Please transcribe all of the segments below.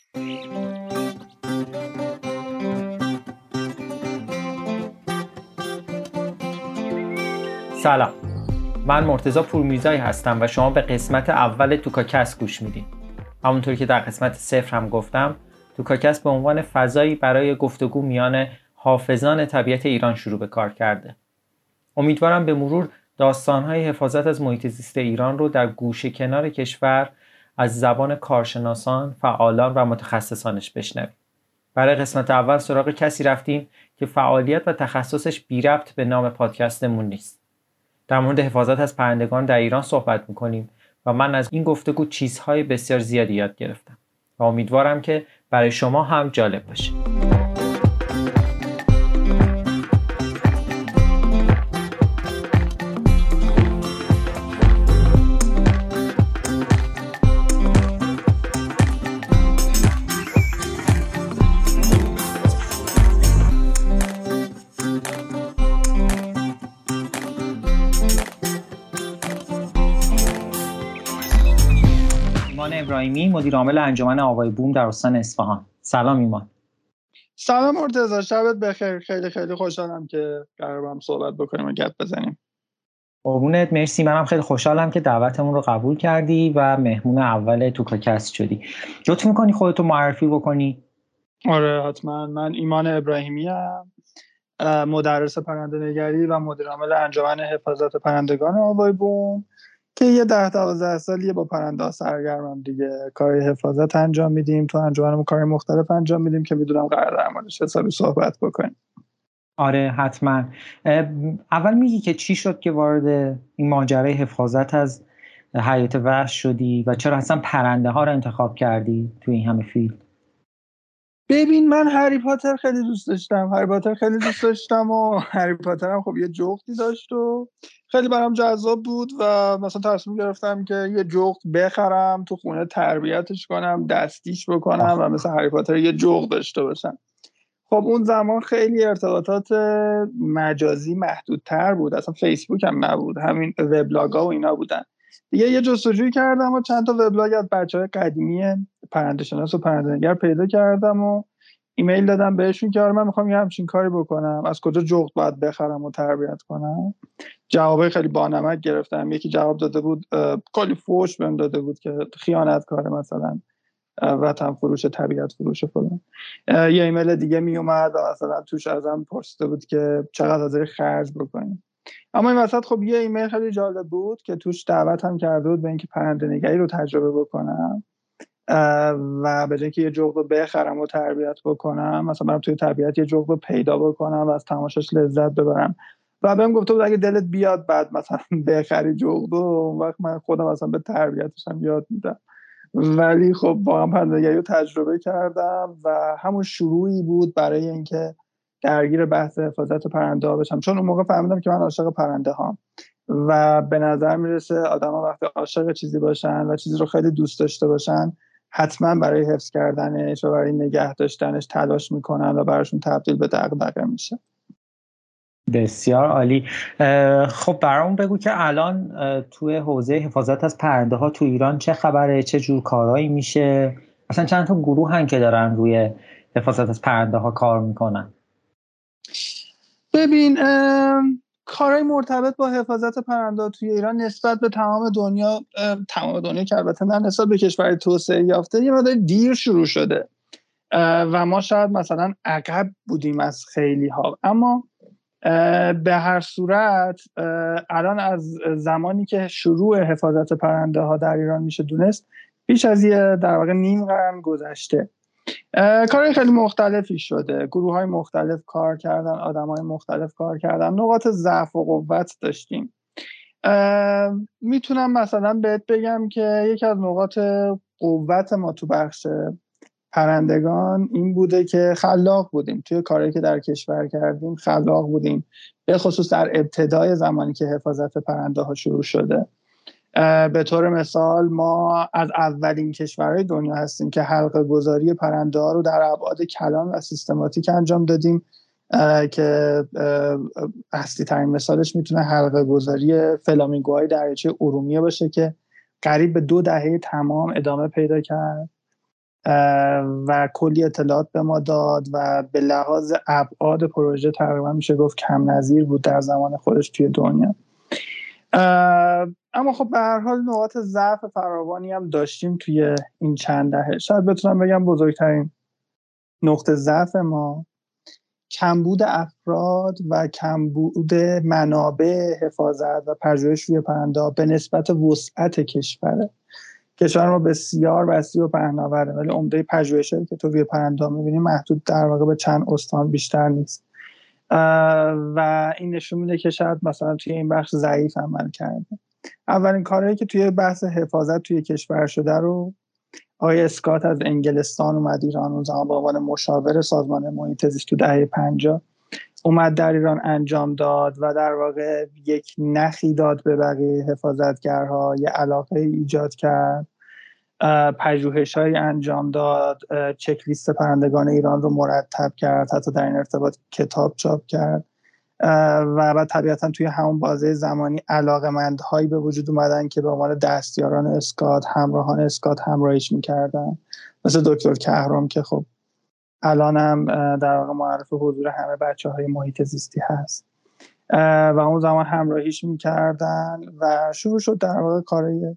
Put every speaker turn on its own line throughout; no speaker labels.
سلام، من مرتضی پورمیرزایی هستم و شما به قسمت اول توکاکست گوش میدین. همونطور که در قسمت 0 هم گفتم، توکاکست به عنوان فضایی برای گفتگو میان حافظان طبیعت ایران شروع به کار کرده. امیدوارم به مرور داستان‌های حفاظت از محیط زیست ایران رو در گوشه کنار کشور از زبان کارشناسان، فعالان و متخصصانش بشنویم. برای قسمت اول سراغ کسی رفتیم که فعالیت و تخصصش بی ربط به نام پادکستمون نیست. در مورد حفاظت از پرندگان در ایران صحبت می‌کنیم و من از این گفتگو چیزهای بسیار زیادی یاد گرفتم و امیدوارم که برای شما هم جالب باشه. ایمان ابراهیمی، مدیر عامل انجمن آوای بوم در استان اصفهان. سلام ایمان.
سلام مرتضی، شبت بخیر. خیلی خیلی خوشحالم که قرار با هم صحبت بکنیم و گپ بزنیم.
قربونت، مرسی. منم خیلی خوشحالم که دعوتمون رو قبول کردی و مهمون اول توکاکست شدی. لطف می‌کنی خودتو معرفی بکنی؟
آره حتما. من ایمان ابراهیمی ام، مدرس پرنده‌نگری و مدیر عامل انجمن حفاظت پرندگان آوای بوم که یه 10-12 سالیه با پرنده سرگرمم دیگه. کار حفاظت انجام میدیم تو انجمنمون، کار مختلف انجام میدیم که میدونم قرار در موردش حسابی صحبت بکنیم.
آره حتما. اول میگی که چی شد که وارد این ماجرای حفاظت از حیات وحش شدی و چرا اصلا پرنده ها رو انتخاب کردی تو این همه فیلد؟
ببین، من هری پاتر خیلی دوست داشتم و هری پاتر هم خب یه جغدی داشت و خیلی برام جذاب بود و مثلا تصمیم گرفتم که یه جغد بخرم تو خونه، تربیتش کنم، دستیش بکنم و مثل هری پاتر یه جغد داشته باشم. خب اون زمان خیلی ارتباطات مجازی محدودتر بود، اصلا فیسبوک هم نبود، همین وبلاگ‌ها و اینا بودن دیگه. یه جستجوی کردم و چند تا وبلاگ از بچهای قدیمی پرنده‌شناس و پرنده‌نگر پیدا کردم و ایمیل دادم بهشون که آره من میخوام یه همچین کاری بکنم، از کجا جغد باید بخرم و تربیت کنم. جوابای خیلی بانمک گرفتم. یکی جواب داده بود، کلی فوش بهم داده بود که خیانتکاره، مثلا وطن فروش، طبیعت فروش فلان. یه ایمیل دیگه می اومد و مثلا توش ازم پرسیده بود که چقدر حاضر خرج بکنیم. اما این وسط خب یه ایمیل خیلی جالب بود که توش دعوت هم کرده بود به اینکه پرنده‌نگری رو تجربه بکنم و به جای اینکه یه جغد رو بخرم و تربیت بکنم، مثلا برم توی طبیعت یه جغد رو پیدا بکنم و از تماشاش لذت ببرم. و بهم گفته بود اگه دلت بیاد بعد مثلا بخری جغد و اون وقت من خودم مثلا به تربیتش هم یاد میدم. ولی خب واقعا پرنده‌نگری رو تجربه کردم و همون شروعی بود برای اینکه درگیر بحث حفاظت پرنده ها بشم، چون اون موقع فهمیدم که من عاشق پرنده هام و به نظر میرسه آدم‌ها وقتی عاشق چیزی باشن و چیزی رو خیلی دوست داشته باشن حتما برای حفظ کردنش و برای نگه داشتنش تلاش میکنن و براشون تبدیل به دغدغه میشه.
بسیار عالی. خب برامون بگو که الان توی حوزه حفاظت از پرنده ها تو ایران چه خبره، چه جور کارهایی میشه؟ اصلا چند تا گروه هن که دارن روی حفاظت از پرنده ها کار میکنن؟
ببین، کارهای مرتبط با حفاظت پرنده توی ایران نسبت به تمام دنیا که البته نه، نسبت به کشور توسعه یافته یه مقدار دیر شروع شده و ما شاید مثلا عقب بودیم از خیلی ها. اما به هر صورت الان از زمانی که شروع حفاظت پرنده ها در ایران میشه دونست، بیش از یه در واقع نیم قرن گذشته. کارهای خیلی مختلفی شده، گروه های مختلف کار کردن، آدم های مختلف کار کردن، نقاط ضعف و قوت داشتیم. میتونم مثلا بهت بگم که یکی از نقاط قوت ما تو بخش پرندگان این بوده که خلاق بودیم توی کاری که در کشور کردیم. خلاق بودیم به خصوص در ابتدای زمانی که حفاظت پرنده ها شروع شده. به طور مثال ما از اولین کشورهای دنیا هستیم که حلقه گذاری پرنده ها رو در ابعاد کلان و سیستماتیک انجام دادیم که اصلی ترین مثالش میتونه حلقه گذاری فلامینگوهای دریاچه ارومیه باشه که قریب به 2 دهه تمام ادامه پیدا کرد. و کلی اطلاعات به ما داد و به لحاظ ابعاد پروژه تقریبا میشه گفت کم نظیر بود در زمان خودش توی دنیا. اما خب به هر حال نقاط ضعف فراوانی هم داشتیم توی این چند دهه. شاید بتونم بگم بزرگترین نقطه ضعف ما کمبود افراد و کمبود منابع حفاظت و پژوهش روی پرنده به نسبت وسعت کشوره. کشور ما بسیار وسیع و پهناوره، ولی عمده پژوهشایی که تو روی پرنده می‌بینی محدود در واقع به چند استان بیشتر نیست و این نشون میده که شاید مثلا توی این بخش ضعیف عمل کرده. اولین کاری که توی بحث حفاظت توی کشور شده رو آقای اسکات از انگلستان اومد ایران، اون زمان به عنوان مشاور سازمان محیط زیست تو دهه 50 اومد در ایران انجام داد و در واقع یک نخی داد به بقیه حفاظتگرها، یه علاقه ایجاد کرد، پژوهش‌هایی انجام داد، چک لیست پرندگان ایران رو مرتب کرد، حتی در این ارتباط کتاب چاپ کرد و بعد طبیعتا توی همون بازه زمانی علاقه‌مندهایی به وجود اومدن که به عنوان دستیاران اسکات، همراهان اسکات همراهیش میکردن، مثل دکتر کهرام که خب الان هم در واقع معرف حضور همه بچه‌های محیط زیستی هست و اون زمان همراهیش میکردن و شروع شد در واقع کارهای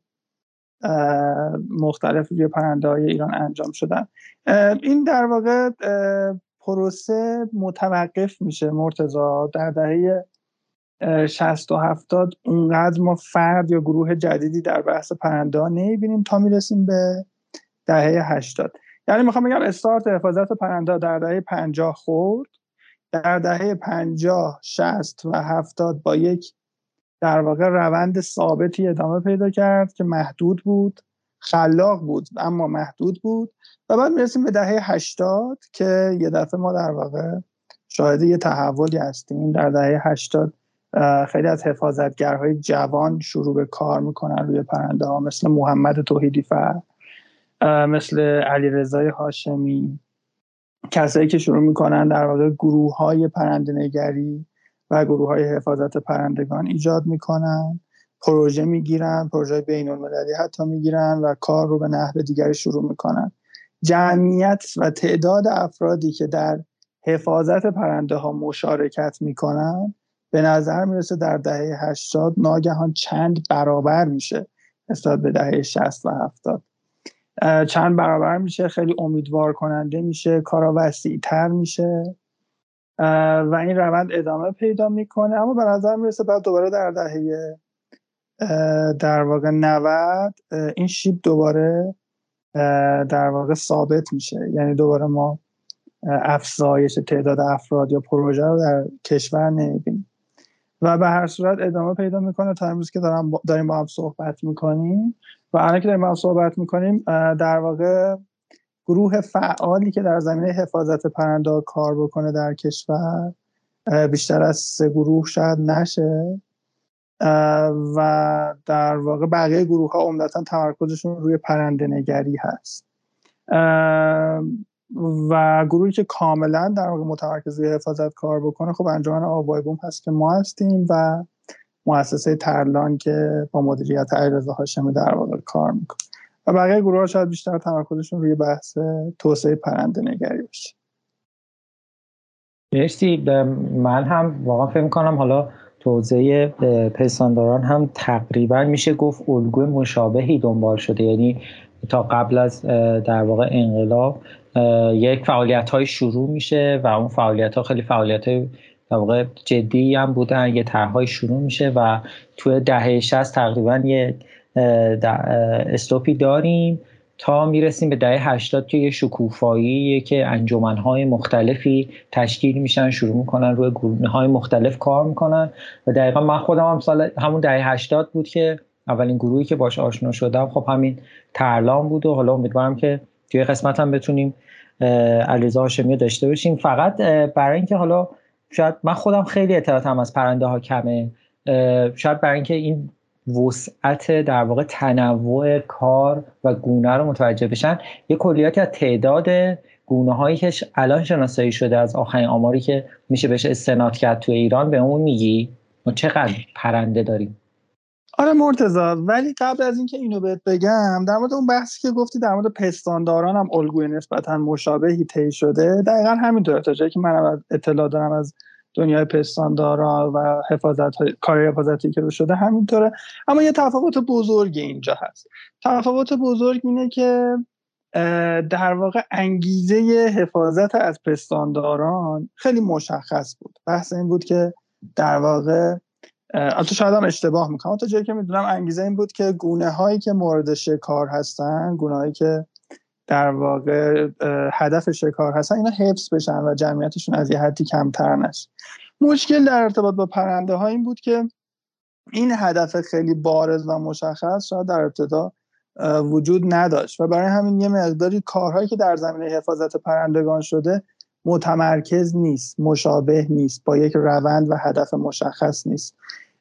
مختلف روی پرنده‌های ایران انجام شدن. این در واقع پروسه متوقف میشه مرتضی در دهه 60 و 70 اونقدر ما فرد یا گروه جدیدی در بحث پرنده‌ها نمی‌بینیم تا میرسیم به دهه 80. یعنی میخوام بگم استارت حفاظت پرنده در دهه 50 خورد، در دهه 50 60 و 70 با یک در واقع روند ثابتی ادامه پیدا کرد که محدود بود، خلاق بود اما محدود بود و بعد میرسیم به دهه 80 که یه دفعه ما در واقع شاهد یه تحولی هستیم. در دهه 80 خیلی از حفاظتگرهای جوان شروع به کار میکنن روی پرنده ها، مثل محمد توحیدی‌فر، مثل علیرضا هاشمی، کسایی که شروع میکنن در واقع گروه‌های پرنده‌نگری و گروه‌های حفاظت پرندگان ایجاد میکنن، پروژه میگیرن، پروژه بین‌المللی حتی میگیرن و کار رو به نحو دیگری شروع میکنن. جمعیت و تعداد افرادی که در حفاظت پرنده ها مشارکت میکنن به نظر میرسه در دهه 80 ناگهان چند برابر میشه نسبت به دهه 60 و 70. چند برابر میشه، خیلی امیدوار کننده میشه، کارا وسیع‌تر میشه و این روند ادامه پیدا میکنه. اما به نظر میرسه بعد دوباره در دهه در واقع 90 این شیب دوباره در واقع ثابت میشه، یعنی دوباره ما افزایش تعداد افراد یا پروژه رو در کشور نمیبینیم و به هر صورت ادامه پیدا میکنه تا امروز که داریم با هم صحبت میکنیم. و الان که داریم با هم صحبت میکنیم در واقع گروه فعالی که در زمینه حفاظت پرنده کار بکنه در کشور بیشتر از 3 گروه شاید نشه و در واقع بقیه گروه ها عمدتا تمرکزشون روی پرنده نگری هست و گروهی که کاملا در واقع متمرکز روی حفاظت کار بکنه خب انجمن آوای بوم هست که ما هستیم و مؤسسه ترلان که با مدیریت علیرضا هاشمی در واقع کار میکنه و بقیه گروه ها شاید بیشتر تمرکزشون روی بحث توسعه پرنده نگری باشه.
مرسی. من هم واقعا فکر می‌کنم حالا توسعه پستانداران هم تقریبا میشه گفت الگوی مشابهی دنبال شده، یعنی تا قبل از در واقع انقلاب یک فعالیت‌های شروع میشه و اون فعالیت‌ها خیلی فعالیت‌های در واقع جدی هم بودن، یه طرح‌های شروع میشه و توی دهه 60 تقریبا یه استوپی داریم تا میرسیم به دهه 80 که یه شکوفاییه که انجمن‌های مختلفی تشکیل میشن، شروع میکنن روی گروه‌های مختلف کار میکنن و دقیقا من خودم هم سال همون دهه 80 بود که اولین گروهی که باش آشنا شدم خب همین ترلان بود و حالا امیدوارم که توی قسمت هم بتونیم علیرضا هاشمی داشته باشیم. فقط برای اینکه حالا شاید من خودم خیلی اطلاعاتم از پرنده ها کمه، شاید برای اینکه این وسعت در واقع تنوع کار و گونه رو متوجه بشن یه کلیاتی از تعداد گونه هایی که الان شناسایی شده از آخرین آماری که میشه بهش استناد کرد تو ایران به اون میگی ما چقدر پرنده داریم؟
آره مرتضی، ولی قبل از اینکه اینو بهت بگم، در مورد اون بحثی که گفتی در مورد پستانداران هم الگوی نسبتا مشابهی طی شده، دقیقا همینطوره. تا جایی که من اطلاع دارم از دنیای پستانداران و کار حفاظتی که رو شده همینطوره. اما یه تفاوت بزرگ اینجا هست. تفاوت بزرگ اینه که در واقع انگیزه حفاظت از پستانداران خیلی مشخص بود. بحث این بود که در واقع تو شاید هم اشتباه میکنم، تا جایی که میدونم انگیزه این بود که گونه هایی که مورد شکار هستن، گونه هایی که در واقع هدف شکار هستن، اینا حفظ بشن و جمعیتشون از یه حدی کمتر نشه. مشکل در ارتباط با پرنده ها این بود که این هدف خیلی بارز و مشخص شاید در ابتدا وجود نداشت و برای همین یه مقداری کارهایی که در زمینه حفاظت پرندگان شده متمرکز نیست، مشابه نیست، با یک روند و هدف مشخص نیست.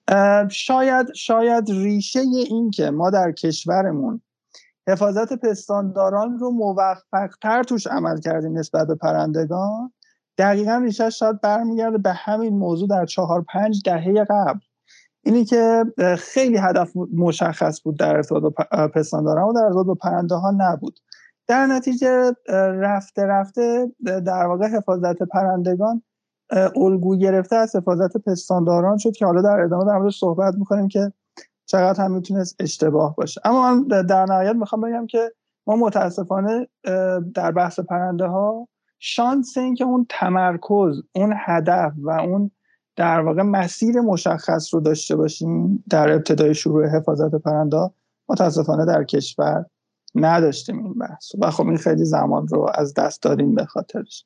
شاید ریشه این که ما در کشورمون حفاظت پستانداران رو موفق‌تر توش عمل کردیم نسبت به پرندگان، دقیقاً ریشه شاید برمیگرده به همین موضوع در 4-5 دهه قبل. اینی که خیلی هدف مشخص بود در ارتباط با پستانداران و در ارتباط با پرنده ها نبود. در نتیجه رفته در واقع حفاظت پرندگان الگو گرفته از حفاظت پستانداران شد که حالا در ادامه در موردش صحبت میکنیم که چقدر هم میتونست اشتباه باشه. اما من در نهایت میخوام بگم که ما متاسفانه در بحث پرنده ها شانس این که اون تمرکز، اون هدف و اون در واقع مسیر مشخص رو داشته باشیم در ابتدای شروع حفاظت پرنده ها متاسفانه در کشور نداشتیم این بحث و خب این خیلی زمان رو از دست دادیم به خاطرش.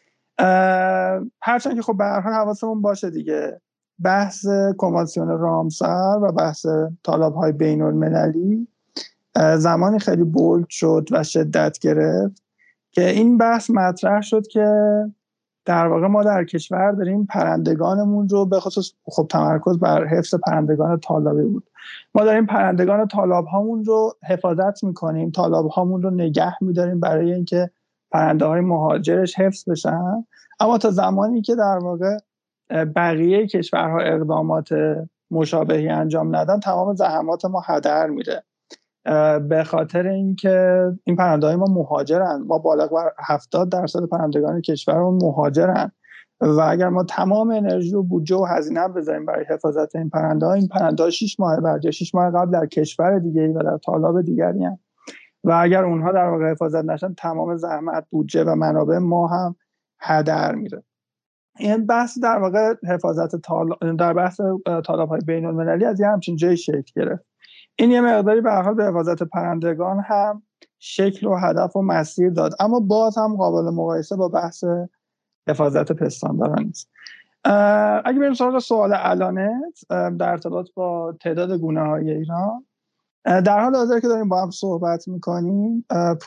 هرچند که خب به هر حال حواسمون باشه دیگه، بحث کنوانسیون رامسر و بحث تالاب‌های بین‌المللی زمانی خیلی بولد شد و شدت گرفت که این بحث مطرح شد که در واقع ما در کشور داریم پرندگانمون رو، به خصوص خب تمرکز بر حفظ پرندگان تالابی بود، ما داریم پرندگان تالاب هامون رو حفاظت میکنیم، تالاب هامون رو نگه میداریم برای اینکه پرنده های مهاجرش حفظ بشن، اما تا زمانی که در واقع بقیه کشورها اقدامات مشابهی انجام ندن تمام زحمات ما هدر میره، به خاطر اینکه این پرنده های ما مهاجرن. ما بالغ بر 70% پرندگان کشورمون مهاجرن و اگر ما تمام انرژی و بودجه و هزینه بذاریم برای حفاظت این پرنده ها 6 ماه بعد یا 6 ماه قبل در کشور دیگه‌ای و در تالاب دیگری هستند و اگر اونها در واقع حفاظت نشن تمام زحمت، بودجه و منابع ما هم هدر میره. این بحث در واقع حفاظت در بحث تالاب‌های بین‌المللی از یه همچین جایی شکل گرفت. این یه مقداری به هر حال به حفاظت پرندگان هم شکل و هدف و مسیر داد، اما باز هم قابل مقایسه با بحث حفاظت پستانداران نیست. اگه بریم سراغ سوال الانت در ارتباط با تعداد گونه‌های ایران، در حال حاضر که داریم با هم صحبت میکنیم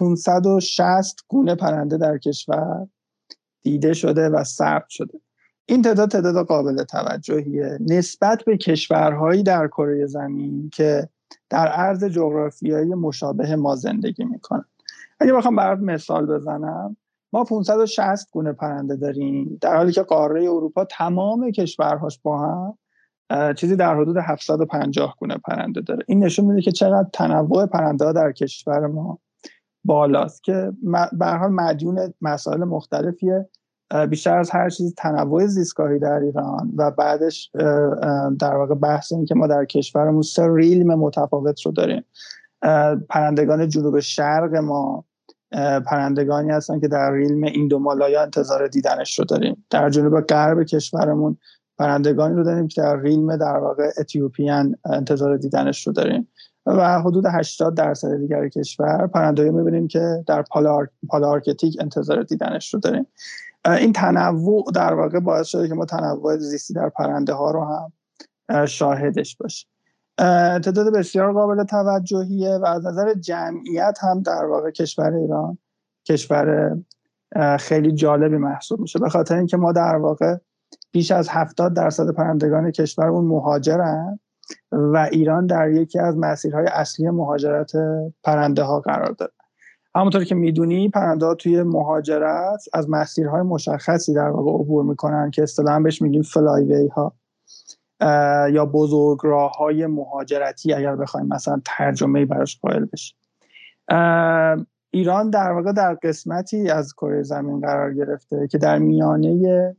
560 گونه پرنده در کشور دیده شده و ثبت شده. این تعداد قابل توجهیه نسبت به کشورهایی در کره زمین که در عرض جغرافیایی مشابه ما زندگی میکنن. اگه بخوام برات مثال بزنم، ما 560 گونه پرنده داریم در حالی که قاره اروپا تمام کشورهاش با هم چیزی در حدود 750 گونه پرنده داره. این نشون میده که چقدر تنوع پرنده ها در کشور ما بالاست که به هر حال مدیون مسائل مختلفیه، بیشتر از هر چیز تنوع زیستگاهی در ایران و بعدش در واقع بحث این که ما در کشورمون 3 ریلم متفاوت رو داریم. پرندگان جنوب شرق ما پرندگانی هستن که در ریلم ایندومالایا انتظار دیدنش رو داریم. در جنوب غرب کشورمون پرندگانی رو داریم که در ریلم در واقع اتیوپیان انتظار دیدنش رو داریم و حدود 80% دیگر کشور پرنده‌ای می‌بینیم که در پالارکتیک انتظار دیدنش رو داریم. این تنوع در واقع باعث شده که ما تنوع زیستی در پرنده ها رو هم شاهدش باشیم. تعداد بسیار قابل توجهیه و از نظر جمعیت هم در واقع کشور ایران کشور خیلی جالبی محسوب میشه، به خاطر اینکه ما در واقع بیش از 70% پرندگان کشورمون مهاجرن و ایران در یکی از مسیرهای اصلی مهاجرت پرنده ها قرار داره. همونطور که میدونی پرنده ها توی مهاجرت از مسیرهای مشخصی در واقع عبور میکنن که اصطلاحاً بهش میگیم فلای وی ها یا بزرگراه‌های مهاجرتی اگر بخوایم مثلا ترجمه‌ای براش قائل بشیم. ایران در واقع در قسمتی از کره زمین قرار گرفته که در میانه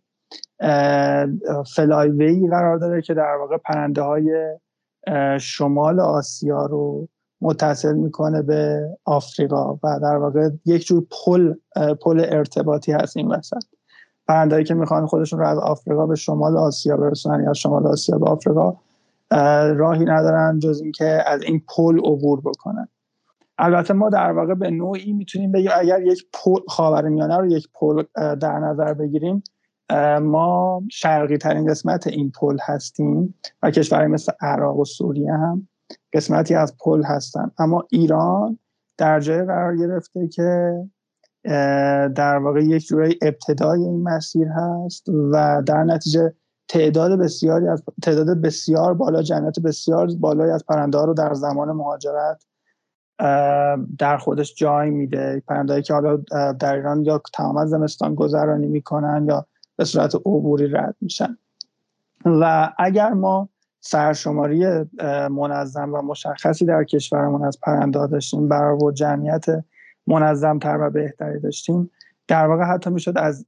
فلایوی قرار داره که در واقع پرنده های شمال آسیا رو متصل میکنه به آفریقا و در واقع یک جور پل ارتباطی هست این وسط. پرنده‌ای که میخوان خودشون رو از آفریقا به شمال آسیا برسونن یا از شمال آسیا به آفریقا راهی ندارن جز اینکه از این پل عبور بکنن. البته ما در واقع به نوعی میتونیم بگیم اگر یک پل خاورمیانه رو یک پل در نظر بگیریم، ما شرقی ترین قسمت این پل هستیم و کشورهای مثل عراق و سوریه هم قسمتی از پل هستن. اما ایران در جای قرار گرفته که در واقع یک جوری ابتدای این مسیر هست و در نتیجه تعداد بسیار بالا، جمعیت بسیار بالایی از پرنده ها رو در زمان مهاجرت در خودش جای میده. پرنده‌ای که حالا در ایران یا تمام زمستان گذرانی میکنن یا به صورت عبوری رد میشن. و اگر ما سرشماری منظم و مشخصی در کشورمون از پرنده داشتیم، برآورد جمعیت منظم تر و بهتری داشتیم، در واقع حتی میشد از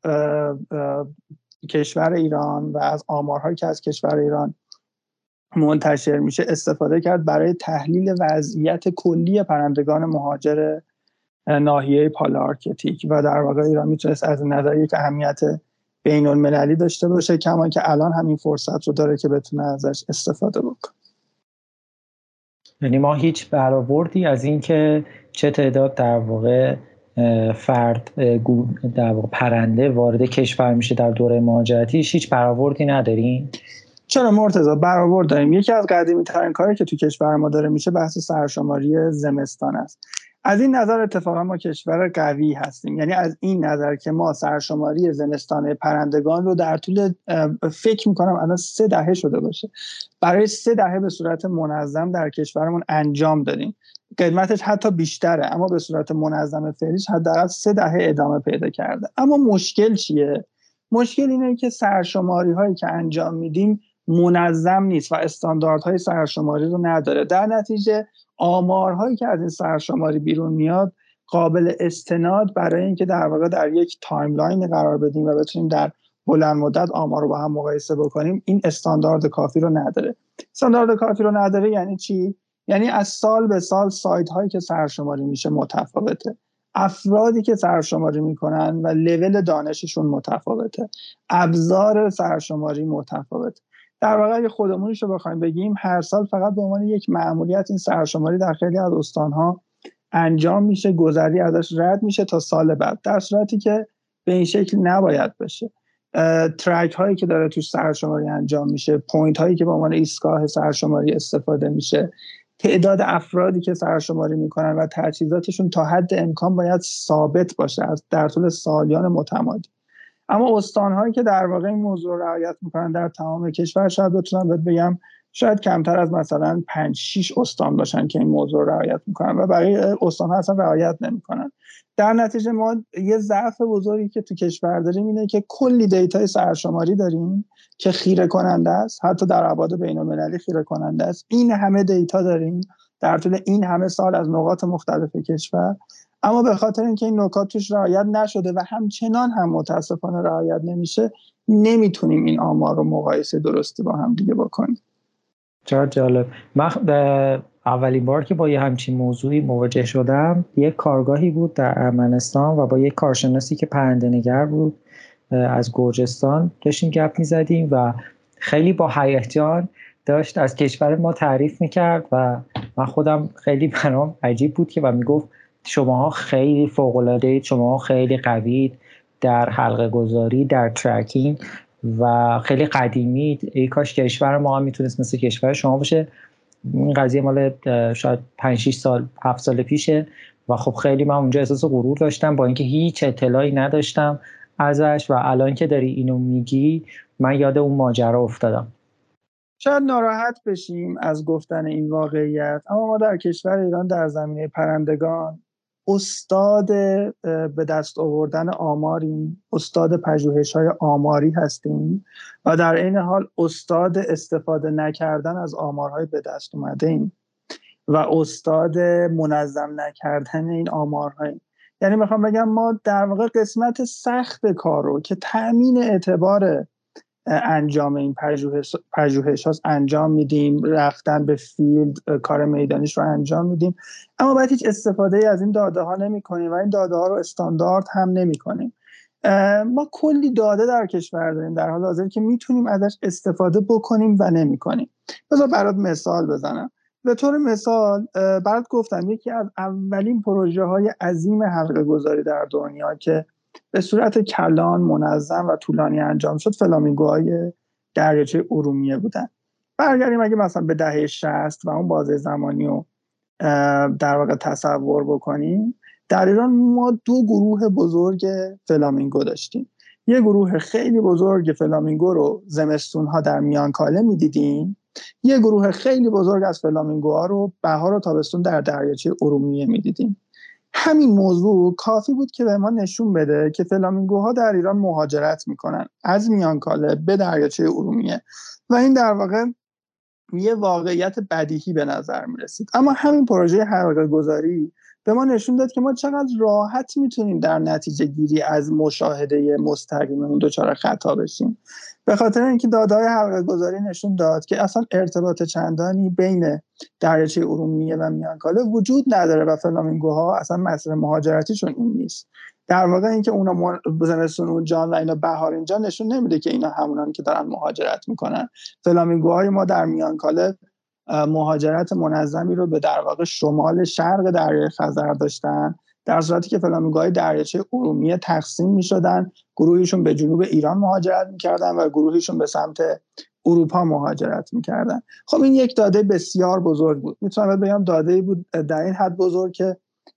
کشور ایران و از آمارهایی که از کشور ایران منتشر میشه استفاده کرد برای تحلیل وضعیت کلی پرندگان مهاجر ناحیه پالارکتیک و در واقع ایران میتونست از نظر یک اهمیت بین المللی داشته باشه، کما که الان همین فرصت رو داره که بتونه ازش استفاده بکنه.
یعنی ما هیچ برآوردی از این که چه تعداد در واقع فرد در واقع پرنده وارد کشور میشه در دوره مهاجرتی هیچ برآوردی نداریم؟
چرا مرتضی، برآورد داریم. یکی از قدیمی ترین کاری که تو کشور ما داره میشه بحث سرشماری زمستان است. از این نظر اتفاقا ما کشور قوی هستیم، یعنی از این نظر که ما سرشماری زمستان پرندگان رو در طول فکر میکنم الان 3 دهه شده باشه، برای 3 دهه به صورت منظم در کشورمون انجام دادیم. قدمتش حتی بیشتره اما به صورت منظم فعلیش حداقل 3 دهه ادامه پیدا کرده. اما مشکل چیه؟ مشکل اینه که سرشماری هایی که انجام میدیم منظم نیست و استانداردهای سرشماری رو نداره. در نتیجه آمارهایی که از این سرشماری بیرون میاد قابل استناد برای اینکه در واقع در یک تایملاین قرار بدیم و بتونیم در بلند مدت آمار رو با هم مقایسه بکنیم، این استاندارد کافی رو نداره. استاندارد کافی رو نداره یعنی چی؟ یعنی از سال به سال سایت هایی که سرشماری میشه متفاوته، افرادی که سرشماری میکنن و لول دانششون متفاوته، ابزار سرشماری متفاوته. در واقع اگه خودمونش رو بخوایم بگیم، هر سال فقط به عنوان یک مأموریت این سرشماری در خیلی از استانها انجام میشه، گذری ازش رد میشه تا سال بعد، در صورتی که به این شکل نباید بشه. ترک هایی که داره توش سرشماری انجام میشه، پوینت هایی که به عنوان ایستگاه سرشماری استفاده میشه، تعداد افرادی که سرشماری میکنن و تجهیزاتشون تا حد امکان باید ثابت باشه از در طول سالیان متمادی. اما استان‌هایی که در واقع این موضوع رعایت میکنن در تمام کشور، شاید بتونم بهت بگم شاید کمتر از مثلا 5-6 استان باشن که این موضوع رعایت میکنن و بقیه استان‌ها اصلا رعایت نمیکنن. در نتیجه ما یه ضعف بزرگی که تو کشور داریم اینه که کلی دیتای سرشماری داریم که خیره کننده است، حتی در ابعاد بین‌المللی خیره کننده است. این همه دیتا داریم در طول این همه سال از نقاط مختلف کشور، اما به خاطر اینکه این نکات توش رعایت نشده و همچنان هم متاسفانه رعایت نمیشه، نمیتونیم این آمار رو مقایسه درستی با هم دیگه بکنیم.
چرا جالب. من اولین بار که با یه همچین موضوعی مواجه شدم یه کارگاهی بود در ارمنستان و با یه کارشناسی که پرنده نگر بود از گرجستان داشتیم گپ میزدیم و خیلی با هیجان داشت از کشور ما تعریف میکرد و من خودم خیلی برام عجیب بود که و میگفت شماها خیلی فوق‌العاده‌اید، شماها خیلی قویید در حلقه گذاری، در ترکینگ و خیلی قدیمید. ای کاش کشور ما هم میتونست مثل کشور شما باشه. این قضیه مال شاید 5-6 سال 7 سال پیشه و خب خیلی من اونجا احساس غرور داشتم با اینکه هیچ اطلاعی نداشتم ازش و الان که داری اینو میگی من یاد اون ماجرا افتادم.
شاید ناراحت بشیم از گفتن این واقعیت، اما ما در کشور ایران در زمینه پرندگان استاد به دست آوردن آماریم، استاد پژوهش‌های آماری هستیم و در این حال استاد استفاده نکردن از آمارهای به دست اومده ایم و استاد منظم نکردن این آمارهایی. یعنی میخوام بگم ما در واقع قسمت سخت کار رو که تأمین اعتبار انجام این پژوهش هاست انجام میدیم، رفتن به فیلد کار میدانیش رو انجام میدیم، اما باید هیچ استفاده از این داده ها نمی کنیم و این داده ها رو استاندارد هم نمی کنیم. ما کلی داده در کشور داریم در حال حاضر که میتونیم ازش استفاده بکنیم و نمی کنیم. بذار برات مثال بزنم. به طور مثال برات گفتم یکی از اولین پروژه های عظیم حلقه گذاری در دنیا که به صورت کلان، منظم و طولانی انجام شد فلامینگوهای دریاچه ارومیه بودن. برگردیم اگه مثلا به دهه 60 و اون بازه زمانی رو در واقع تصور بکنیم، در ایران ما دو گروه بزرگ فلامینگو داشتیم. یه گروه خیلی بزرگ فلامینگو رو زمستون‌ها در میانکاله می‌دیدیم، یه گروه خیلی بزرگ از فلامینگوها رو بهار و تابستون در دریاچه ارومیه می‌دیدیم. همین موضوع کافی بود که به ما نشون بده که فلامینگوها در ایران مهاجرت میکنن از میانکاله به دریاچه ارومیه و این در واقع یه واقعیت بدیهی به نظر میرسید. اما همین پروژه حلقه گذاری به ما نشون داد که ما چقدر راحت میتونیم در نتیجه گیری از مشاهده مستقیممون دچار خطا بشیم، به خاطر اینکه داده‌های حلقه گذاری نشون داد که اصلا ارتباط چندانی بین دریاچه ارومیه و میانکاله وجود نداره و فلامینگوها اصلا مسیر مهاجرتیشون این نیست. در واقع اینکه اونا زمستون اونجا و اینا بهار اینجا نشون نمیده که اینا همونان که دارن مهاجرت میکنن. فلامینگوهای ما در میانکاله مهاجرت منظمی رو به در واقع شمال شرق دریای خزر داشتن، در صورتی که فلامینگوهای دریاچه ارومیه تقسیم میشدن، گروهیشون به جنوب ایران مهاجرت میکردن و گروهیشون به سمت اروپا مهاجرت میکردن. خب این یک داده بسیار بزرگ بود. میتونم بگم داده‌ای بود در این حد بزرگ که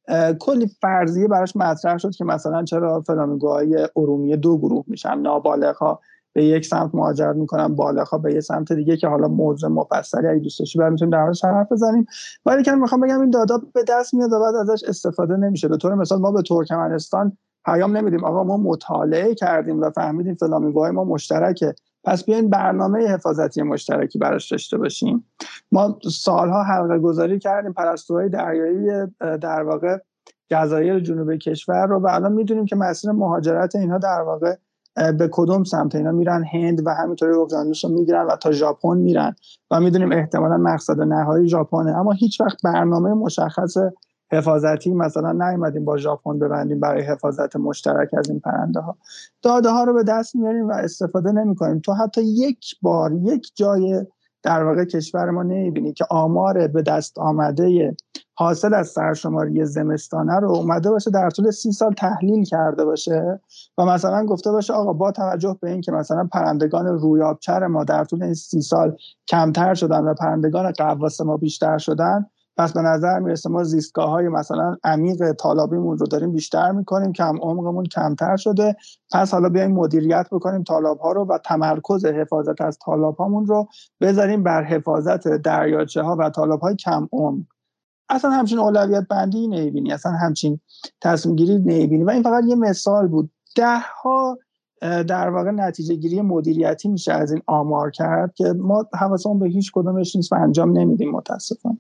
کلی فرضیه براش مطرح شد که مثلا چرا فلامینگوهای ارومیه دو گروه میشن، نابالغ‌ها به یک سمت مهاجرت میکنن، بالغ‌ها به یک سمت دیگه، که حالا موضوع مفصلی اگه دوست داشتی برام میتونیم در موردش حرف بزنیم. ولی که میخوام بگم این دادا به دست میاد و بعد ازش استفاده نمیشه. به طور مثال ما به ترکمنستان پیام نمیدیم آقا ما مطالعه کردیم و فهمیدیم فلامینگوهای ما مشترکه، پس بیاین برنامه حفاظتی مشترکی براش داشته باشیم. ما سالها حلقه گذاری کردیم پرستوهای دریایی در واقع جزایر جنوب کشور رو و الان میدونیم که مسیر مهاجرت اینها در واقع به کدوم سمت اینا میرن، هند و همینطوری اقیانوس رو میگیرن و تا ژاپن میرن و میدونیم احتمالاً مقصد نهایی ژاپنه، اما هیچ وقت برنامه مشخص حفاظتی مثلا نیومدیم با ژاپن ببندیم برای حفاظت مشترک از این پرنده ها. داده ها رو به دست میاریم و استفاده نمیکنیم. تو حتی یک بار یک جای در واقع کشور ما نمیبینی که آمار به دست آمده حاصل از سرشماری زمستانه رو اومده باشه در طول 30 سال تحلیل کرده باشه و مثلا گفته باشه آقا با توجه به این که مثلا پرندگان رویابچر ما در طول این 30 سال کمتر شدن و پرندگان غواص ما بیشتر شدن، پس به نظر میرسه ما زیستگاه‌های مثلا عمیق تالابیمون رو داریم بیشتر میکنیم، کم عمقمون کمتر شده، پس حالا بیایم مدیریت بکنیم تالاب‌ها رو و تمرکز حفاظت از تالاب‌هامون رو بذاریم بر حفاظت دریاچه‌ها و تالاب‌های کم عمق. اصلا همچین اولویت بندی نمی‌بینی، اصلا همچین تصمیم گیری نمی‌بینی و این فقط یه مثال بود. ده‌ها در واقع نتیجه گیری مدیریتی میشه از این آمار کرد که ما حواسمون به هیچ کدومش نیست و انجام نمیدیم متاسفانه.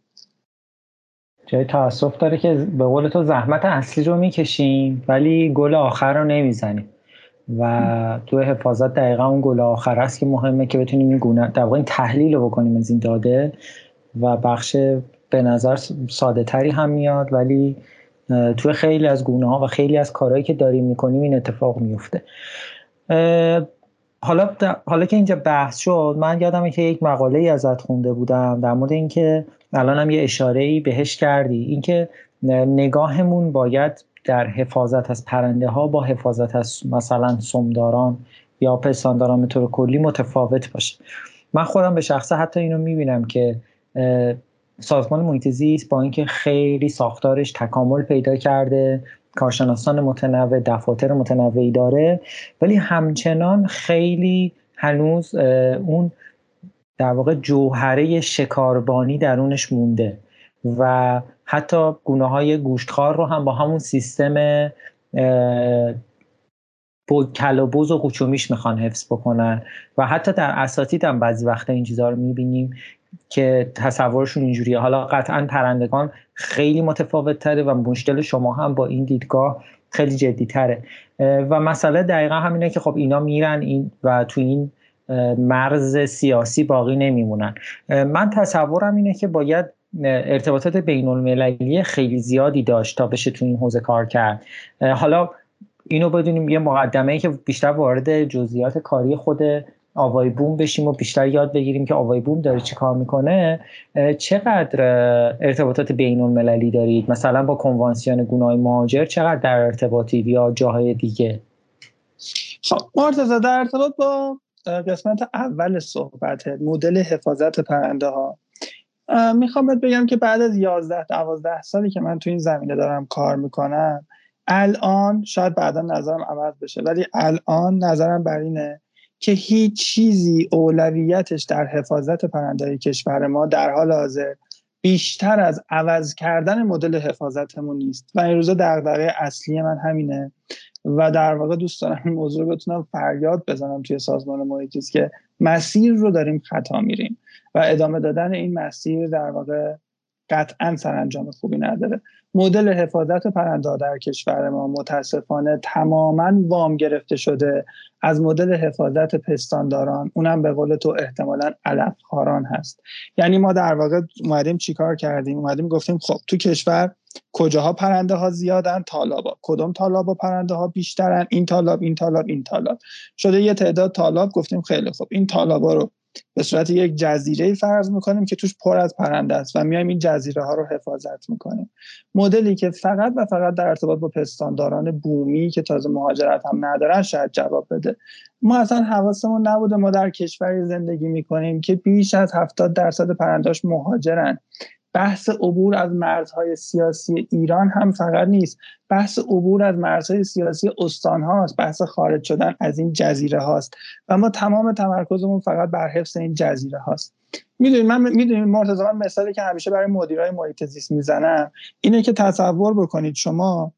جای تأسف داره که به قول تو زحمت اصلی رو میکشیم ولی گل آخر رو نمیزنیم و تو حفاظت دقیقا اون گل آخر است که مهمه که بتونیم این گونه در واقع این تحلیل رو بکنیم از این داده و بخش به نظر ساده تری هم میاد ولی توی خیلی از گونه ها و خیلی از کارهایی که داریم میکنیم این اتفاق میفته. حالا که اینجا بحث شد، من یادمه که یک مقاله‌ای ازت خونده بودم در مورد اینکه الان هم یه اشاره‌ای بهش کردی، اینکه نگاهمون باید در حفاظت از پرنده ها با حفاظت از مثلا سمداران یا پستانداران به طور کلی متفاوت باشه. من خودم به شخصه حتی اینو میبینم که سازمان محیط زیست با اینکه خیلی ساختارش تکامل پیدا کرده، کارشناسان متنوع، دفاتر متنوعی داره، ولی همچنان خیلی هنوز اون در واقع جوهره شکاربانی درونش مونده و حتی گونه‌های گوشتخوار رو هم با همون سیستم کل و بز و قوچومیش میخوان حفظ بکنن و حتی در اساتید هم بعضی وقتا این چیزها رو میبینیم که تصورشون اینجوریه. حالا قطعا پرندگان خیلی متفاوت تره و مشکل شما هم با این دیدگاه خیلی جدی تره و مسئله دقیقا همینه که خب اینا میرن و تو این مرز سیاسی باقی نمیمونن. من تصورم اینه که باید ارتباطات بین المللی خیلی زیادی داشت تا بشه تو این حوزه کار کرد. حالا اینو بدونیم یه مقدمه‌ای که بیشتر وارد جزئیات کاری خود آوای بوم بشیم و بیشتر یاد بگیریم که آوای بوم داره چی کار میکنه. چقدر ارتباطات بین المللی دارید؟ مثلا با کنوانسیون گونه‌های مهاجر چقدر در ارتباطید یا جاهای دیگه؟
خب مرتضی، در ارتباط با قسمت اول صحبت مدل حفاظت پرنده ها میخوام بهت بگم که بعد از 11-12 سالی که من تو این زمینه دارم کار میکنم، الان شاید بعدا نظرم عوض بشه، ولی الان نظرم بر اینه که هیچ چیزی اولویتش در حفاظت پرنده‌های کشور ما در حال حاضر بیشتر از عوض کردن مدل حفاظتمون نیست و این روزا دغدغه اصلی من همینه و در واقع دوست دارم این موضوع رو بتونم فریاد بزنم توی سازمان محیط زیست که مسیر رو داریم خطا میریم و ادامه دادن این مسیر در واقع قطعا سرانجام خوبی نداره. مدل حفاظت پرنده‌ها در کشور ما متاسفانه تماما وام گرفته شده از مدل حفاظت پستانداران، اونم به قول تو احتمالاً علفخواران هست. یعنی ما در واقع اومدیم چیکار کردیم؟ اومدیم گفتیم خب تو کشور کجاها پرنده ها زیادن؟ تالابا. کدوم تالابا پرنده ها بیشترن؟ این تالاب، این تالاب، این تالاب. شده یه تعداد تالاب، گفتیم خیلی خوب این تالابا رو به صورت یک جزیره فرض میکنیم که توش پر از پرنده است و میایم این جزیره ها رو حفاظت میکنیم. مدلی که فقط و فقط در ارتباط با پستانداران بومی که تازه مهاجرت هم ندارن شاید جواب بده. ما اصلا حواسمون نبوده ما در کشوری زندگی میکنیم که بیش از 70% پرنداش مهاجرن. بحث عبور از مرزهای سیاسی ایران هم فقط نیست، بحث عبور از مرزهای سیاسی استان هاست، بحث خارج شدن از این جزیره هاست و ما تمام تمرکزمون فقط بر حفظ این جزیره هاست. میدونید مرتضی، من مثالی که همیشه برای مدیرای محیط زیست میزنم اینه که تصور بکنید شما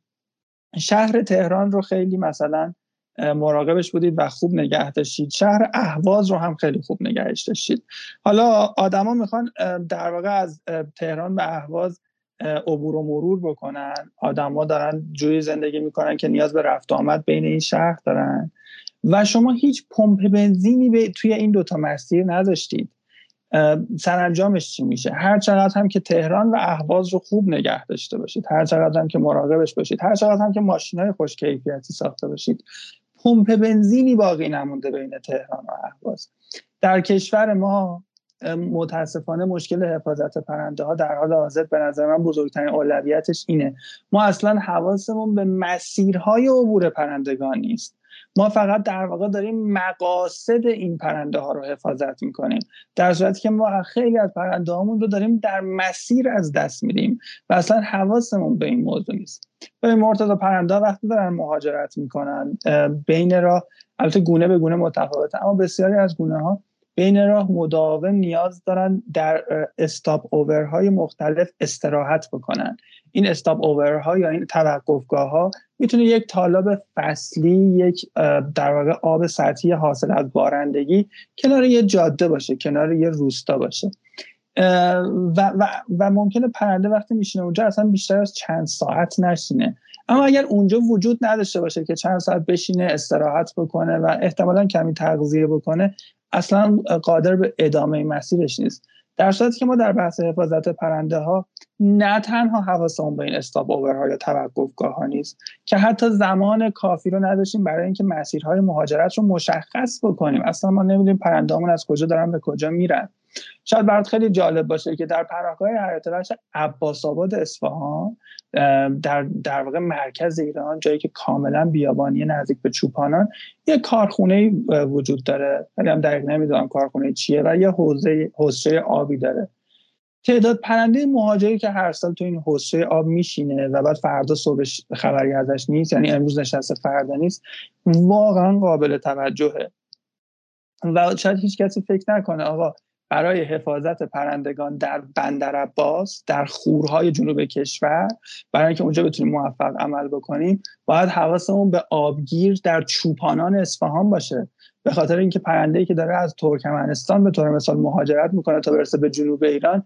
شهر تهران رو خیلی مثلا مراقبش بودید و خوب نگه داشتید، شهر اهواز رو هم خیلی خوب نگهش داشتید. حالا آدما میخوان در واقع از تهران به اهواز عبور و مرور بکنن، آدما دارن جوری زندگی میکنن که نیاز به رفت و آمد بین این شهر دارن و شما هیچ پمپ بنزینی توی این دوتا مسیر نذاشتید. سرانجامش چی میشه؟ هر چقدر هم که تهران و اهواز رو خوب نگه داشته باشید، هر چقدر هم که مراقبش باشید، هر چقدر هم که ماشینای خوش کیفیتی ساخته باشید، پمپ بنزینی باقی نمونده بین تهران و اهواز. در کشور ما متاسفانه مشکل حفاظت پرنده ها در حال حاضر به نظر من بزرگترین اولویتش اینه ما اصلا حواسمون به مسیرهای عبور پرندگان نیست. ما فقط در واقع داریم مقاصد این پرنده ها رو حفاظت میکنیم، در صورتی که ما خیلی از پرنده هامون رو داریم در مسیر از دست میدیم و اصلا حواسمون به این موضوع نیست. به مرتضی، پرنده ها وقتی دارن مهاجرت میکنن بین راه، البته گونه به گونه متفاوته، اما بسیاری از گونه ها بین راه مداوم نیاز دارن در استاپ اوورهای مختلف استراحت بکنن. این استاپ اوورها یا این توقفگاه ها میتونه یک تالاب فصلی، یک در واقع آب سطحی حاصل از بارندگی کنار یه جاده باشه، کنار یه روستا باشه و ممکنه پرنده وقتی میشینه اونجا اصلا بیشتر از چند ساعت نشینه. اما اگر اونجا وجود نداشته باشه که چند ساعت بشینه استراحت بکنه و احتمالاً کمی تغذیه بکنه، اصلا قادر به ادامه مسیرش نیست. در صورتی که ما در بحث حفاظت پرنده ها نه تنها حواسمون به این استاپ اوورها یا توقفگاه ها نیست که حتی زمان کافی رو نداشتیم برای اینکه مسیرهای مهاجرت رو مشخص بکنیم. اصلا ما نمیدونیم پرنده‌هامون از کجا دارن به کجا میرن. شاید برات خیلی جالب باشه که در پناهگاه حیات وحش عباس‌آباد اصفهان در واقع مرکز ایران، جایی که کاملا بیابانی نزدیک به چوپانان، یه کارخونه وجود داره، ولی هم دقیق نمیدونم کارخونه چیه، و یه حوضچه آبی داره. تعداد پرنده مهاجری که هر سال تو این حوضچه آب میشینه و بعد فردا صبح خبری ازش نیست، یعنی امروز نشسته فردا نیست، واقعا قابل توجهه و شاید هیچ کسی فکر نکنه آقا برای حفاظت پرندگان در بندر عباس، در خورهای جنوب کشور، برای اینکه اونجا بتونیم موفق عمل بکنیم باید حواسمون به آبگیر در چوپانان اصفهان باشه. به خاطر اینکه پرنده‌ای که داره از ترکمنستان به طور مثال مهاجرت میکنه تا برسه به جنوب ایران،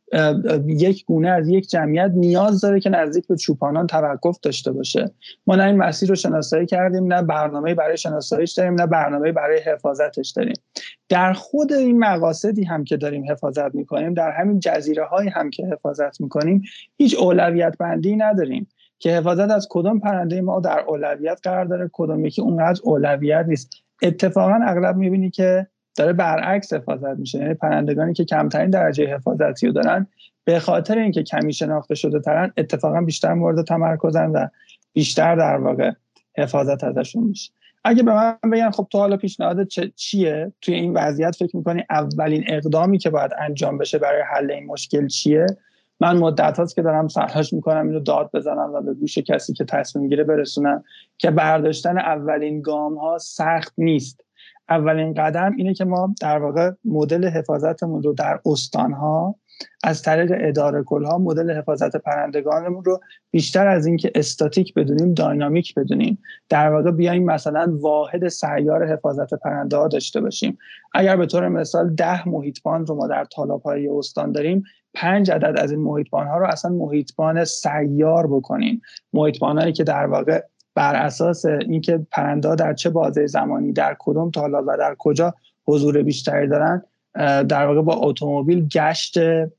یک گونه از یک جمعیت نیاز داره که نزدیک به چوپانان توقف داشته باشه. ما نه این مسیر رو شناسایی کردیم، نه برنامه‌ای برای شناساییش داریم، نه برنامه‌ای برای حفاظتش داریم. در خود این مقاصدی هم که داریم حفاظت میکنیم، در همین جزیره‌های هم که حفاظت میکنیم، هیچ اولویت بندی نداریم که حفاظت از کدوم پرنده ما در اولویت قرار داره، کدوم یکی اونقدر اولویت نیست. اتفاقا اغلب میبینی که داره برعکس حفاظت میشه، یعنی پرندگانی که کمترین درجه حفاظتی رو دارن به خاطر اینکه کمی شناخته شده ترن اتفاقا بیشتر مورد تمرکزن و بیشتر در واقع حفاظت ازشون میشه. اگه به من بگن خب تو حالا پیشنهاد چیه توی این وضعیت، فکر میکنی اولین اقدامی که باید انجام بشه برای حل این مشکل چیه؟ من مدت هاست که دارم تلاش میکنم اینو داد بزنم و به گوش کسی که تصمیم گیره برسونم که برداشتن اولین گام ها سخت نیست. اولین قدم اینه که ما در واقع مدل حفاظتمون رو در استان‌ها از طریق اداره کلها مدل حفاظت پرندگانمون رو بیشتر از اینکه استاتیک بدونیم داینامیک بدونیم. در واقع بیایم مثلا واحد سیار حفاظت پرنده ها داشته باشیم. اگر به طور مثال 10 محیطبان رو ما در تالاب‌های استان داریم، 5 عدد از این محیطبان‌ها رو اصلا محیطبان سیار بکنیم. محیطبان‌هایی که در واقع بر اساس اینکه پرنده‌ها در چه بازه زمانی در کدوم تالاب و در کجا حضور بیشتری دارن، در واقع با اتومبیل گشت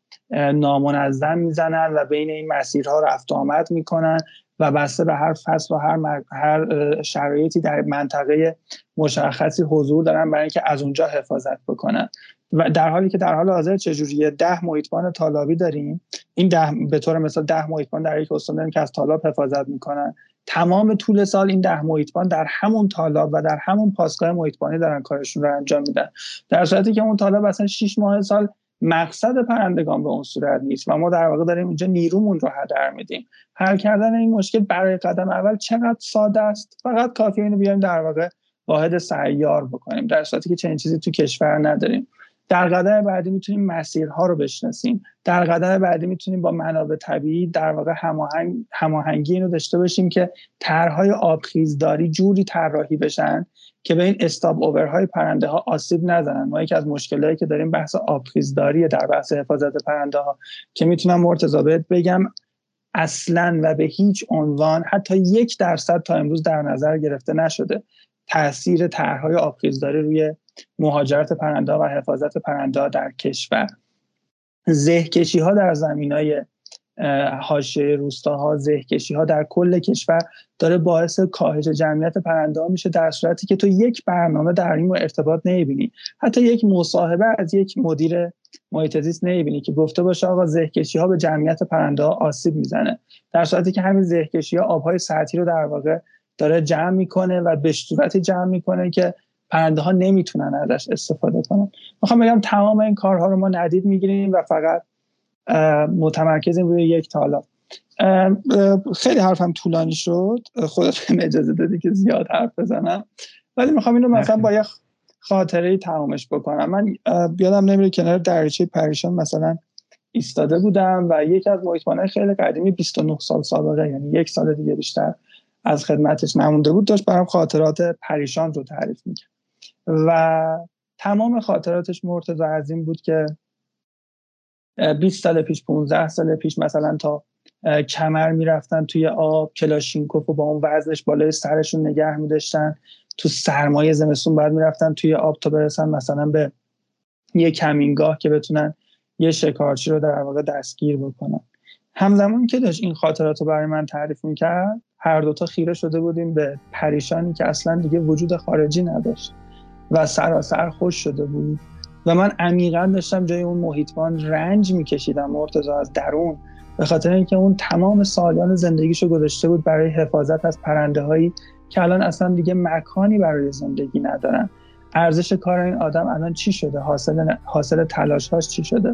نامنظم میزنن و بین این مسیرها رفت و آمد میکنن و بسته به هر فصل و هر شرایطی در منطقه مشخصی حضور دارن برای اینکه از اونجا حفاظت بکنن. و در حالی که در حال حاضر چجوریه 10 محیطبان تالابی داریم، این 10 به طور مثال 10 محیطبان در یک استان داریم که از تالاب حفاظت میکنن. تمام طول سال این 10 محیطبان در همون تالاب و در همون پاسگاه محیطبانی دارن کارشون رو انجام میدن، در صورتی که اون تالاب اصلا 6 ماه سال مقصد پرندگان به اون صورت نیست و ما در واقع داریم اینجا نیرومون رو هدر میدیم. حل کردن این مشکل برای قدم اول چقدر ساده است، فقط کافیه اینو بیایم در واقع واحد سیار بکنیم، در صورتی که چنین چیزی تو کشور نداریم. در قدم بعدی میتونیم مسیرها رو بشناسیم. در قدم بعدی میتونیم با منابع طبیعی در واقع هماهنگی اینو داشته باشیم که طرح‌های آبخیزداری جوری طراحی بشن که به این استاپ اوورهای پرنده ها آسیب نزنن. ما یکی از مشکلاتی که داریم بحث آبخیزداریه در بحث حفاظت پرنده ها که میتونم مرتضی بهت بگم اصلاً و به هیچ عنوان حتی 1% تا امروز در نظر گرفته نشده تاثیر طرح‌های آبخیزداری روی مهاجرت پرنده ها و حفاظت پرنده ها در کشور. زهکشی ها در زمینای حاشیه روستاها، زهکشی ها در کل کشور داره باعث کاهش جمعیت پرنده ها میشه، در صورتی که تو یک برنامه در این ارتباط نمیبینی، حتی یک مصاحبه از یک مدیر محیط زیست نمیبینی که گفته باشه آقا زهکشی ها به جمعیت پرنده ها آسیب میزنه، در صورتی که همین زهکشی ها آبهای سطحی رو در واقع داره جمع میکنه و به صورتی جمع میکنه که پرنده ها نمیتونن ازش استفاده کنن. میخوام بگم تمام این کارها رو ما ندید میگیریم و فقط متمرکزیم روی یک تالاب. خیلی حرفم طولانی شد، خودت اجازه دادی که زیاد حرف بزنم، ولی میخوام اینو مثلا با یه خاطره‌ای تمامش بکنم. من یادم نمیره کنار دریاچه پریشان مثلا ایستاده بودم و یکی از محیطبان‌های خیلی قدیمی 29 سال سابقه، یعنی 1 سال دیگه بیشتر از خدمتش نمونده بود، داشت برام خاطرات پریشان رو تعریف می‌کرد و تمام خاطراتش مرتضی از این بود که 20 سال پیش 15 سال پیش مثلا تا کمر میرفتن توی آب، کلاشینکوف رو با اون وزنش بالای سرشون نگه می‌داشتن، تو سرمایه زمستون بعد میرفتن توی آب تا برسن مثلا به یه کمینگاه که بتونن یه شکارچی رو در واقع دستگیر بکنن. همزمان که داشت این خاطرات رو برای من تعریف میکرد، هر دوتا خیره شده بودیم به پریشانی که اصلا دیگه وجود خارجی نداشت و سراسر خوش شده بود و من عمیقا داشتم جای اون محیطبان رنج میکشیدم مرتضی از درون، به خاطر اینکه اون تمام سالیان زندگیشو گذاشته بود برای حفاظت از پرنده هایی که الان اصلا دیگه مکانی برای زندگی ندارن. ارزش کار این آدم الان چی شده؟ حاصل تلاش‌هاش چی شده؟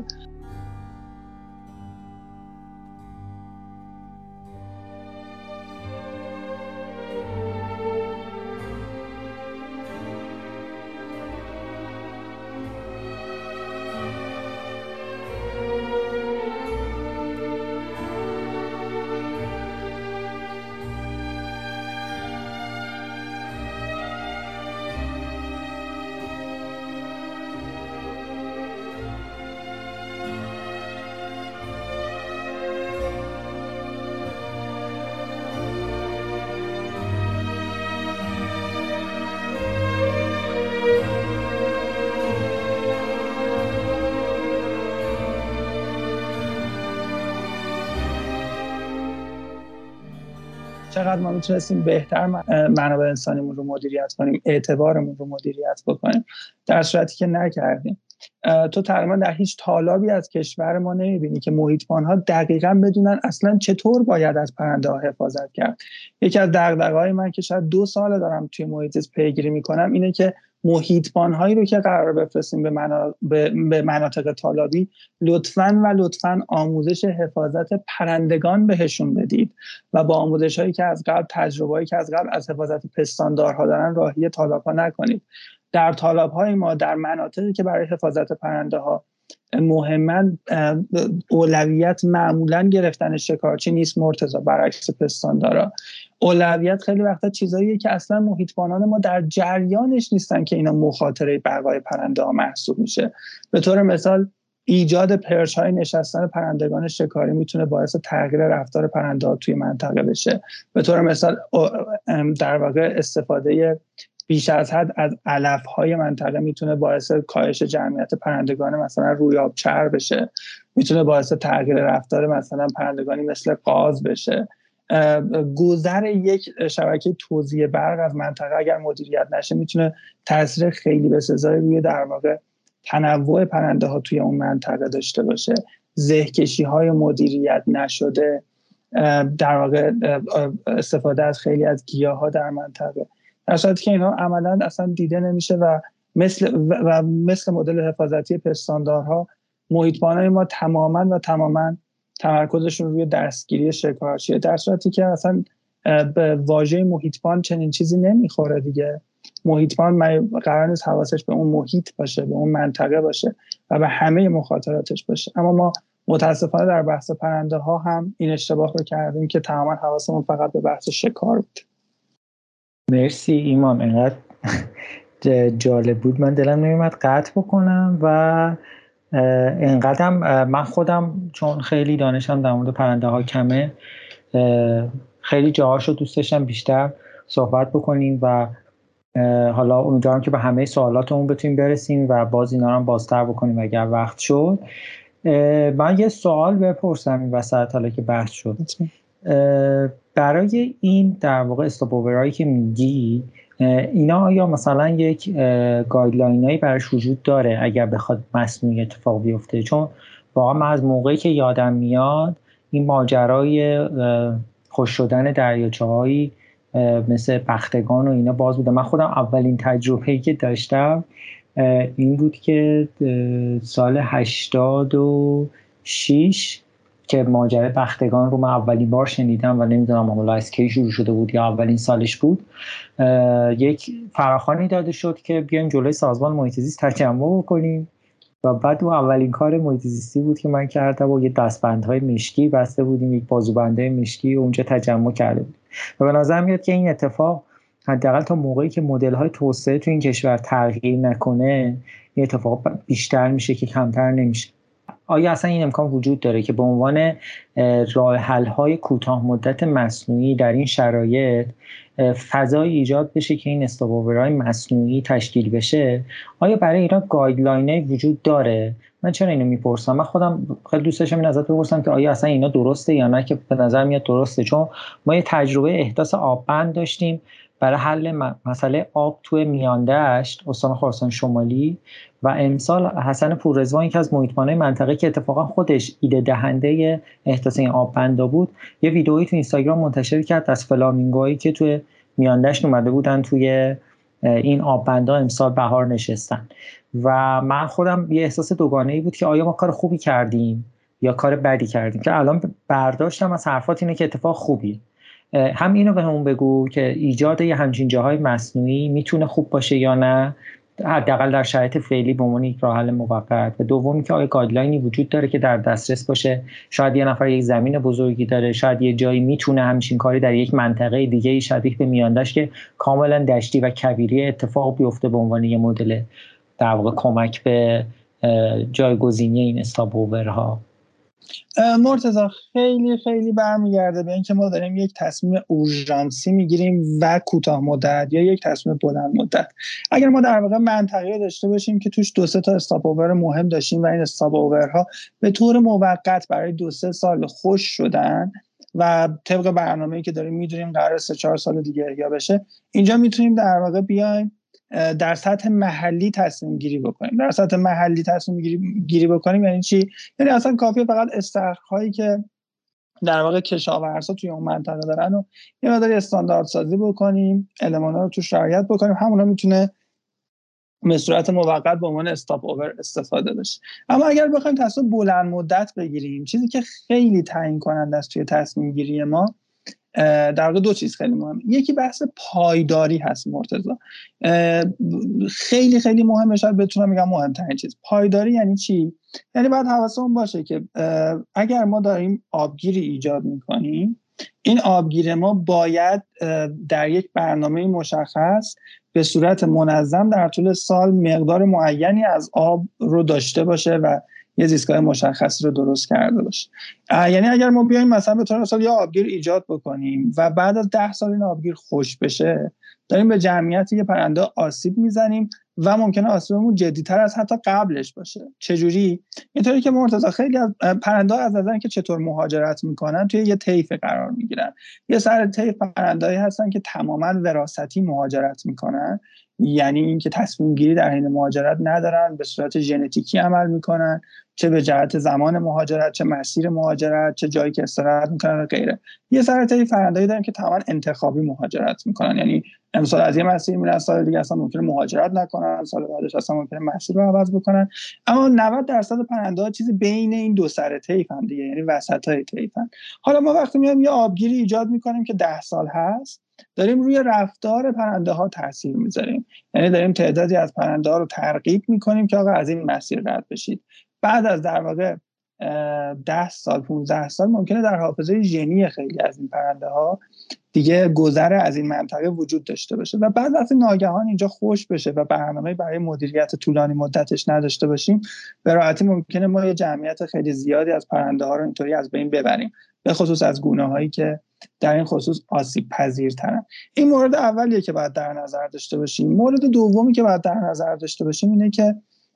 چقدر ما میتونستیم بهتر منابع انسانیمون رو مدیریت کنیم، اعتبارمون رو مدیریت بکنیم، در صورتی که نکردیم. تو تقریبا در هیچ تالابی از کشور ما نمیبینی که محیطبان‌ها دقیقاً بدونن اصلا چطور باید از پرنده‌ها حفاظت کرد. یکی از دغدغه‌های من که شاید 2 سال دارم توی محیط زیست پیگیری میکنم اینه که محیطبان‌هایی رو که قرار بفرستیم به مناطق تالابی لطفاً آموزش حفاظت پرندگان بهشون بدید و با آموزش‌هایی که از قبل، تجربه‌ای که از قبل از حفاظت پستاندارها دارن راهی تالاب‌ها نکنید. در تالاب‌های ما در مناطقی که برای حفاظت پرنده‌ها مهمن، اولویت معمولاً گرفتن شکارچی نیست مرتضی، برعکس پستاندارا. اولویت خیلی وقتا چیزاییه که اصلا محیطبانان ما در جریانش نیستن که اینا مخاطره بقای پرنده‌ها محسوب میشه. به طور مثال ایجاد پرچ‌های نشستن پرندگان شکاری میتونه باعث تغییر رفتار پرنده‌ها توی منطقه بشه. به طور مثال در واقع استفاده بیش از حد از علف‌های منطقه میتونه باعث کاهش جمعیت پرندگان مثلا رویابچر بشه، میتونه باعث تغییر رفتار مثلا پرندگانی مثل قاز بشه. گذر یک شبکه توزیع برق از منطقه اگر مدیریت نشه میتونه تاثیر خیلی بسزایی روی در واقع تنوع پرنده ها توی اون منطقه داشته باشه. زهکشی های مدیریت نشده، در واقع استفاده از خیلی از گیاه ها در منطقه، در صورتی که اینا عملا اصلا دیده نمیشه و مثل مدل حفاظتی پستاندارها محیطبانای ما تماما تمرکزشون روی دستگیری شکارچیه، در صورتی که اصلا به واژه محیطبان چنین چیزی نمیخوره دیگه. محیطبان قرار نیست حواسش به اون محیط باشه، به اون منطقه باشه و به همه مخاطراتش باشه. اما ما متاسفانه در بحث پرنده ها هم این اشتباه رو کردیم که تماما حواسمون فقط به بحث شکار بود.
مرسی ایمان، اینقدر جالب بود من دلم نمیومد قطع بکنم و اینقدر من خودم چون خیلی دانشم در مورد پرنده ها کمه، خیلی جاهاشو دوست داشتم بیشتر صحبت بکنیم و حالا امیدوارم که به همه سوالاتمون بتونیم برسیم و باز اینا رو هم بازتر بکنیم اگر وقت شد. من یه سوال بپرسم این وسط حالا که بحث شد. برای این در واقع استاپ‌اوورایی که میگی، اینا آیا مثلا یک گایدلاینایی براش وجود داره اگر بخواد مصنوعی اتفاق بیفته؟ چون واقعا من از موقعی که یادم میاد این ماجرای خوش شدن دریاچه‌هایی مثل بختگان و اینا باز بوده. من خودم اولین تجربه‌ای که داشتم این بود که سال 86 که ماجرای بختگان رو من اولین بار شنیدم و نمیدونم حالا از کی شروع شده بود یا اولین سالش بود. یک فراخوانی داده شد که بیایم جلوی سازمان محیط زیست تجمع بکنیم و بعد اون اولین کار محیط زیستی بود که من کردم و یه دستبندهای مشکی بسته بودیم، یک بازوبنده مشکی و اونجا تجمع کرده بود و به نظر میاد که این اتفاق حداقل تا موقعی که مدل‌های توسعه تو این کشور تغییر نکنه این اتفاق بیشتر میشه که کمتر نمیشه. آیا اصلا این امکان وجود داره که به عنوان راه حل‌های کوتاه مدت مصنوعی در این شرایط فضایی ایجاد بشه که این استاپ‌اوورهای مصنوعی تشکیل بشه؟ آیا برای اینا گایدلاینی وجود داره؟ من چرا اینو میپرسم؟ من خودم خیلی دوست داشتم این ازت بپرسم که آیا اصلا اینا درسته یا نه، که به نظر میاد درسته، چون ما یه تجربه احداث آببند داشتیم برای حل مسئله آب توی میان دشت استان خراسان شمالی و امسال حسن پوررضوان که از محیطبانای منطقه که اتفاقا خودش ایده دهنده احداث این آببندا بود یه ویدئویی تو اینستاگرام منتشر کرد از فلامینگوهایی که توی میان دشت اومده بودن توی این آببندا امسال بهار نشستن و من خودم یه احساس دوگانه‌ای بود که آیا ما کار خوبی کردیم یا کار بدی کردیم، که الان برداشتم از حرفات اینه که اتفاق خوبی. هم اینو به همون بگو که ایجاد یه همچین جاهای مصنوعی میتونه خوب باشه یا نه، حداقل در شرایط فعلی به عنوان یک راه حل موقت. و دومی که آیا گایدلاینی وجود داره که در دسترس باشه؟ شاید یه نفر یک زمین بزرگی داره، شاید یه جایی میتونه همچین کاری در یک منطقه دیگه شبیه به میاندشت که کاملا دشتی و کویری اتفاق بیفته به عنوان یه مدل در واقع کمک به جایگزینی این استاپ‌اوورها.
مرتضی خیلی خیلی برمیگرده به اینکه ما داریم یک تصمیم اورژانسی میگیریم و کوتاه مدت یا یک تصمیم بلند مدت. اگر ما در واقع منطقه داشته باشیم که توش 2-3 تا استاپ‌اوور مهم داشتیم و این استاپ‌اوورها به طور موقت برای 2-3 سال خوش شدن و طبق برنامه‌ای که داریم میدونیم قرار 3-4 سال دیگه احیا بشه، اینجا میتونیم در واقع بیایم در سطح محلی تصمیم گیری بکنیم. در سطح محلی تصمیم گیری بکنیم یعنی چی؟ یعنی اصلا کافیه فقط استخرهایی که در واقع کشاورزا توی اون منطقه دارن و یه مقداری استاندارد سازی بکنیم، المانا رو توش رعایت بکنیم، همونا میتونه به صورت موقت به عنوان استاپ اوور استفاده بشه. اما اگر بخوایم تصمیم بلند مدت بگیریم، چیزی که خیلی تعیین کننده است توی تصمیم گیری ما، در واقع دو چیز خیلی مهمه. یکی بحث پایداری هست مرتضی، خیلی خیلی مهمه، شاید بتونم بگم مهمترین چیز. پایداری یعنی چی؟ یعنی باید حواسمون باشه که اگر ما داریم آبگیری ایجاد میکنیم، این آبگیر ما باید در یک برنامه مشخص به صورت منظم در طول سال مقدار معینی از آب رو داشته باشه و یه زیستگاه مشخصی رو درست کرده باشه. یعنی اگر ما بیایم مثلا به طور مثال یه آبگیر ایجاد بکنیم و بعد از 10 سال این آبگیر خشک بشه، داریم به جمعیت یه پرنده آسیب میزنیم و ممکنه آسیبمون جدی‌تر از حتی قبلش باشه. چجوری؟ اینطوری که مرتضی خیلی از پرنده‌ها از نظر اینکه چطور مهاجرت میکنن توی یه طیف قرار میگیرن. یه سر طیف پرنده‌ای هستن که تماما وراثتی مهاجرت میکنن، یعنی اینکه تصمیم گیری در حین مهاجرت ندارن، به صورت ژنتیکی عمل میکنن، چه به جهت زمان مهاجرت، چه مسیر مهاجرت، چه جایی که استراحت میکنن و غیره. یه سر طیف پرنده‌ای داریم که تماما انتخابی مهاجرت میکنن، یعنی امسال از یه مسیر میرن، سال دیگه اصلا ممکنه مهاجرت نکنن، سال بعدش اصلا ممکنه مسیر رو عوض بکنن. اما 90% پرنده‌ها چیزی بین این دو سر طیفن دیگه، یعنی وسطای طیفن. حالا ما وقتی میایم یه آبگیری ایجاد میکنیم که 10 سال هست، داریم روی رفتار پرنده‌ها تاثیر میذاریم. یعنی داریم تعدادی از پرنده‌ها رو ترغیب میکنیم که آقا از این مسیر رد بشید. بعد از در واقع 10 سال 15 سال ممکنه در حافظه ژنی خیلی از این پرنده‌ها دیگه گذر از این منطقه وجود داشته باشه و بعد وقتی ناگهان اینجا خشک بشه و برنامه‌ای برای مدیریت طولانی مدتش نداشته باشیم، به راحتی ممکنه ما یه جمعیت خیلی زیادی از پرنده‌ها رو اینطوری از بین ببریم، به خصوص از گونه‌هایی که در این خصوص آسیب پذیرترن. این مورد اولیه که باید در نظر داشته باشیم. مورد دومی که باید در نظر داشته باشیم اینه که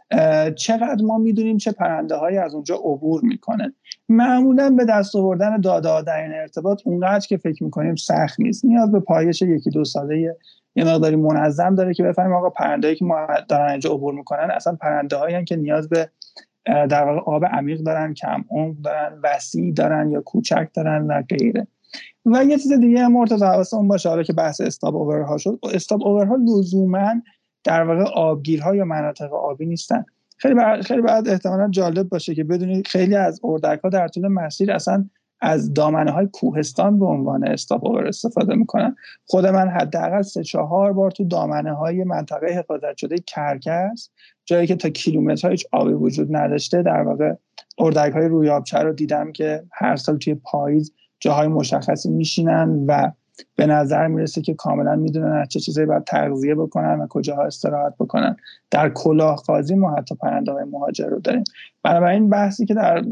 چقدر ما میدونیم چه پرنده‌هایی از اونجا عبور میکنن. معمولا به دست آوردن داده در این ارتباط اونقدر که فکر میکنیم سخت نیست، نیاز به پایش 1-2 ساله یه مقداری منظم داره که بفهمیم آقا پرنده‌ای که ما دارن اینجا عبور میکنن اصلا پرنده‌هایی هستن که نیاز به در واقع آب عمیق دارن، کم عمق دارن، وسیع دارن یا کوچک دارن و غیره. و یه چیز دیگه هم مرتضی حواسمون باشه، حالا که بحث استاپ اوورها شد، استاپ اوورها لزوما در واقع آبگیرها یا مناطق آبی نیستن. خیلی بعد احتمالاً جالب باشه که بدونید خیلی از اردک‌ها در طول مسیر اصلا از دامنه‌های کوهستان به عنوان استاپ اوور استفاده میکنن. خود من حداقل 3-4 بار تو دامنه‌های منطقه حفاظت شده کرکس، جایی که تا کیلومترها هیچ آبی وجود نداشته، در واقع اردک‌های رویابچه رو دیدم که هر سال توی پاییز جاهای مشخصی میشینن و به نظر میرسه که کاملا میدونن از چه چیزایی باید تغذیه بکنن و کجاها استراحت بکنن. در کلاهخوازی ما حتی پرنده‌های مهاجر رو داریم. بنابراین بحثی که در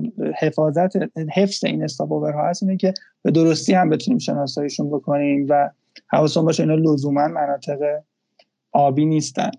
حفظ این استاپ اوورها هست اینه که به درستی هم بتونیم شناساییشون بکنیم و حواسمون باشه اینا لزوما مناطق آبی نیستن.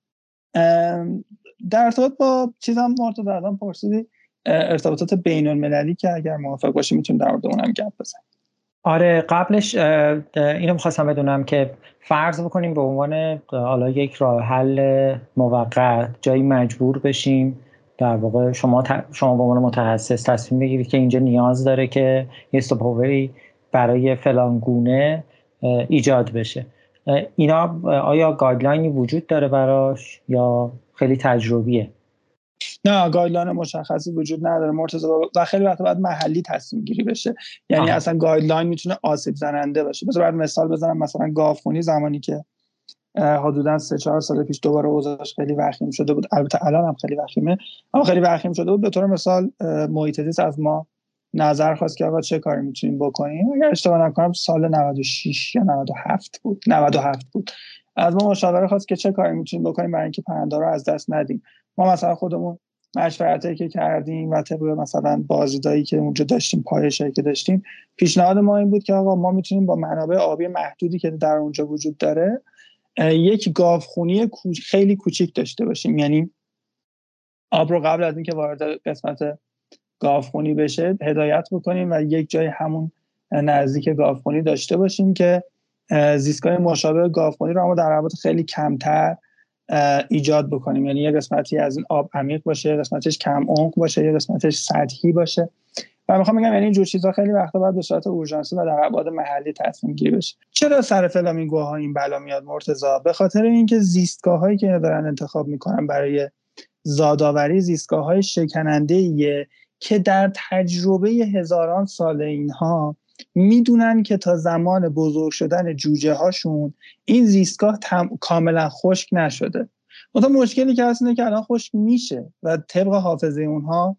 در ارتباط با چیزام مرتضی ازم پرسیدی ارتباطات بین‌المللی که اگر موافق باشی میتونیم در مورد اونم گپ بزنیم.
آره، قبلش اینو می‌خواستم بدونم که فرض بکنیم به عنوان حالا یک راه حل موقت جایی مجبور بشیم، در واقع شما به عنوان متخصص تصمیم بگیرید که اینجا نیاز داره که یه استاپ اووری برای فلان گونه ایجاد بشه. اینا آیا گایدلاینی وجود داره براش یا خیلی تجربیه؟
نه، گایدلاین مشخصی وجود نداره مرتضی و خیلی وقت باید محلی تصمیم گیری بشه. یعنی اصلا گایدلاین میتونه آسیب زننده باشه. بعد مثال بزنم، مثلا گاوخونی زمانی که حدوداً 3-4 سال پیش دوباره اوضاعش خیلی وخیم شده بود، البته الان هم خیلی وخیمه اما خیلی وخیم شده بود، به طور مثال محیط زیست از ما نظر خواست که آقا چه کاری میتونیم بکنیم. اگر اشتباه نکنم سال 96 یا 97 بود از ما مشاوره خواست که چه کاری میتونیم بکنیم برای اینکه پرنده رو از دست ندیم. ما مثلا خودمون مشورتی که کردیم و طبق مثلا بازدیدایی که اونجا داشتیم، پایشایی که داشتیم، پیشنهاد ما این بود که آقا ما میتونیم با منابع آبی محدودی که در اونجا وجود داره یک گاوخونی خیلی کوچیک داشته باشیم. یعنی آب رو قبل از اینکه وارد قسمت گاوخونی بشه هدایت بکنیم و یک جای همون نزدیک گاوخونی داشته باشیم که زیستگاه مشابه گاوخونی رو اما در ابعاد خیلی کمتر ایجاد بکنیم. یعنی یه قسمتی از این آب عمیق باشه، یه قسمتش کم عمق باشه، یه قسمتش سطحی باشه. و میخوام بگم یعنی اینجور چیزا خیلی وقتا باید به صورت اورژانسی و در ابعاد محلی تصمیم گیری بشه. چرا سر فلامینگوها این بلا میاد مرتضی؟ به خاطر اینکه زیستگاه‌هایی که دارن انتخاب میکنن برای زادآوری زیستگاه‌های شکننده‌ایه که در تجربه هزاران سال اینها میدونن که تا زمان بزرگ شدن جوجه هاشون این زیستگاه کاملا خشک نشده. اون مشکلی که هست اینه که الان خشک میشه و طبق حافظه اونها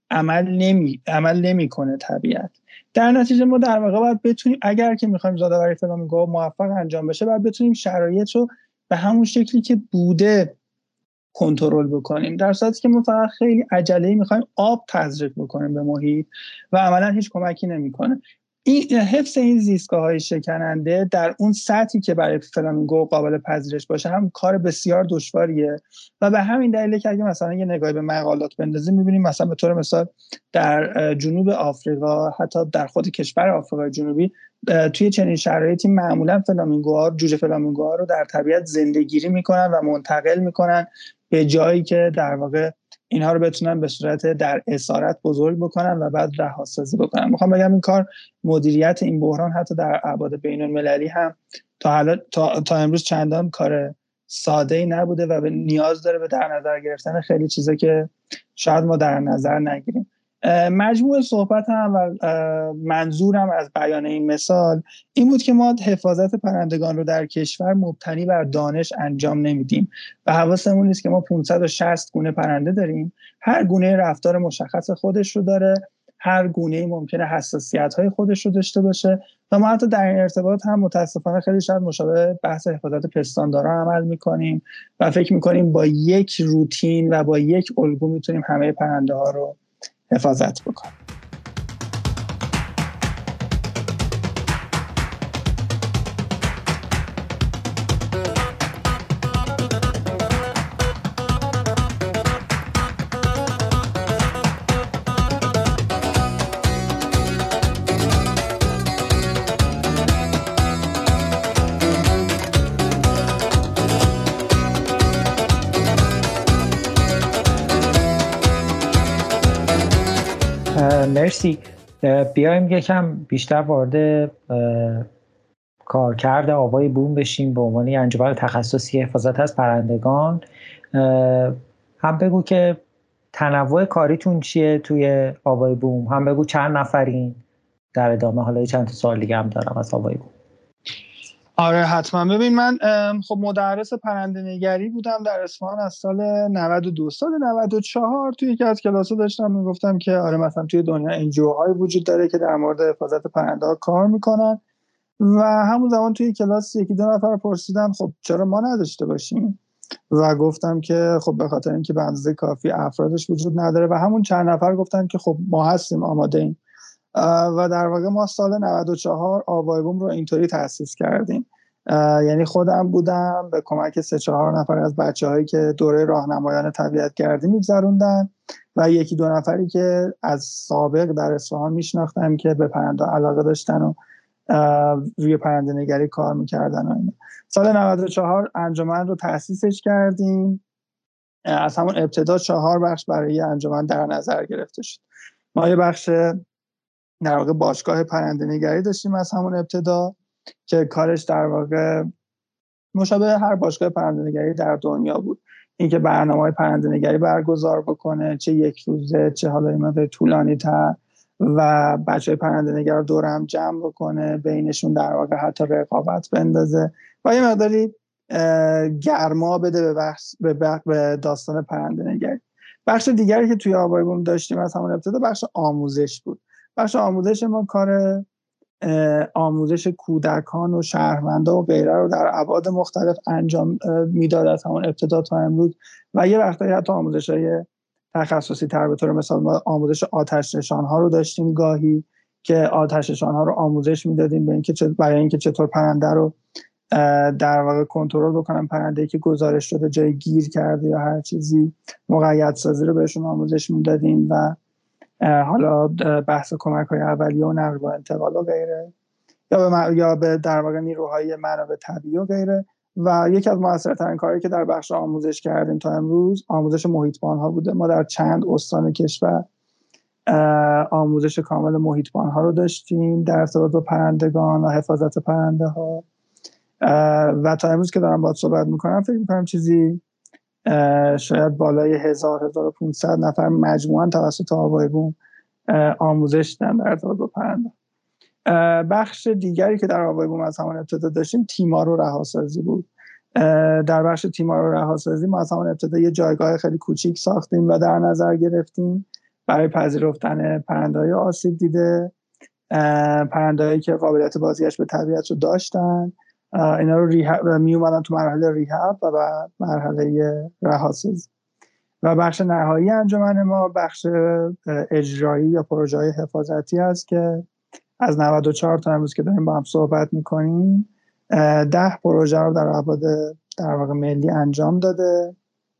عمل نمیکنه طبیعت. در نتیجه ما در واقع باید بتونیم، اگر که میخوایم زادآوری فلامینگوها موفق انجام بشه، باید بتونیم شرایط رو به همون شکلی که بوده کنترل بکنیم، در صورتی که ما فقط خیلی عجله‌ای میخوایم آب تزریق بکنیم به محیط و عملا هیچ کمکی نمیکنه. این حفظ این زیستگاه‌های شکننده در اون سطحی که برای فلامینگو قابل پذیرش باشه هم کار بسیار دشواریه و به همین دلیله که اگه مثلا یه نگاهی به مقالات بندازیم می‌بینیم مثلا به طور مثال در جنوب آفریقا، حتی در خود کشور آفریقای جنوبی، توی چنین شرایطی معمولا جوجه فلامینگوها رو در طبیعت زنده‌گیری میکنن و منتقل میکنن به جایی که در واقع اینها رو بتونن به صورت در اسارت بزرگ بکنن و بعد رهاسازی بکنن. میخوام بگم این کار، مدیریت این بحران حتی در ابعاد بین‌المللی هم تا امروز چندان کار ساده‌ای نبوده و نیاز داره به در نظر گرفتن خیلی چیزا که شاید ما در نظر نگیریم. مجموع صحبت هم و منظورم از بیان این مثال این بود که ما حفاظت پرندگان رو در کشور مبتنی بر دانش انجام نمیدیم و حواسمون نیست که ما 560 گونه پرنده داریم، هر گونه رفتار مشخص خودش رو داره، هر گونه ممکنه حساسیت‌های خودش رو داشته باشه و ما حتی در این ارتباط هم متاسفانه خیلی شاید مشابه بحث حفاظت پستاندارا عمل می‌کنیم و فکر می‌کنیم با یک روتین و با یک الگو می‌تونیم همه پرنده‌ها رو حفاظت بکنیم.
مرسی. بیایم یکم بیشتر وارد کارکرد آوای بوم بشیم به عنوان انجمن تخصصی حفاظت از پرندگان. هم بگو که تنوع کاریتون چیه توی آوای بوم، هم بگو چند نفرین. در ادامه حالا چند تا سوال دیگه هم دارم از آوای بوم.
آره حتما. ببین من خب مدرس پرنده نگری بودم در اصفهان از سال 92. سال 94 توی یکی از کلاس‌ها داشتم میگفتم که آره مثلا توی دنیا انجیوهای وجود داره که در مورد حفاظت پرنده‌ها کار میکنن و همون زمان توی کلاس یکی دو نفر پرسیدن خب چرا ما نداشته باشیم و گفتم که خب به خاطر اینکه به اندازه کافی افرادش وجود نداره و همون چند نفر گفتن که خب ما هستیم، آماده ایم و در واقع ما سال 94 آوای بوم رو اینطوری تأسیس کردیم. یعنی خودم بودم به کمک 3-4 نفر از بچه‌هایی که دوره راهنمایان طبیعت‌گردی می‌گذروندن و یکی دو نفری که از سابق در اصفهان میشناختم که به پرنده علاقه داشتن و روی پرنده نگری کار می‌کردن و اینا. سال 94 انجمن رو تأسیسش کردیم. از همون ابتدا 4 بخش برای انجمن در نظر گرفته شد. ما یه بخش در واقع باشگاه پرنده نگری داشتیم از همون ابتدا که کارش در واقع مشابه هر باشگاه پرنده نگری در دنیا بود، اینکه برنامه‌های پرنده نگری برگزار بکنه، چه یک روزه چه حالا این مدت طولانی تر، و بچه‌های پرنده نگر رو دور هم جمع بکنه، بینشون در واقع حتی رقابت بندازه و یه مقداری گرما بده به داستان پرنده نگری. بخش دیگری که توی آوای بوم داشتیم از همون ابتدا بخش آموزش بود. بخش آموزش ما کار آموزش کودکان و شهروندان و غیره رو در ابعاد مختلف انجام میداد از همون ابتدا تا امروز و یه وقتایی حتی آموزش‌های تخصصی تر، به طور مثال ما آموزش آتش نشان‌ها رو داشتیم گاهی که آتش نشان‌ها رو آموزش میدادیم برای اینکه چطور پرنده رو در واقع کنترل بکنن، پرنده‌ای که گزارش شده جای گیر کرده یا هر چیزی، موقعیت سازی رو بهشون آموزش میدادیم و حالا بحث کمک‌های اولیه و نقل و انتقال و غیره، یا به در واقع نیروهای منابع طبیعی و غیره. و یکی از موثرترین کاری که در بخش آموزش کردیم تا امروز آموزش محیط‌بان‌ها بوده. ما در چند استان کشور آموزش کامل محیط‌بان‌ها رو داشتیم در ارتباط با پرندگان و حفاظت پرنده ها. و تا امروز که دارم باهات صحبت میکنم فکر میکنم چیزی شاید بالای 1500 نفر مجموعاً توسط آوای بوم آموزش دادن در ارتباط با پرنده. بخش دیگری که در آوای بوم از همان ابتدا داشتیم تیمار و رهاسازی بود. در بخش تیمار و رهاسازی ما از همان ابتدا یه جایگاه خیلی کوچیک ساختیم و در نظر گرفتیم برای پذیرفتن پرنده‌های آسیب دیده، پرنده‌هایی که قابلیت بازگشت به طبیعت رو داشتن. اینا رو می اومدن تو مرحله ریهاب و بعد مرحله رهاسازی. و بخش نهایی انجمن ما بخش اجرایی یا پروژه‌های حفاظتی است که از 94 تا امروز که داریم با هم صحبت می‌کنیم 10 پروژه رو در ابعاد در واقع ملی انجام داده.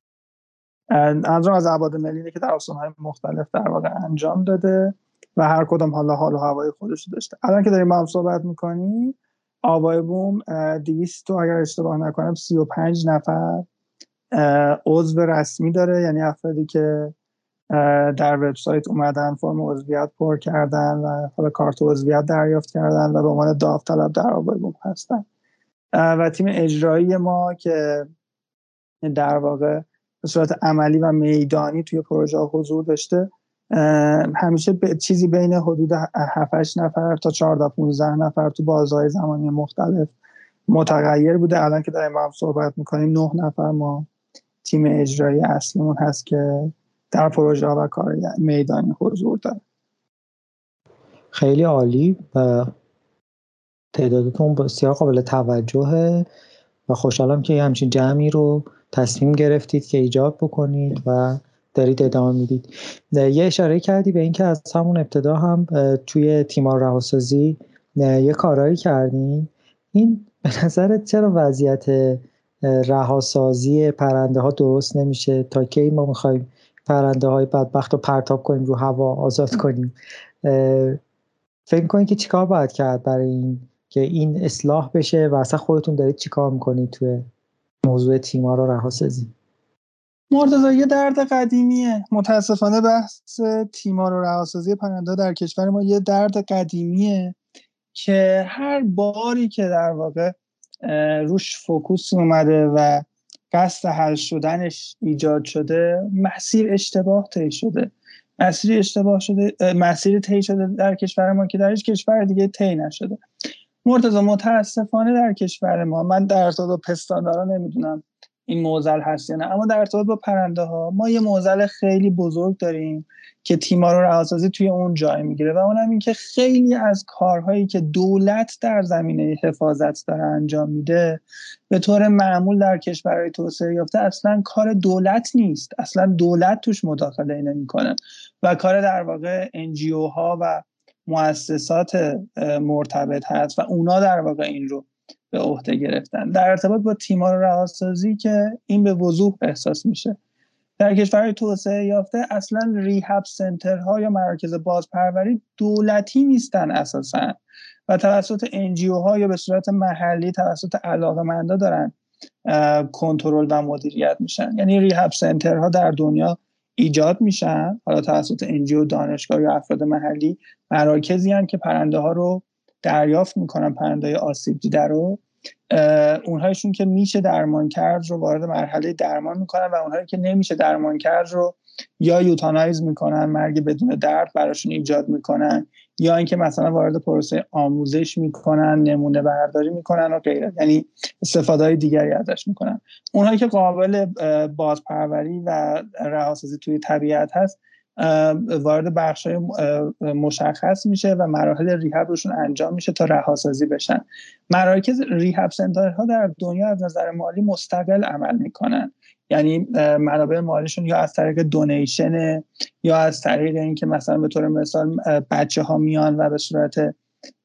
از ابعاد ملی اینه که در استان‌های مختلف در واقع انجام داده و هر کدوم حال و هوای خودش داشته. الان که داریم با هم صحبت می‌کنیم آوای بوم 200 اگر اشتباه نکنم 35 نفر عضو رسمی داره، یعنی افرادی که در وبسایت اومدن فرم عضویت پر کردن و حالا کارت عضویت دریافت کردن و به عنوان داوطلب در آوای بوم هستن. و تیم اجرایی ما که در واقع به صورت عملی و میدانی توی پروژه حضور داشته همیشه چیزی بین حدود 7-8 نفر تا 14-15 نفر تو بازهای زمانی مختلف متغیر بوده. الان که داریم با هم صحبت میکنیم 9 نفر ما تیم اجرایی اصلیمون هست که در پروژه و کار میدانی حضور داره.
خیلی عالی و تعدادتون بسیار قابل توجهه و خوشحالم که همچین جمعی رو تصمیم گرفتید که ایجاد بکنید و دارید ادامه میدید. یه اشاره کردی به این که از همون ابتدا هم توی تیمار رهاسازی یه کارایی کردین. این به نظرت چرا وضعیت رهاسازی پرنده ها درست نمیشه؟ تا کی ما میخوایم پرنده های بدبخت رو پرتاب کنیم رو هوا آزاد کنیم؟ فکر می‌کنید که چیکار باید کرد برای این که این اصلاح بشه و اصلا خودتون دارید چیکار میکنید توی موضوع تیمار و رهاسازی؟
مرتضی یه درد قدیمیه. متاسفانه بحث تیمار و رهاسازی پرنده در کشور ما یه درد قدیمیه که هر باری که در واقع روش فوکوس اومده و قصد حل شدنش ایجاد شده مسیر اشتباه طی شده. مسیر طی شده در کشور ما که در هیچ کشور دیگه طی نشده. مرتضی متاسفانه در کشور ما، من در ارتباط با پستاندارا نمیدونم این معضل هست یا نه، اما در ارتباط با پرنده ها ما یه معضل خیلی بزرگ داریم که تیمار و رهاسازی توی اون جای میگیره و اونم این که خیلی از کارهایی که دولت در زمینه حفاظت داره انجام میده به طور معمول در کشورهای توسعه یافته اصلا کار دولت نیست، اصلا دولت توش مداخله نمیکنه و کار در واقع NGO ها و مؤسسات مرتبط هست و اونا در واقع این رو به عهده گرفتن. در ارتباط با تیمار رهاسازی که این به وضوح احساس میشه. در کشورهای توسعه یافته اصلا ریهاب سنترها یا مراکز بازپروری دولتی نیستن اساسا و توسط NGO ها یا به صورت محلی توسط علاقه‌مندا دارن کنترل و مدیریت میشن. یعنی ریهاب سنترها در دنیا ایجاد میشن حالا توسط NGO، دانشگاه یا افراد محلی، مراکزی هستند که پرنده ها رو دریافت میکنن، پرنده های آسیب دیده رو، اونهایشون که میشه درمان کرد رو وارد مرحله درمان میکنن و اونهایی که نمیشه درمان کرد رو یا یوتانایز میکنن، مرگ بدون درد براشون ایجاد میکنن، یا اینکه مثلا وارد پروسه آموزش میکنن، نمونه برداری میکنن و غیره، یعنی استفاده‌های دیگری ازش میکنن. اونهایی که قابل بازپروری و رهاسازی توی طبیعت هست وارد بخش‌های مشخص میشه و مراحل ریهاب روشون انجام میشه تا رهاسازی بشن. مراکز ریهاب سنترها در دنیا از نظر مالی مستقل عمل میکنن، یعنی منابع مالیشون یا از طریق دونیشن یا از طریق اینکه مثلا به طور مثال بچه‌ها میان و به صورت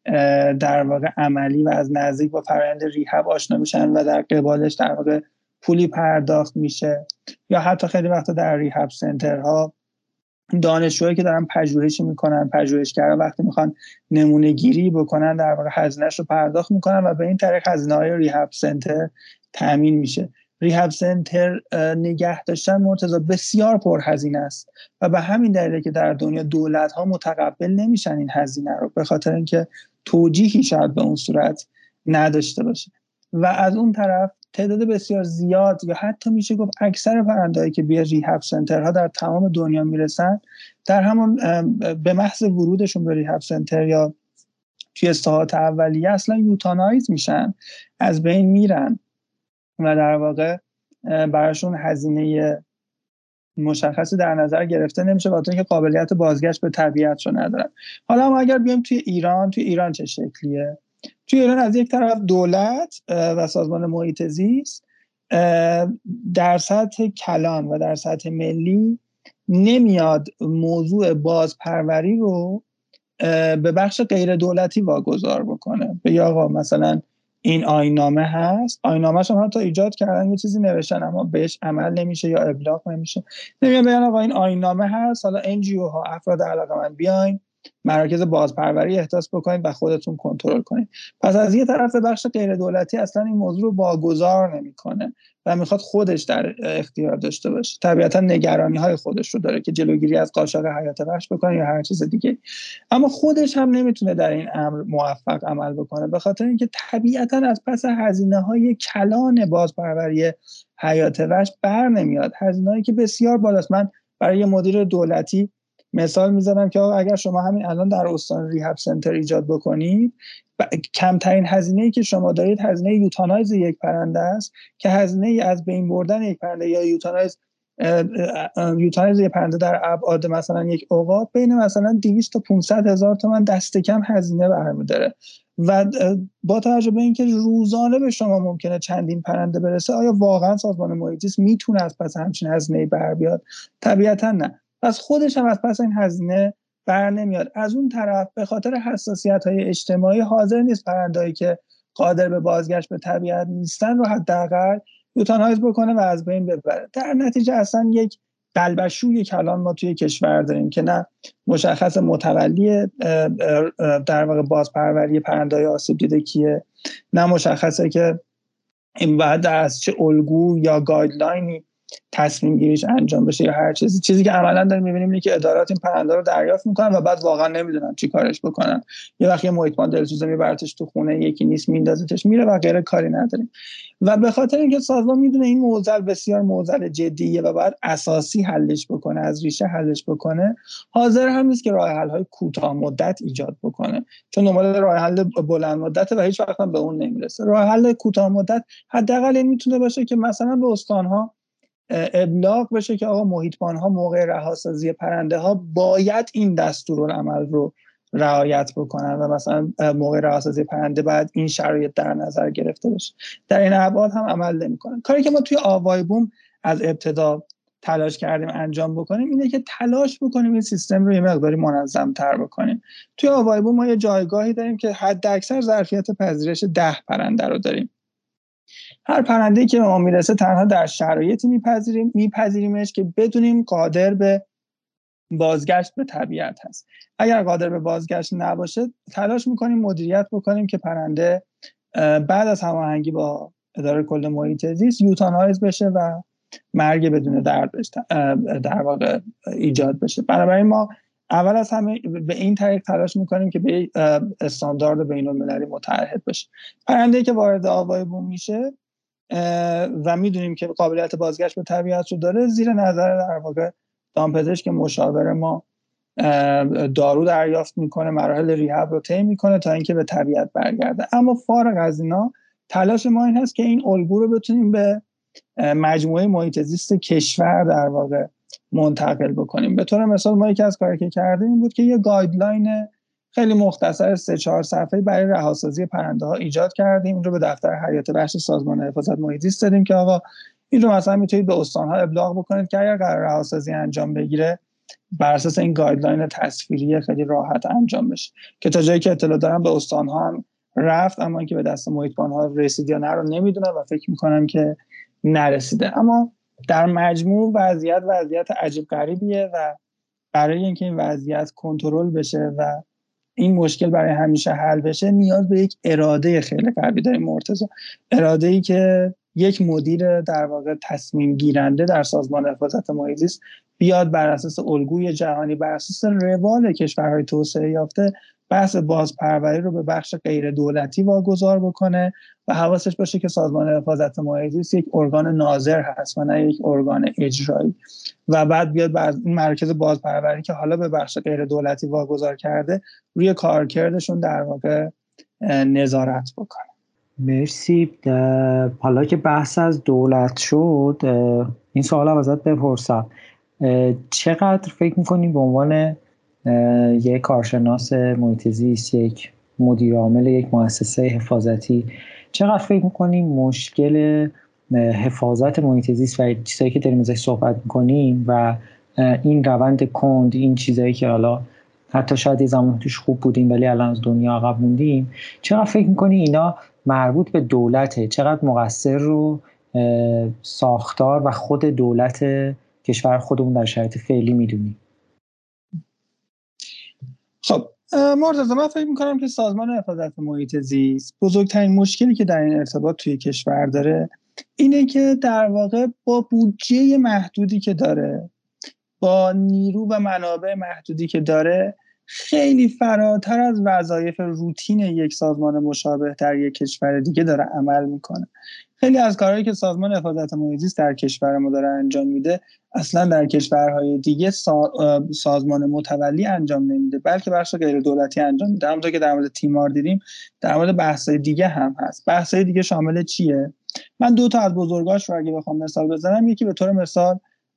در واقع عملی و از نزدیک با فرآیند ریهاب آشنا میشن و در قبالش در واقع پولی پرداخت میشه، یا حتی خیلی وقتا در ریهاب سنترها دانشجوهایی که دارن پژوهش میکنن، پژوهشگرا وقتی میخوان نمونه گیری بکنن در واقع هزینه‌اش رو پرداخت میکنن و به این طریق هزینه‌های ریهاب سنتر تامین میشه. ریهاب سنتر نگه داشتن مرتضی بسیار پرهزینه است و به همین دلیله که در دنیا دولت‌ها متقبل نمیشن این هزینه رو، به خاطر اینکه توجیهی شاید به اون صورت نداشته باشه. و از اون طرف تعداد بسیار زیاد یا حتی میشه گفت اکثر پرنده‌هایی که به ریهاب سنترها در تمام دنیا میرسن، در همون به محض ورودشون به ریهاب سنتر یا توی استحالات اولیه اصلا یوتانایز میشن، از بین میرن و در واقع براشون هزینه مشخصی در نظر گرفته نمیشه، با اینکه قابلیت بازگشت به طبیعت رو ندارن. حالا ما اگر بیایم توی ایران چه شکلیه؟ توی ایران از یک طرف دولت و سازمان محیط زیست در سطح کلان و در سطح ملی نمیاد موضوع بازپروری رو به بخش غیر دولتی واگذار بکنه. به آقا مثلا این آیین‌نامه هست، آیین‌نامه‌ش هم حتی ایجاد کردن، یه چیزی نوشتن اما بهش عمل نمیشه یا ابلاغ نمیشه. نمیان بگن آقا این آیین‌نامه هست، حالا NGO ها، افراد علاقه‌مند بیاین مراکز بازپروری احداث بکنید و خودتون کنترل کنید. پس از یه طرف بخش غیر دولتی اصلا این موضوع رو واگذار نمیکنه و میخواد خودش در اختیار داشته باشه. طبیعتا نگرانی‌های خودش رو داره که جلوگیری از قاچاق حیات وحش بکنه یا هر چیز دیگه، اما خودش هم نمیتونه در این امر موفق عمل بکنه، به خاطر اینکه طبیعتا از پس هزینه‌های کلان بازپروری حیات وحش بر نمیاد. هزینه‌ای که بسیار بالاست. من برای مدیر دولتی مثال میزنم که اگر شما همین الان در استان ریهاب سنتر ایجاد بکنید، کمترین هزینه‌ای که شما دارید هزینه یوتانایز یک پرنده است که هزینه از بین بردن یک پرنده یا یوتانایز یک پرنده در ابعاد مثلا یک عقاب بین مثلا 200 تا 500 هزار تومان دست کم هزینه برمی‌داره و با توجه به اینکه روزانه به شما ممکنه چندین پرنده برسه، آیا واقعا سازمان محیط زیست میتونه از پس همچین هزینه‌ای بر بیاد؟ طبیعتا نه. پس خودش هم از پس این هزینه بر نمیاد. از اون طرف به خاطر حساسیت‌های اجتماعی حاضر نیست پرنده‌ای که قادر به بازگشت به طبیعت نیستن رو حداقل یوتانایز بکنه و از بین ببره. در نتیجه اصلا یک قلبشوی کلان ما توی کشور داریم که نه مشخص متولی در واقع بازپروری پرنده‌های آسیب دیده کیه، نه مشخصه که این بعد از چه الگو یا گایدلاینی تصمیم گیریش انجام بشه یا هر چیزی که عملا داریم می‌بینیم اینه که ادارات این پرنده رو دریافت میکنن و بعد واقعا نمیدونن چی کارش بکنن. یه وقتی محیط‌بان دلسوزه میبرتش تو خونه، یکی نیست میندازتش میره و غیره، کاری نداریم. و به خاطر اینکه سازمان میدونه این معضل بسیار معضل جدیه و باید اساسی حلش بکنه، از ریشه حلش بکنه، حاضر هم نیست که راه حل‌های کوتاه مدت ایجاد بکنه، چون دنبال راه حل بلند مدت و هیچ وقت هم به اون نمیرسه. راه حل کوتاه مدت حداقل این میتونه باشه که مثلا به استان‌ها ابلاغ بشه که آقا محیط‌بان‌ها موقع رهاسازی پرنده ها باید این دستورالعمل رو رعایت بکنن و مثلا موقع رهاسازی پرنده باید این شرایط در نظر گرفته بشه. در این ابعاد هم عمل نمی‌کنن. کاری که ما توی آوای بوم از ابتدا تلاش کردیم انجام بکنیم اینه که تلاش بکنیم این سیستم رو یه مقداری منظم‌تر بکنیم. توی آوای بوم ما یه جایگاهی داریم که حداکثر ظرفیت پذیرش 10 پرنده رو داریم. هر پرنده‌ای که به ما میرسه تنها در شرایطی میپذیریمش که بدونیم قادر به بازگشت به طبیعت هست. اگر قادر به بازگشت نباشه تلاش میکنیم مدیریت بکنیم که پرنده بعد از هماهنگی با اداره کل محیط زیست یوتانایز بشه و مرگ بدون درد در واقع ایجاد بشه. بنابراین ما اول از همه به این طریق تلاش میکنیم که به استاندارد بین‌المللی متعهد بشه. پرنده‌ای که وارد آوای بوم میشه و میدونیم که قابلیت بازگشت به طبیعت رو داره، زیر نظر در واقع دامپزشک مشاور ما دارو دریافت میکنه، مراحل ریهاب رو طی میکنه تا اینکه به طبیعت برگرده. اما فارغ از اینا تلاش ما این هست که این الگو رو بتونیم به مجموعه محیط زیست کشور در واقع منتقل بکنیم. به طور مثال ما یکی از کاری که کردیم این بود که یه گایدلاین خیلی مختصر 3-4 صفحه‌ای برای رهاسازی پرنده‌ها ایجاد کردیم. این رو به دفتر حیات وحش سازمان حفاظت محیط زیست دادیم که آقا این رو مثلا میتونید به استان‌ها ابلاغ بکنید که اگر قرار رهاسازی انجام بگیره بر اساس این گایدلاین تصویری خیلی راحت انجام بشه، که تا جایی که اطلاع دارم به استان‌ها هم رفت، اما اینکه به دست محیط‌بان‌ها رسید یا نه رو نمیدونم و فکر می‌کنم که نرسیده. اما در مجموع وضعیت عجیب غریبیه و برای اینکه این وضعیت کنترل بشه و این مشکل برای همیشه حل بشه نیاز به یک اراده خیلی قوی داریم مرتضی. اراده‌ای که یک مدیر در واقع تصمیم گیرنده در سازمان حفاظت محیط زیست بیاد بر اساس الگوی جهانی، بر اساس روال کشورهای توسعه یافته بحث بازپروری رو به بخش غیر دولتی واگذار بکنه و حواسش باشه که سازمان حفاظت محیط زیست یک ارگان ناظر هست و نه یک ارگان اجرایی، و بعد بیاد بر این مراکز بازپروری که حالا به بخش غیر دولتی واگذار کرده روی کارکردشون در واقع نظارت بکنه.
مرسی. حالا که بحث از دولت شد این سوال هم ازت بپرسم، چقدر فکر میکنی به عنوان یک کارشناس محیط زیست، یک مدیر عامل یک مؤسسه حفاظتی، چقدر فکر میکنی مشکل حفاظت محیط زیست و چیزایی که داریم ازش صحبت میکنیم و این روند کند، این چیزایی که حالا حتی شاید یه زمان توش خوب بودیم ولی الان از دنیا عقب موندیم، چقدر فکر میکنی اینا مربوط به دولته؟ چقدر مقصر رو ساختار و خود دولت کشور خودمون در شرایط فعلی میدونی؟
خب مرتضی، من فکر میکنم که سازمان حفاظت محیط زیست بزرگترین مشکلی که در این ارتباط توی کشور داره اینه که در واقع با بودجه محدودی که داره، با نیرو و منابع محدودی که داره، خیلی فراتر از وظایف روتین یک سازمان مشابه در یک کشور دیگه داره عمل میکنه. خیلی از کارهایی که سازمان حفاظت محیط زیست در کشور ما داره انجام میده اصلا در کشورهای دیگه سازمان متولی انجام نمیده، بلکه بخش غیر دولتی انجام میده. همونطور که در مورد تیمار دیدیم در مورد بحث‌های دیگه هم هست. بحث‌های دیگه شامل چیه؟ من دو تا از بزرگاش رو اگه بخوام مثال بزنم، یکی به طور مثال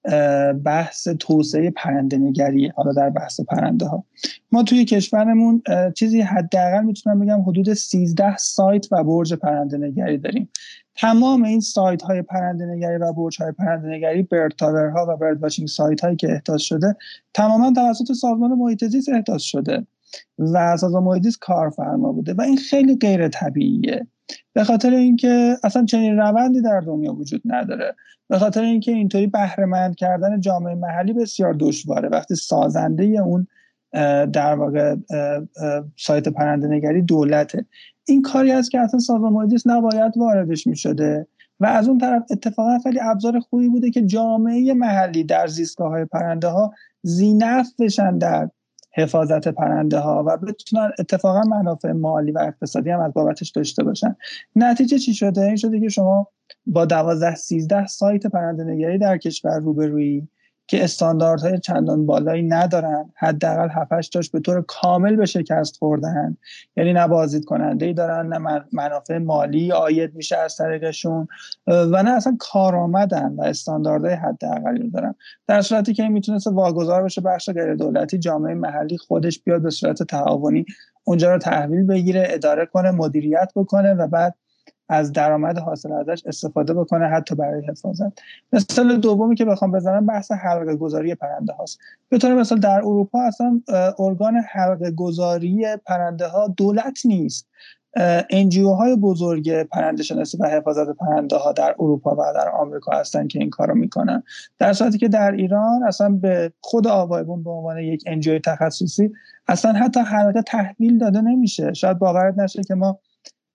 بحث توسعه پرنده‌نگری. حالا در بحث پرنده ها ما توی کشورمون چیزی حداقل میتونم بگم حدود 13 سایت و برج پرنده‌نگری داریم. تمام این سایت های پرنده‌نگری و برج های پرنده‌نگری، برد تاور ها و برد واچینگ سایت هایی که احداث شده تماما توسط سازمان محیط زیست احداث شده و سازمان محیط زیست کارفرما بوده و این خیلی غیر طبیعیه، به خاطر اینکه اصلا چنین روندی در دنیا وجود نداره، به خاطر اینکه اینطوری بهره مند کردن جامعه محلی بسیار دشواره وقتی سازنده اون در واقع سایت پرنده‌نگری دولته. این کاری است که اصلا سازمان محیط زیست نباید واردش می‌شده و از اون طرف اتفاقا خیلی ابزار خوبی بوده که جامعه محلی در زیستگاه‌های پرنده‌ها ذی‌نفع بشن در حفاظت پرنده ها و بتونن اتفاقا منافع مالی و اقتصادی هم از بابتش داشته باشن. نتیجه چی شده؟ این شده که شما با 12-13 سایت پرنده‌نگری در کشور روبرویی که استانداردهای چندان بالایی ندارن، حداقل 7-8 تاش به طور کامل به شکست خوردن، یعنی نه بازدید کننده‌ای دارن، نه منافع مالی عاید میشه از طریقشون و نه اصلا کارآمدن و استانداردهای حداقلی رو دارن، در صورتی که این میتونست واگذار بشه بخش غیر دولتی، جامعه محلی خودش بیاد به صورت تعاونی اونجا رو تحویل بگیره، اداره کنه، مدیریت بکنه و بعد از درآمد حاصل ازش استفاده بکنه حتی برای حفاظت. مثال دومی که بخوام بزنم بحث حلقه گذاری پرنده هاست. به طور مثال در اروپا اصلا ارگان حلقه گذاری پرنده ها دولت نیست، NGO های بزرگ پرنده شناسی و حفاظت پرنده ها در اروپا و در آمریکا هستن که این کارو میکنن، در صورتی که در ایران اصلا به خود آوایبون به عنوان یک NGO تخصصی اصلا حتی حلقه تحویل داده نمیشه. شاید باورت نشه که ما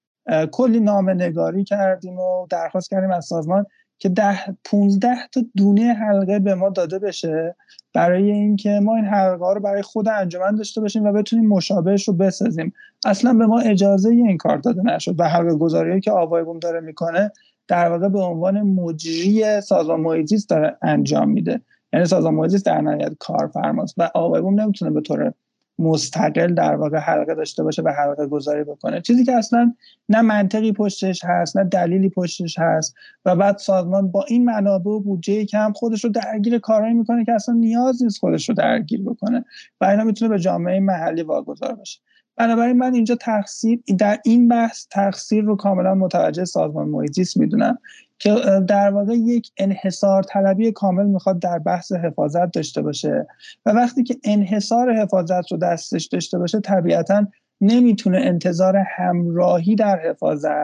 کلی نامه نگاری کردیم و درخواست کردیم از سازمان که 10-15 تا دونه حلقه به ما داده بشه برای اینکه ما این حلقه ها رو برای خود انجمن داشته باشیم و بتونیم مشابهش رو بسازیم. اصلا به ما اجازه این کار داده نشد و حلقه گذاریایی که آوایبوم داره میکنه در واقع به عنوان مجری سازمان محیط زیست داره انجام میده، یعنی سازمان محیط زیست در نهایت کارفرماست و آوایبوم نمیتونه به طور مستقل در واقع حلقه داشته باشه و حلقه گذاری بکنه، چیزی که اصلا نه منطقی پشتش هست نه دلیلی پشتش هست و بعد سازمان با این منابع و بودجه کم خودش رو درگیر کارهایی میکنه که اصلا نیاز نیست خودش رو درگیر بکنه و اینا میتونه به جامعه محلی واگذار بشه. بنابراین من اینجا در این بحث تقصیر رو کاملا متوجه سازمان محیط زیست میدونم که در واقع یک انحصار طلبی کامل میخواد در بحث حفاظت داشته باشه و وقتی که انحصار حفاظت رو دستش داشته باشه طبیعتاً نمیتونه انتظار همراهی در حفاظت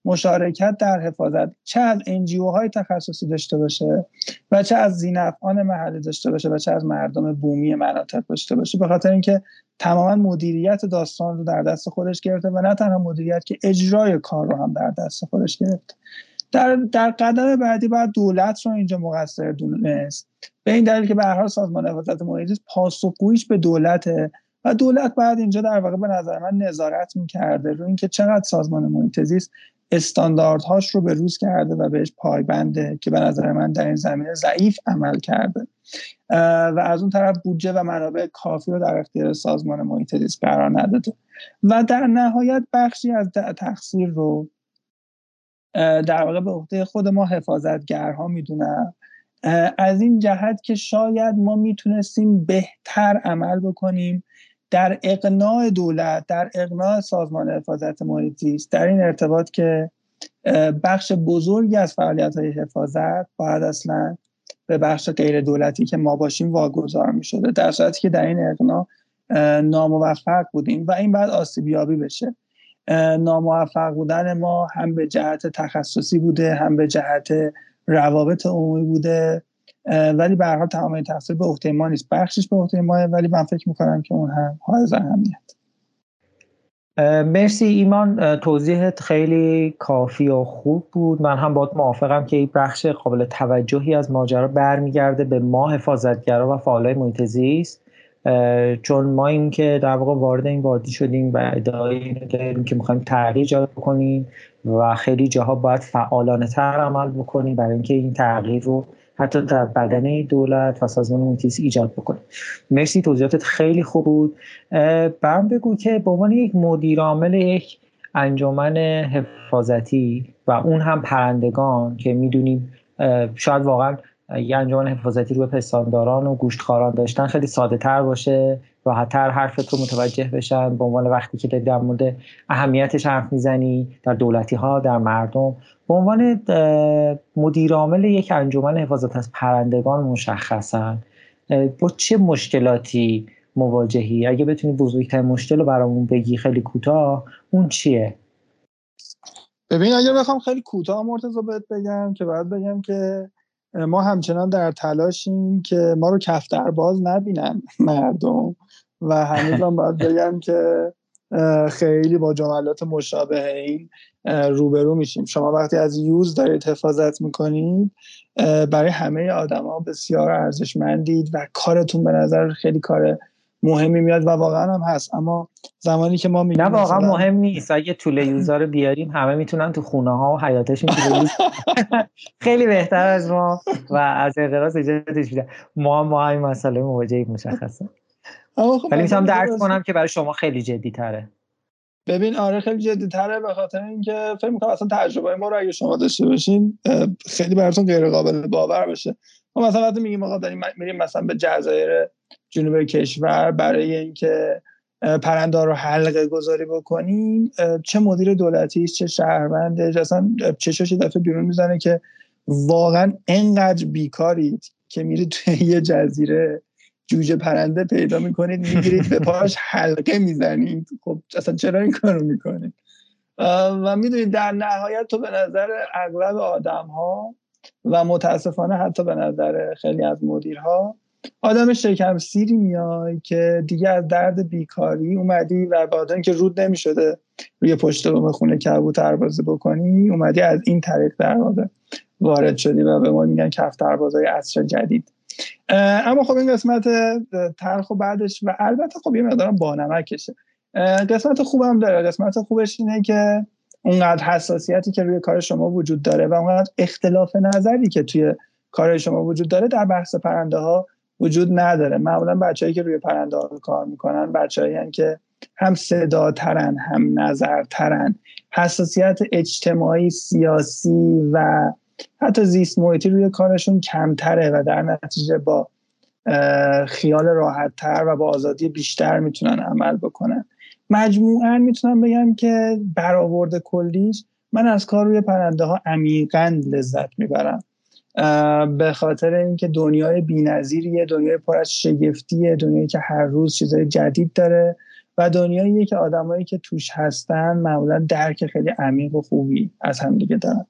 مشارکت در حفاظت، چه از NGO های تخصصی داشته باشه و چه از ذی‌نفعان محلی داشته باشه و چه از مردم بومی مناطق داشته باشه، به خاطر اینکه تماما مدیریت داستان رو در دست خودش گرفته و نه تنها مدیریت که اجرای کار رو هم در دست خودش گرفته. در قدم بعدی باید دولت رو اینجا مقصر دونست، به این دلیل که به هر حال سازمان حفاظت محیط زیست پاسخگوییش به دولته و دولت باید اینجا در واقع به نظر من نظارت می‌کرده رو اینکه چقدر سازمان محیط زیست استانداردهاش رو به روز کرده و بهش پایبنده، که به نظر من در این زمینه ضعیف عمل کرده و از اون طرف بودجه و منابع کافی رو در اختیار سازمان محیط زیست قرار نداده و در نهایت بخشی از تقصیر رو در واقع به عهده خود ما حفاظتگرها میدونم، از این جهت که شاید ما میتونستیم بهتر عمل بکنیم در اقناع دولت، در اقناع سازمان حفاظت محیط زیست در این ارتباط که بخش بزرگی از فعالیت‌های حفاظت باید اصلا به بخش غیر دولتی که ما باشیم واگذار می‌شده، در صورتی که در این اقناع ناموفق بودیم و این بعد آسیبیابی بشه. ناموفق بودن ما هم به جهت تخصصی بوده هم به جهت روابط عمومی بوده، ولی به هر حال تمام تقصیر به عهده ما نیست، بخشش به عهده ماه، ولی من فکر میکنم که اون هم حائز اهمیت.
مرسی ایمان، توضیحت خیلی کافی و خوب بود. من هم باهات موافقم که این بخش قابل توجهی از ماجرا برمیگرده به ما حفاظتگرا و فعالای محیط زیست، چون ما این که در واقع وارد این وادی شدیم و ادعای داریم که می‌خوایم تغییر ایجاد بکنیم و خیلی جاها باید فعالانه تر عمل بکنیم برای اینکه این تغییر رو حتی در بدن دولت و سازمان محیط زیست ایجاد بکنیم. مرسی، توضیحاتت خیلی خوب بود. برام بگو که به عنوان یک مدیر عامل یک انجمن حفاظتی و اون هم پرندگان که میدونیم شاید واقعا یه انجمن حفاظتی رو به پستانداران و گوشتخواران داشتن خیلی ساده تر باشه، راحت تر حرفت رو متوجه بشن، به عنوان وقتی که داری در مورد اهمیتش حرف میزنی در دولتی ها، در مردم، به عنوان مدیر عامل یک انجمن حفاظت از پرندگان مشخصا با چه مشکلاتی مواجهی؟ اگه بتونی بزرگترین مشکل رو برامون بگی خیلی کوتاه، اون چیه؟
ببین اگر بخوام خیلی کوتاه مرتضی بهت بگم که باید بگم که ما همچنان در تلاشیم که ما رو کفترباز نبینن مردم و هنوزم باید بگم که خیلی با جملات مشابه این روبرو میشیم. شما وقتی از یوز دارید حفاظت میکنید برای همه آدما بسیار ارزشمندید و کارتون به نظر خیلی کار مهمی میاد و واقعا هم هست، اما زمانی که ما میگیم
نه واقعا مهم نیست، اگه طول یوزا رو بیاریم همه میتونن تو خونه ها و حیاتشون طول یوز خیلی بهتر از ما و از اعتراض ایجادش میده. ما این مسئله مواجهیم مشخصه، ولی میتونم درک کنم که برای شما خیلی جدی تره.
ببین آره خیلی جدی تره، به خاطر اینکه فکر میکنم اصلا تجربه ما رو اگه شما داشته باشین خیلی براتون غیر قابل باور بشه. ما مثلا وقتی میگیم آقا داریم میریم مثلا به جزایر جنوب کشور برای اینکه پرنده رو حلقه گذاری بکنیم، چه مدیر دولتی است چه شهروندش اصلا چشاش دفعه بیرون میزنه که واقعا انقدر بیکارید که میرید توی یه جزیره جوجه پرنده پیدا میکنید میگیرید به پاش حلقه میزنید. خب اصلا چرا این کارو میکنید؟ و میدونید در نهایت تو به نظر اغلب آدم ها و متاسفانه حتی به نظر خیلی از مدیرها آدم شکم سیری میای که دیگه از درد بیکاری اومدی و بعد اینکه رود نمیشده روی پشت بام خونه کبوتربازی بکنی اومدی از این طریق در واقع وارد شدی و به ما میگن کفتربازای عصر جدید. اما خب این قسمت تلخ و بعدش و البته خب یه مقدارم بانمکشه. قسمت خوبم داره. قسمت خوبش اینه که اونقدر حساسیتی که روی کار شما وجود داره و اونقدر اختلاف نظری که توی کار شما وجود داره در بحث پرنده ها وجود نداره. معمولا بچه‌ای که روی پرنده ها کار میکنن بچه‌ای هستن که هم صداترن هم نظرترن، حساسیت اجتماعی، سیاسی و حتی زیست محیطی روی کارشون کمتره و در نتیجه با خیال راحت‌تر و با آزادی بیشتر میتونن عمل بکنن. مجموعاً میتونم بگم که برآورد کلیش من از کار روی پرنده ها عمیقاً لذت میبرم، به خاطر اینکه دنیای بی‌نظیریه، دنیای پر از شگفتیه، دنیایی که هر روز چیزای جدید داره و دنیاییه که آدمایی که توش هستن معمولا درک خیلی عمیق و خوبی از همدیگه دارن.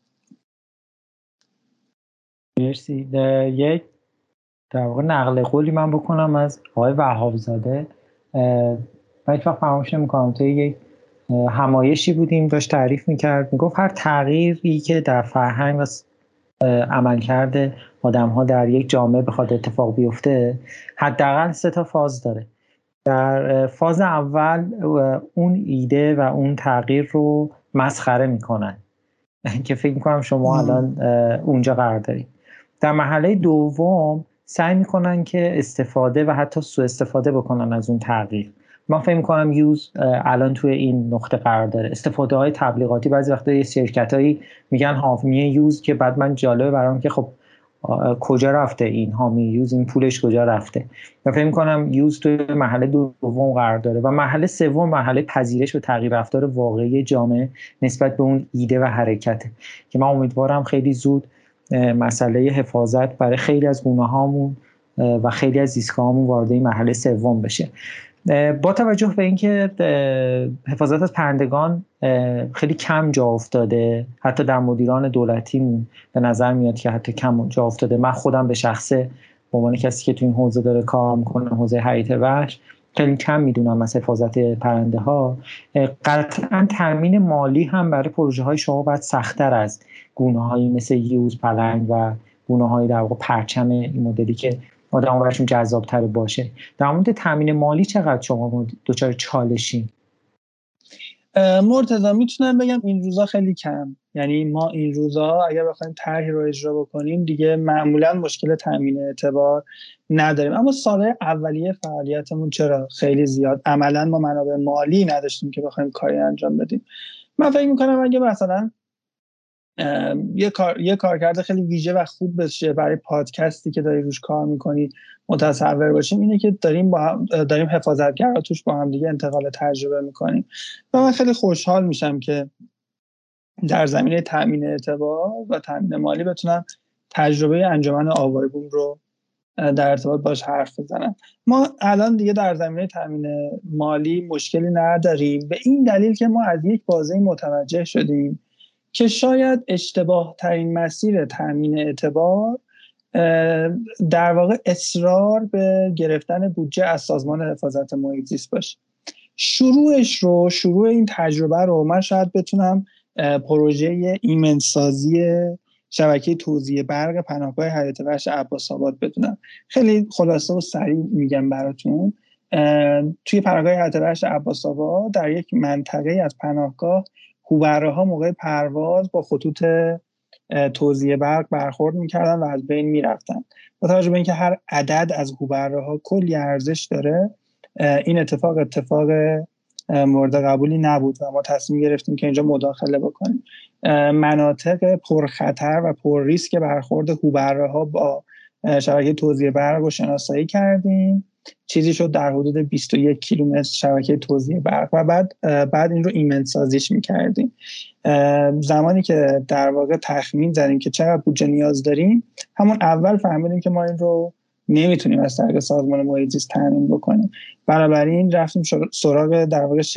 مرسی. یک در واقع نقل قولی من بکنم از آقای وهابزاده. من هیچ وقت فراموش نمی‌کنم، توی یک همایشی بودیم داشت تعریف میکرد، میگفت هر تغییری که در فرهنگ و عملکرد آدم‌ها در یک جامعه بخواد اتفاق بیفته حداقل 3 فاز داره. در فاز اول اون ایده و اون تغییر رو مسخره میکنن که فکر میکنم شما الان اونجا قرار دارید. در مرحله دوم سعی میکنن که استفاده و حتی سوء استفاده بکنن از اون تغییر. من فکر میکنم یوز الان توی این نقطه قرار داره. استفاده های تبلیغاتی بعضی وقتا یه شرکتایی میگن حامی یوز، که بعد من جالبه برام که خب کجا رفته این حامی یوز، این پولش کجا رفته. من فکر میکنم یوز توی مرحله دوم قرار داره و مرحله سوم مرحله پذیرش و تغییر رفتار واقعی جامعه نسبت به اون ایده و حرکته که من امیدوارم خیلی زود مسئله حفاظت برای خیلی از گونه‌هامون و خیلی از ایستگاه‌هامون وارد این مرحله سوم بشه. با توجه به اینکه حفاظت از پرندگان خیلی کم جا افتاده، حتی در مدیران دولتی به نظر میاد که حتی کم جا افتاده. من خودم به شخصه به عنوان کسی که تو این حوزه داره کار میکنه، حوزه حیات وحش، خیلی کم میدونم از حفاظت پرنده ها. قطعا تامین مالی هم برای پروژه های شما باید سخت‌تر از گونه‌هایی مثل یوز، پلنگ و گونه‌های در واقع پرچم این مدلی که آدم براشون جذاب‌تر باشه. در مورد تامین مالی چقدر شما دچار چالشین؟
مرتضی میتونم بگم این روزا خیلی کم. یعنی ما این روزا اگر بخوایم طرحی رو اجرا بکنیم دیگه معمولا مشکل تامین اعتبار نداریم، اما سالهای اولیه فعالیتمون چرا خیلی زیاد عملا ما منابع مالی نداشتیم که بخوایم کاری انجام بدیم. من فکر میکنم اگه مثلا یه کارکرد خیلی ویژه و خوب بشه برای پادکستی که داری روش کار میکنی متصور باشیم، اینه که داریم حفاظتگرا توش با هم دیگه انتقال تجربه میکنیم و من خیلی خوشحال میشم که در زمینه تامین اعتبار و تامین مالی بتونم تجربه انجمن آوای بوم رو در ارتباط باش حرف بزنم. ما الان دیگه در زمینه تامین مالی مشکلی نداریم، به این دلیل که ما از یک بازه متوجه شدیم که شاید اشتباه ترین مسیر تامین اعتبار در واقع اصرار به گرفتن بودجه از سازمان حفاظت محیط زیست باشه. شروع این تجربه رو من شاید بتونم پروژه ایمنسازی شبکه توزیع برق پناهگاه حیات وحش عباس‌آباد بدونم. خیلی خلاصه و سریع میگم براتون. توی پناهگاه حیات وحش عباس‌آباد در یک منطقه از پناهگاه هوبره‌ها موقع پرواز با خطوط توزیع برق برخورد میکردن و از بین میرفتن. با توجه به اینکه هر عدد از هوبره‌ها کلی ارزش داره، این اتفاق مورد قبولی نبود و ما تصمیم گرفتیم که اینجا مداخله بکنیم. مناطق پرخطر و پر ریسک برخورد هوبره‌ها با شبکه توزیع برق رو شناسایی کردیم. چیزی شد در حدود 21 کیلومتر شبکه توزیع برق و بعد این رو ایمن سازیش می‌کردیم. زمانی که در واقع تخمین زدیم که چقدر بودجه نیاز داریم، همون اول فهمیدیم که ما این رو نمیتونیم از طریق سازمان محیط زیست تامین بکنیم. بنابراین رفتیم سراغ در واقع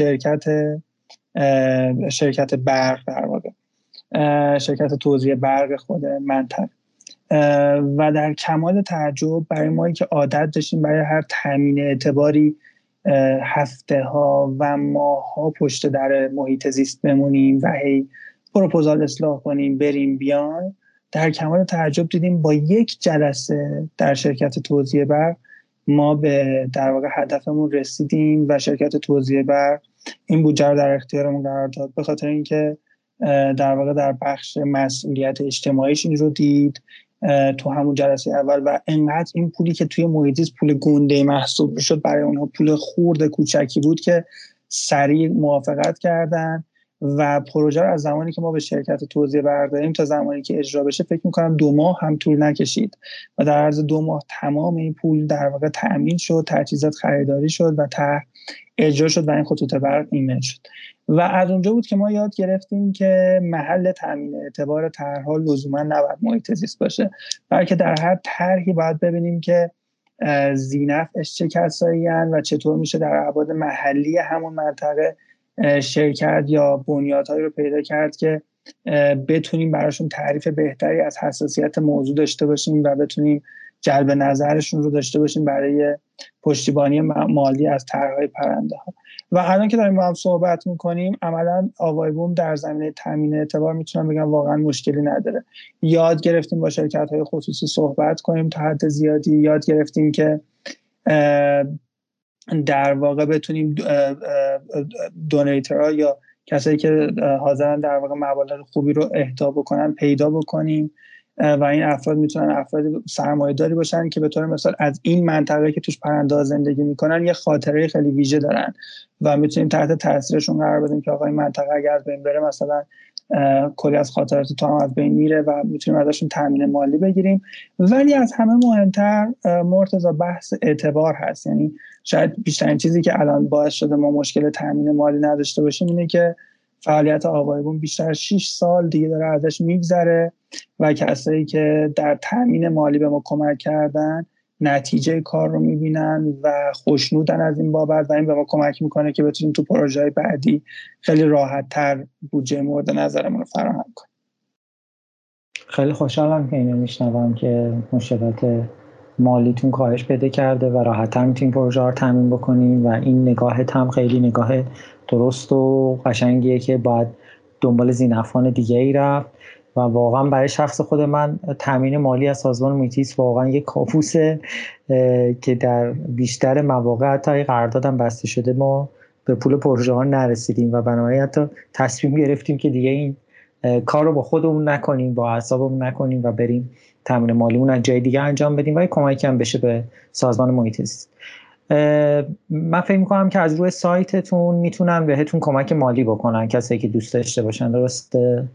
شرکت برق، در واقع شرکت توزیع برق خود منطقه. و در کمال تعجب برای ما که عادت داشتیم برای هر تامین اعتباری هفته ها و ماه ها پشت در محیط زیست بمونیم و هی پروپوزال اصلاح کنیم بریم بیان، در کمال تعجب دیدیم با یک جلسه در شرکت توزیع برق ما به در واقع هدفمون رسیدیم و شرکت توزیع برق این بودجه رو در اختیارمون قرار داد، به خاطر اینکه در واقع در بخش مسئولیت اجتماعیش این رو دید تو همون جلسه اول و انقدر این پولی که توی محیط زیست پول گنده محسوب میشد برای اونها پول خرد کوچکی بود که سریع موافقت کردن و پروژه رو از زمانی که ما به شرکت توزیع برق دادیم تا زمانی که اجرا بشه فکر می‌کنم 2 ماه هم طول نکشید و در عرض 2 ماه تمام این پول در واقع تأمین شد، تجهیزات خریداری شد و اجرا شد و این خطوط برق ایمن شد. و از اونجا بود که ما یاد گرفتیم که محل تامین اعتبار طرح‌ها لزوما نباید محیط زیست باشه، بلکه در هر طرحی باید ببینیم که ذینفعش چه کسایی هستن و چطور میشه در ابعاد محلی همون منطقه شرکت یا بنیادهایی رو پیدا کرد که بتونیم براشون تعریف بهتری از حساسیت موضوع داشته باشیم و بتونیم جلب نظرشون رو داشته باشیم برای پشتیبانی مالی از طرح‌های پرنده ها. و الان که داریم با هم صحبت میکنیم عملا آوای بوم در زمینه تامین اعتبار میتونم بگم واقعا مشکلی نداره. یاد گرفتیم با شرکت‌های خصوصی صحبت کنیم تا حد زیادی، یاد گرفتیم که در واقع بتونیم دونیترها یا کسایی که حاضرن در واقع مبالغ خوبی رو اهدا بکنن پیدا بکنیم و این افراد میتونن افراد سرمایه‌داری باشن که به طور مثال از این منطقه که توش پرنده‌ها زندگی میکنن یه خاطره خیلی ویژه دارن و میتونیم تحت تاثیرشون قرار بدیم که آقا این منطقه اگر از بین بره مثلا کلی از خاطرات تو هم از بین میره و میتونیم ازشون تامین مالی بگیریم. ولی از همه مهمتر مرتضی بحث اعتبار هست. یعنی شاید بیشترین چیزی که الان باعث شده ما مشکل تامین مالی نداشته باشیم اینه که فعالیت آوای بوم بیشتر 6 سال دیگه داره ازش میگذره و کسایی که در تامین مالی به ما کمک کردن نتیجه کار رو میبینن و خوشنودن از این بابت و این به ما کمک میکنه که بتونیم تو پروژه‌های بعدی خیلی راحت‌تر بودجه مورد نظرمون رو فراهم کنیم.
خیلی خوشحالم که اینو میشنوم که مشکلات مالیتون کاهش پیدا کرده و راحت‌تر میتونین پروژه رو تامین بکنین و این نگاهت هم خیلی نگاه درست و قشنگیه که باید دنبال ذینفعان دیگه ای رفت و واقعا برای شخص خود من تامین مالی از سازمان محیط زیست واقعا یک کابوسه که در بیشتر مواقع حتی قراردادم بسته شده ما به پول پروژه ها نرسیدیم و بنابراین حتی تصمیم گرفتیم که دیگه این کار رو با خودمون نکنیم، با اعصابمون نکنیم و بریم تامین مالیمون از جای دیگه انجام بدیم و کمکی هم بشه به سازمان محیط زیست. من فکر می‌کنم که از روی سایتتون میتونن بهتون کمک مالی بکنن کسایی که دوست داشته باشن، درسته؟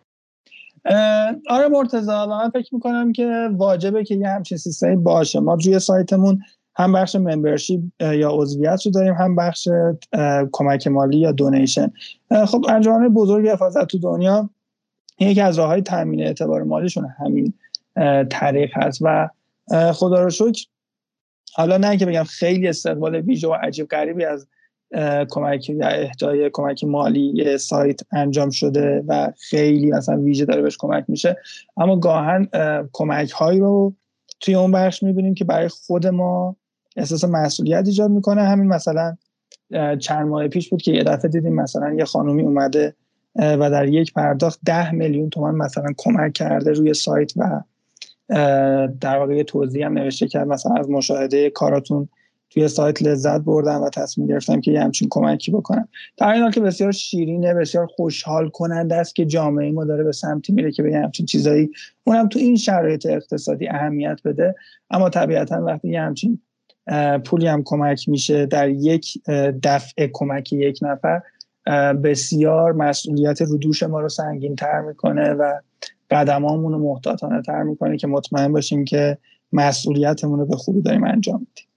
آره مرتضی، من فکر میکنم که واجبه که یه همچین سیستمی باشه. ما روی سایتمون هم بخش ممبرشیپ یا عضویت رو داریم، هم بخش کمک مالی یا دونیشن. خب انجمن‌های بزرگ حفاظت تو دنیا یکی از راه‌های تامین اعتبار مالیشون همین طریق هست و خدا رو شکر حالا نه که بگم خیلی استقبال ویژه و عجیب غریبی از کمک یا اهدای کمک مالی سایت انجام شده و خیلی مثلا ویژه داره بهش کمک میشه، اما گاهن کمک هایی رو توی اون بخش میبینیم که برای خود ما احساس مسئولیت ایجاد میکنه. همین مثلا چند ماه پیش بود که یه دفعه دیدیم مثلا یه خانومی اومده و در یک پرداخت 10 میلیون تومان مثلا کمک کرده روی سایت و در واقع توضیح هم نوشته کرد مثلا از مشاهده کاراتون توی سایت لذت بردم و تصمیم گرفتم که یه همچین کمکی بکنم. در این حال که بسیار شیرینه، بسیار خوشحال کننده است که جامعه ما داره به سمتی میره که به یه همچین چیزایی اونم تو این شرایط اقتصادی اهمیت بده. اما طبیعتا وقتی یه همچین پولی هم کمک میشه در یک دفعه کمک یک نفر، بسیار مسئولیت رو دوش ما رو سنگین تر میکنه و قدمامون رو محتاطانه تر میکنه که مطمئن باشیم که مسئولیتمون رو به خوبی داریم انجام میدیم.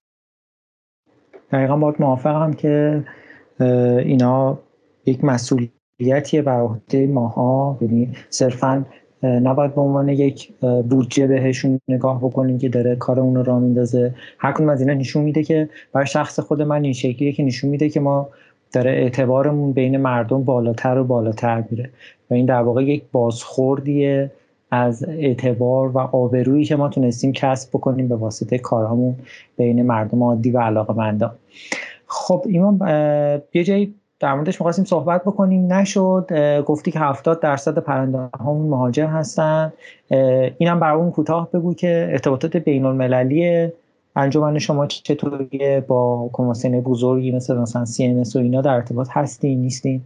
دقیقا باید موافقم که اینا یک مسئولیتیه بر عهده ماها، یعنی صرفاً نباید به عنوان یک بودجه بهشون نگاه بکنیم که داره کارمون رو راه میندازه. هر کدوم از اینا نشون میده که برای شخص خود من این شکلیه که نشون میده که ما داره اعتبارمون بین مردم بالاتر و بالاتر میره و این در واقع یک بازخوردیه از اعتبار و آبرویی که ما تونستیم کسب بکنیم به واسطه کارهامون بین مردم عادی و علاقه‌مندان. خب ایمان یه جایی در موردش می‌خواستیم صحبت بکنیم نشد، گفتی که 70% پرنده‌هامون مهاجر هستن. اینم برامون کوتاه بگو که ارتباطات بین‌المللی انجمن شما چطوریه؟ با کمیسیون بزرگی مثلا CNS و اینا در ارتباط هستین نیستین؟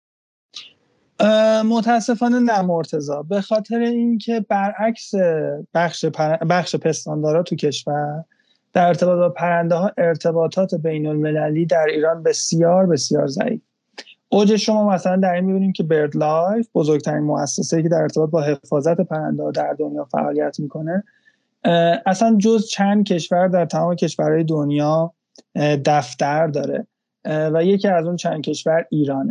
متاسفانه نه مرتضی، به خاطر اینکه برعکس بخش پستاندارا تو کشور در ارتباط با پرنده ها ارتباطات بین المللی در ایران بسیار بسیار ضعیف. اوج شما مثلا در این می‌بینیم که برد لایف بزرگترین مؤسسه‌ای که در ارتباط با حفاظت پرنده ها در دنیا فعالیت میکنه اصلا جز چند کشور در تمام کشورهای دنیا دفتر داره و یکی از اون چند کشور ایرانه.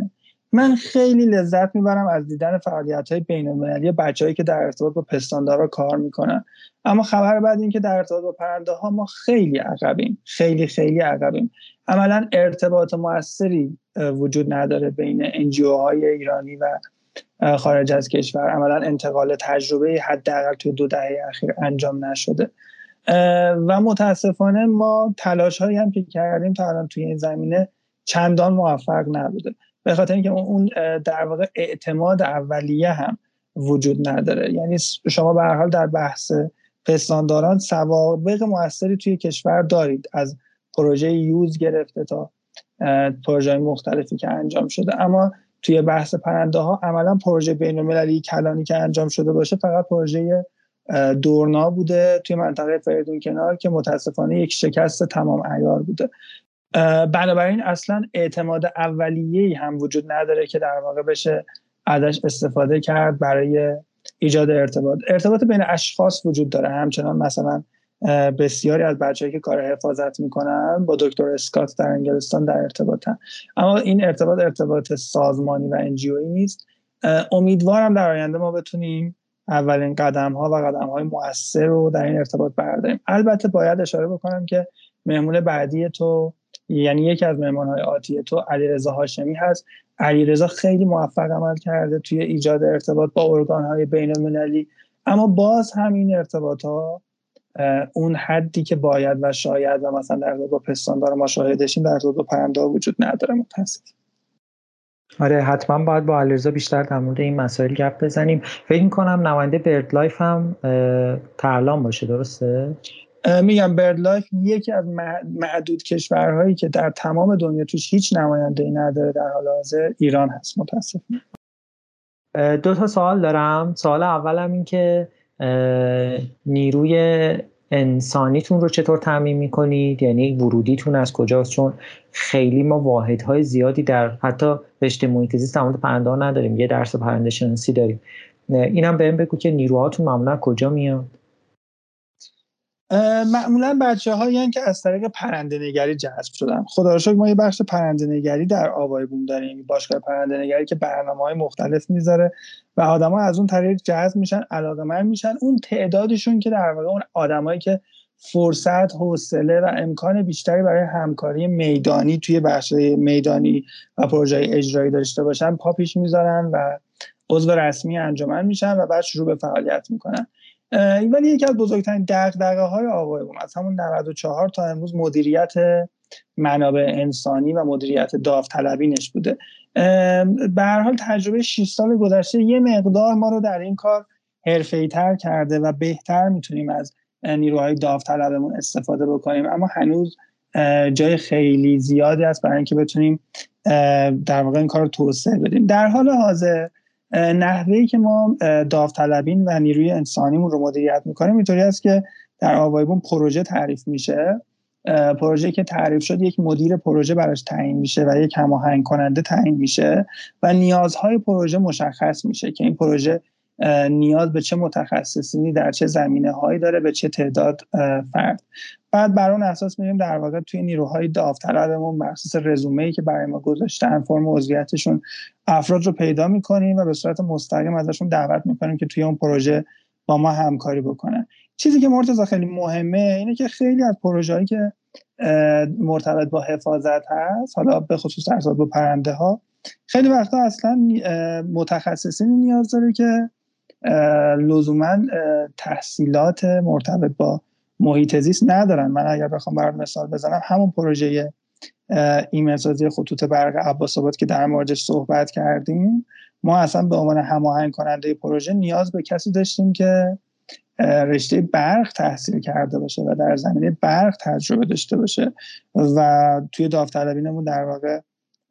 من خیلی لذت میبرم از دیدن فعالیت‌های بین‌المللی بچه‌هایی که در ارتباط با پستاندارا کار میکنن، اما خبر بعد این که در ارتباط با پرنده‌ها ما خیلی عقبیم، خیلی عقبیم. عملاً ارتباط موثری وجود نداره بین NGOهای ایرانی و خارج از کشور. عملاً انتقال تجربه حداقل توی 2 دهه اخیر انجام نشده و متاسفانه ما تلاش‌هایی هم که کردیم تا الان توی این زمینه چندان موفق نبوده، به خاطر اینکه اون در واقع اعتماد اولیه هم وجود نداره. یعنی شما به هر حال در بحث پستانداران سوابق موثری توی کشور دارید، از پروژه یوز گرفته تا پروژه مختلفی که انجام شده، اما توی بحث پرنده ها عملا پروژه بین‌المللی کلانی که انجام شده باشه فقط پروژه دورنا بوده توی منطقه فریدون کنار که متاسفانه یک شکست تمام عیار بوده. بنابراین اصلا اعتماد اولیه‌ای هم وجود نداره که در واقع بشه ازش استفاده کرد برای ایجاد ارتباط بین اشخاص وجود داره. همچنان مثلا بسیاری از بچه‌هایی که کار حفاظت میکنن با دکتر اسکات در انگلستان در ارتباطن، اما این ارتباط سازمانی و NGOیی نیست. امیدوارم در آینده ما بتونیم اولین قدم‌ها و قدم‌های مؤثر رو در این ارتباط برداریم. البته باید اشاره بکنم که مهمون بعدی تو، یعنی یکی از مهمان‌های آتی تو، علیرضا هاشمی هست. علیرضا خیلی موفق عمل کرده توی ایجاد ارتباط با ارگان‌های بین‌المللی، اما باز همین ارتباط‌ها اون حدی که باید و شاید و مثلا در با پستاندار ما شاهدشیم در با پرنده وجود نداره متاسفانه.
آره حتما باید با علیرضا بیشتر در مورد این مسائل گپ بزنیم. فکر می‌کنم نماینده برد لایف هم ترلان باشه، درسته؟
میگم برد لایف یکی از معدود کشورهایی که در تمام دنیا توش هیچ نماینده‌ای نداره در حال حاضر ایران هست متاسفانه.
2 تا سوال دارم. سوال اولم این که نیروی انسانیتون رو چطور تامین میکنید؟ یعنی ورودیتون از کجاست؟ چون خیلی ما واحدهای زیادی در حتی رشته محیط زیست در مورد پرنده ها نداریم، یه درس پرنده شناسی داریم. اینم بهم بگو که نیروهاتون معمولا کجا میاد؟
معمولا بچه‌هایی هستند که از طریق پرنده نگری جذب شدن. خدا رو شکر ما یه بخش پرنده نگری در آوای بوم داریم، باشگاه پرنده نگری که برنامه‌های مختلف میذاره و آدما از اون طریق جذب میشن، علاقه‌مند میشن. اون تعدادشون که در واقع اون آدمایی که فرصت، حوصله و امکان بیشتری برای همکاری میدانی توی بخش میدانی و پروژه اجرایی داشته باشن پا پیش میذارن و عضو رسمی انجمن میشن و بعد شروع به فعالیت میکنن. ولی یکی از بزرگترین دغدغه‌های آوای بوم از همون 94 تا امروز مدیریت منابع انسانی و مدیریت داوطلبینش بوده. به هر حال تجربه 6 سال گذشته یه مقدار ما رو در این کار حرفه‌ای‌تر کرده و بهتر میتونیم از نیروهای داوطلبمون استفاده بکنیم، اما هنوز جای خیلی زیادی است برای اینکه بتونیم در واقع این کار رو توسعه بدیم. در حال حاضر نحوهی که ما داوطلبین و نیروی انسانیمون رو مدیریت میکنیم اینطوری است که در آوای بوم پروژه تعریف میشه. پروژه که تعریف شد یک مدیر پروژه براش تعیین میشه و یک هماهنگ کننده تعیین میشه و نیازهای پروژه مشخص میشه که این پروژه نیاز به چه متخصصینی در چه زمینه‌هایی داره، به چه تعداد فرد. بعد بر اون اساس میریم در واقع توی نیروهای داوطلبمون بر اساس رزومه‌ای که برای ما گذاشتن، فرم عضویتشون، افراد رو پیدا می‌کنیم و به صورت مستقیم ازشون دعوت می‌کنیم که توی اون پروژه با ما همکاری بکنن. چیزی که مرتضی خیلی مهمه اینه که خیلی از پروژه‌هایی که مرتبط با حفاظت هست، حالا به خصوص در ارتباط با پرنده‌ها، خیلی وقتا اصلا متخصصینی نیاز داره که لزوما تحصیلات مرتبط با محیط زیست ندارن. من اگر بخوام برات مثال بزنم، همون پروژه ایمن سازی خطوط برق عباس‌آباد که در موردش صحبت کردیم، ما اصلا به عنوان هماهنگ کننده پروژه نیاز به کسی داشتیم که رشته برق تحصیل کرده باشه و در زمینه برق تجربه داشته باشه و توی داوطلبینمون در واقع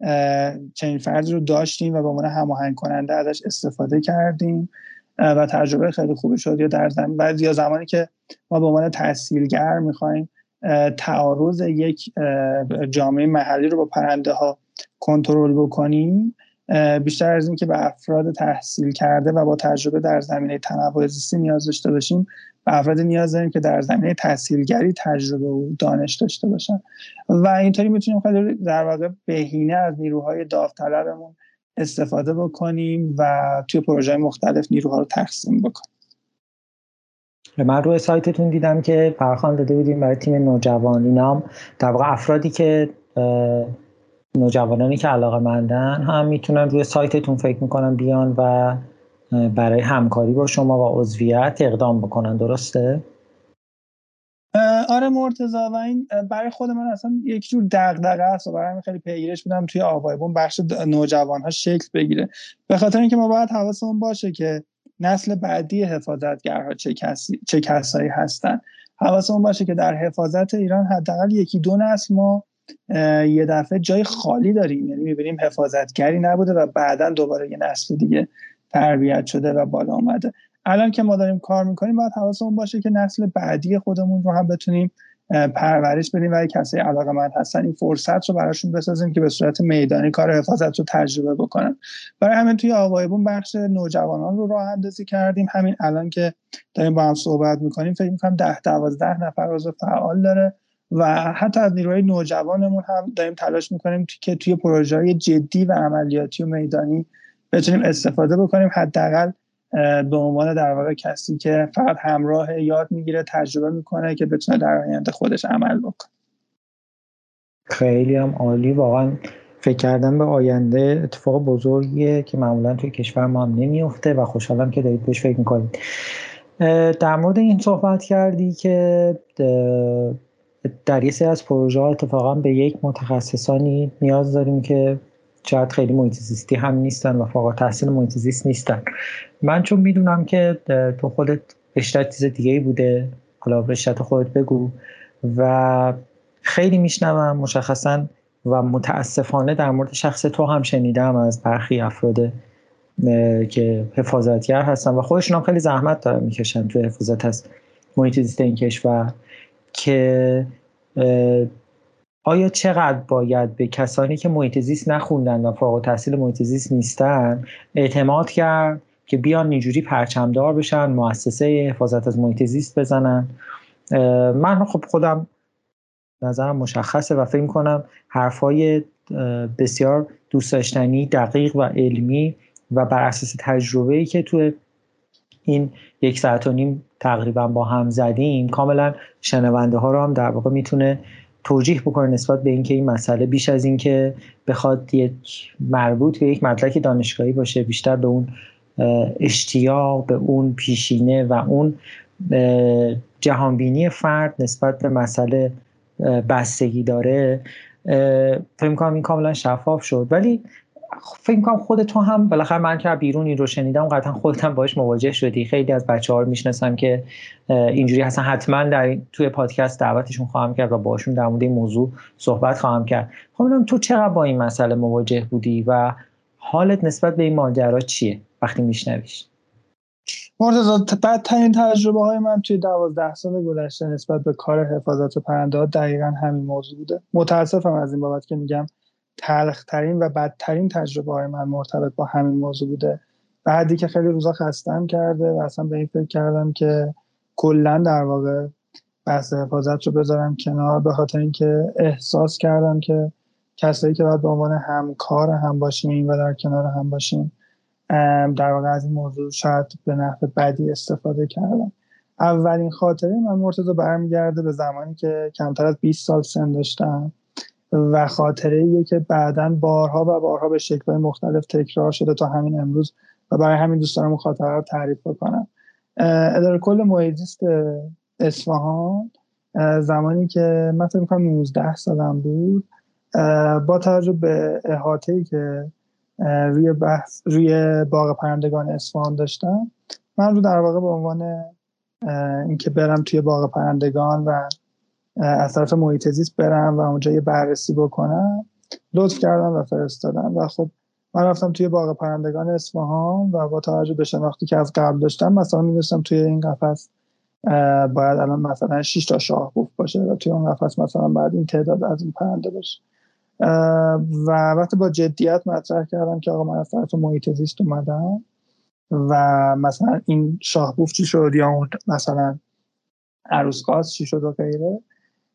چنین فردی رو داشتیم و به عنوان هماهنگ کننده ازش استفاده کردیم و تجربه خیلی خوبی شد. یا در یا زمانی که ما به عنوان تحصیلگر می‌خوایم تعارض یک جامعه محلی رو با پرنده ها کنترل بکنیم، بیشتر از این که به افراد تحصیل کرده و با تجربه در زمینه تنوع زیستی نیاز داشته باشیم، به افراد نیاز داریم که در زمینه تحصیلگری تجربه و دانش داشته باشن و اینطوری میتونیم خیلی در واقع بهینه از نیروهای داوطلبمون استفاده بکنیم و توی پروژه مختلف نیروها رو تقسیم بکنیم.
من روی سایتتون دیدم که پرخوان داده بودیم برای تیم نوجوان. اینا هم در واقع افرادی که نوجوانانی که علاقه‌مندن هم میتونن روی سایتتون فکر میکنن بیان و برای همکاری با شما و عضویت اقدام بکنن، درسته؟
آره مرتضی، و این برای خود من اصلا یک جور دغدغه است و برای من خیلی پیگیرش بودم توی آوایبون بخش نوجوان‌ها شکل بگیره، به خاطر اینکه ما باید حواسمون باشه که نسل بعدی حفاظتگرها چه کسایی هستن. حواسمون باشه که در حفاظت ایران حداقل یکی دو نسل ما یه دفعه جای خالی داریم، یعنی می‌بینیم حفاظتگری نبوده و بعداً دوباره یه نسل دیگه تربیت شده و بالا اومده. الان که ما داریم کار میکنیم باید حواسمون باشه که نسل بعدی خودمون رو هم بتونیم پرورش بدیم و کسایی علاقه‌مند هستن این فرصت رو براشون بسازیم که به صورت میدانی کار حفاظت رو تجربه بکنن. برای همین توی آوایبون بخش نوجوانان رو راه اندازی کردیم. همین الان که داریم با هم صحبت میکنیم فکر میکنم 10-12 نفر عضو فعال داره و حتی از نیروهای نوجوانمون هم داریم تلاش میکنیم که توی پروژه‌های جدی و عملیاتی و میدانی بتونیم استفاده بکنیم، حداقل به عنوان در واقع کسی که فقط همراه یاد میگیره، تجربه میکنه که بتونه در آینده خودش عمل بکنه.
خیلی هم عالی. واقعا فکر کردم به آینده اتفاق بزرگیه که معمولا توی کشور ما هم نمیفته و خوشحالم که دارید بهش فکر میکنید. در مورد این صحبت کردی که در یه سری از پروژه ها اتفاقا به یک متخصصانی نیاز داریم که شاید خیلی محیط زیستی هم نیستن و فوق التحصیل محیط زیست نیستن. من چون میدونم که تو خودت رشته‌ت چیز دیگه‌ای بوده، حالا رشته خودت بگو، و خیلی میشنوم مشخصا و متاسفانه در مورد شخص تو هم شنیدم از برخی افراد که حفاظتگر هستن و خودشون هم خیلی زحمت دارن میکشن توی حفاظت از محیط زیست این کشور، که آیا چقدر باید به کسانی که محیط زیست نخوندن و فارغ التحصیل محیط زیست نیستن اعتماد کرد که بیان اینجوری پرچمدار بشن، مؤسسه حفاظت از محیط زیست بزنن؟ من خب خودم نظرم مشخصه و فکر می‌کنم حرفای بسیار دوست داشتنی، دقیق و علمی و بر اساس تجربه‌ای که تو این 1.5 ساعت تقریبا با هم زدیم کاملا شنونده ها رو هم در واقع میتونه توجیه بکنه نسبت به اینکه این مسئله بیش از این که بخواد یک مربوط به یک مدرک دانشگاهی باشه، بیشتر به اون اشتیاق، به اون پیشینه و اون جهانبینی فرد نسبت به مسئله بستگی داره. فکر می‌کنم این کاملا شفاف شد. ولی فکر می‌کنم خود تو هم بالاخره، من که بیرون این رو شنیدم، قطعا خودت هم باهاش مواجه شدی. خیلی از بچه‌ها رو میشناسم که اینجوری هستن، حتما توی پادکست دعوتشون خواهم کرد و باهاشون در مورد این موضوع صحبت خواهم کرد. خب ببینم تو چقدر با این مسئله مواجه بودی و حالت نسبت به این ماجرا چیه وقتی میشنویش؟
مرتضی، بدترین تجربه های من توی 12 سال گذشته نسبت به کار حفاظت پرنده ها دقیقا همین موضوع بوده. متاسفم از این بابت که میگم تلخترین و بدترین تجربه های من مرتبط با همین موضوع بوده. بعدی که خیلی روزا خستم کرده و اصلا به این فکر کردم که کلا در واقع بحث حفاظت رو بذارم کنار، به خاطر اینکه احساس کردم که کسایی که باید به عنوان همکار هم باشیم و در کنار هم باشیم در واقع از این موضوع شاید به نحو بدی استفاده کردم. اولین خاطره من مرتضی برمیگرده به زمانی که کمتر از 20 سال سن داشتم و خاطره‌ایه که بعداً بارها و بارها به شکل‌های مختلف تکرار شده تا همین امروز و برای همین دوست دارم اون خاطره رو تعریف بکنم. اداره کل محیط زیست اصفهان زمانی که من فکر می‌کنم 19 سالم بود، با توجه به احاطه‌ای که روی باغ پرندگان اصفهان داشتم، من رو در واقع به عنوان اینکه برم توی باغ پرندگان و از طرف محیط زیست برم و اونجا یه بررسی بکنم لطف کردم و فرستادم. و خب من رفتم توی باغ پرندگان اصفهان و با توجه به شناختی که از قبل داشتم مثلا می‌دونستم توی این قفس باید الان مثلا 6 تا شاهبوف باشه و توی اون قفس مثلا باید این تعداد از این پرنده باشه. و وقتی با جدیت مطرح کردم که آقا من از طرف محیط زیست اومدم و مثلا این شاهبوف چی شد یا مثلا عروس‌قاز چی شد و غیره،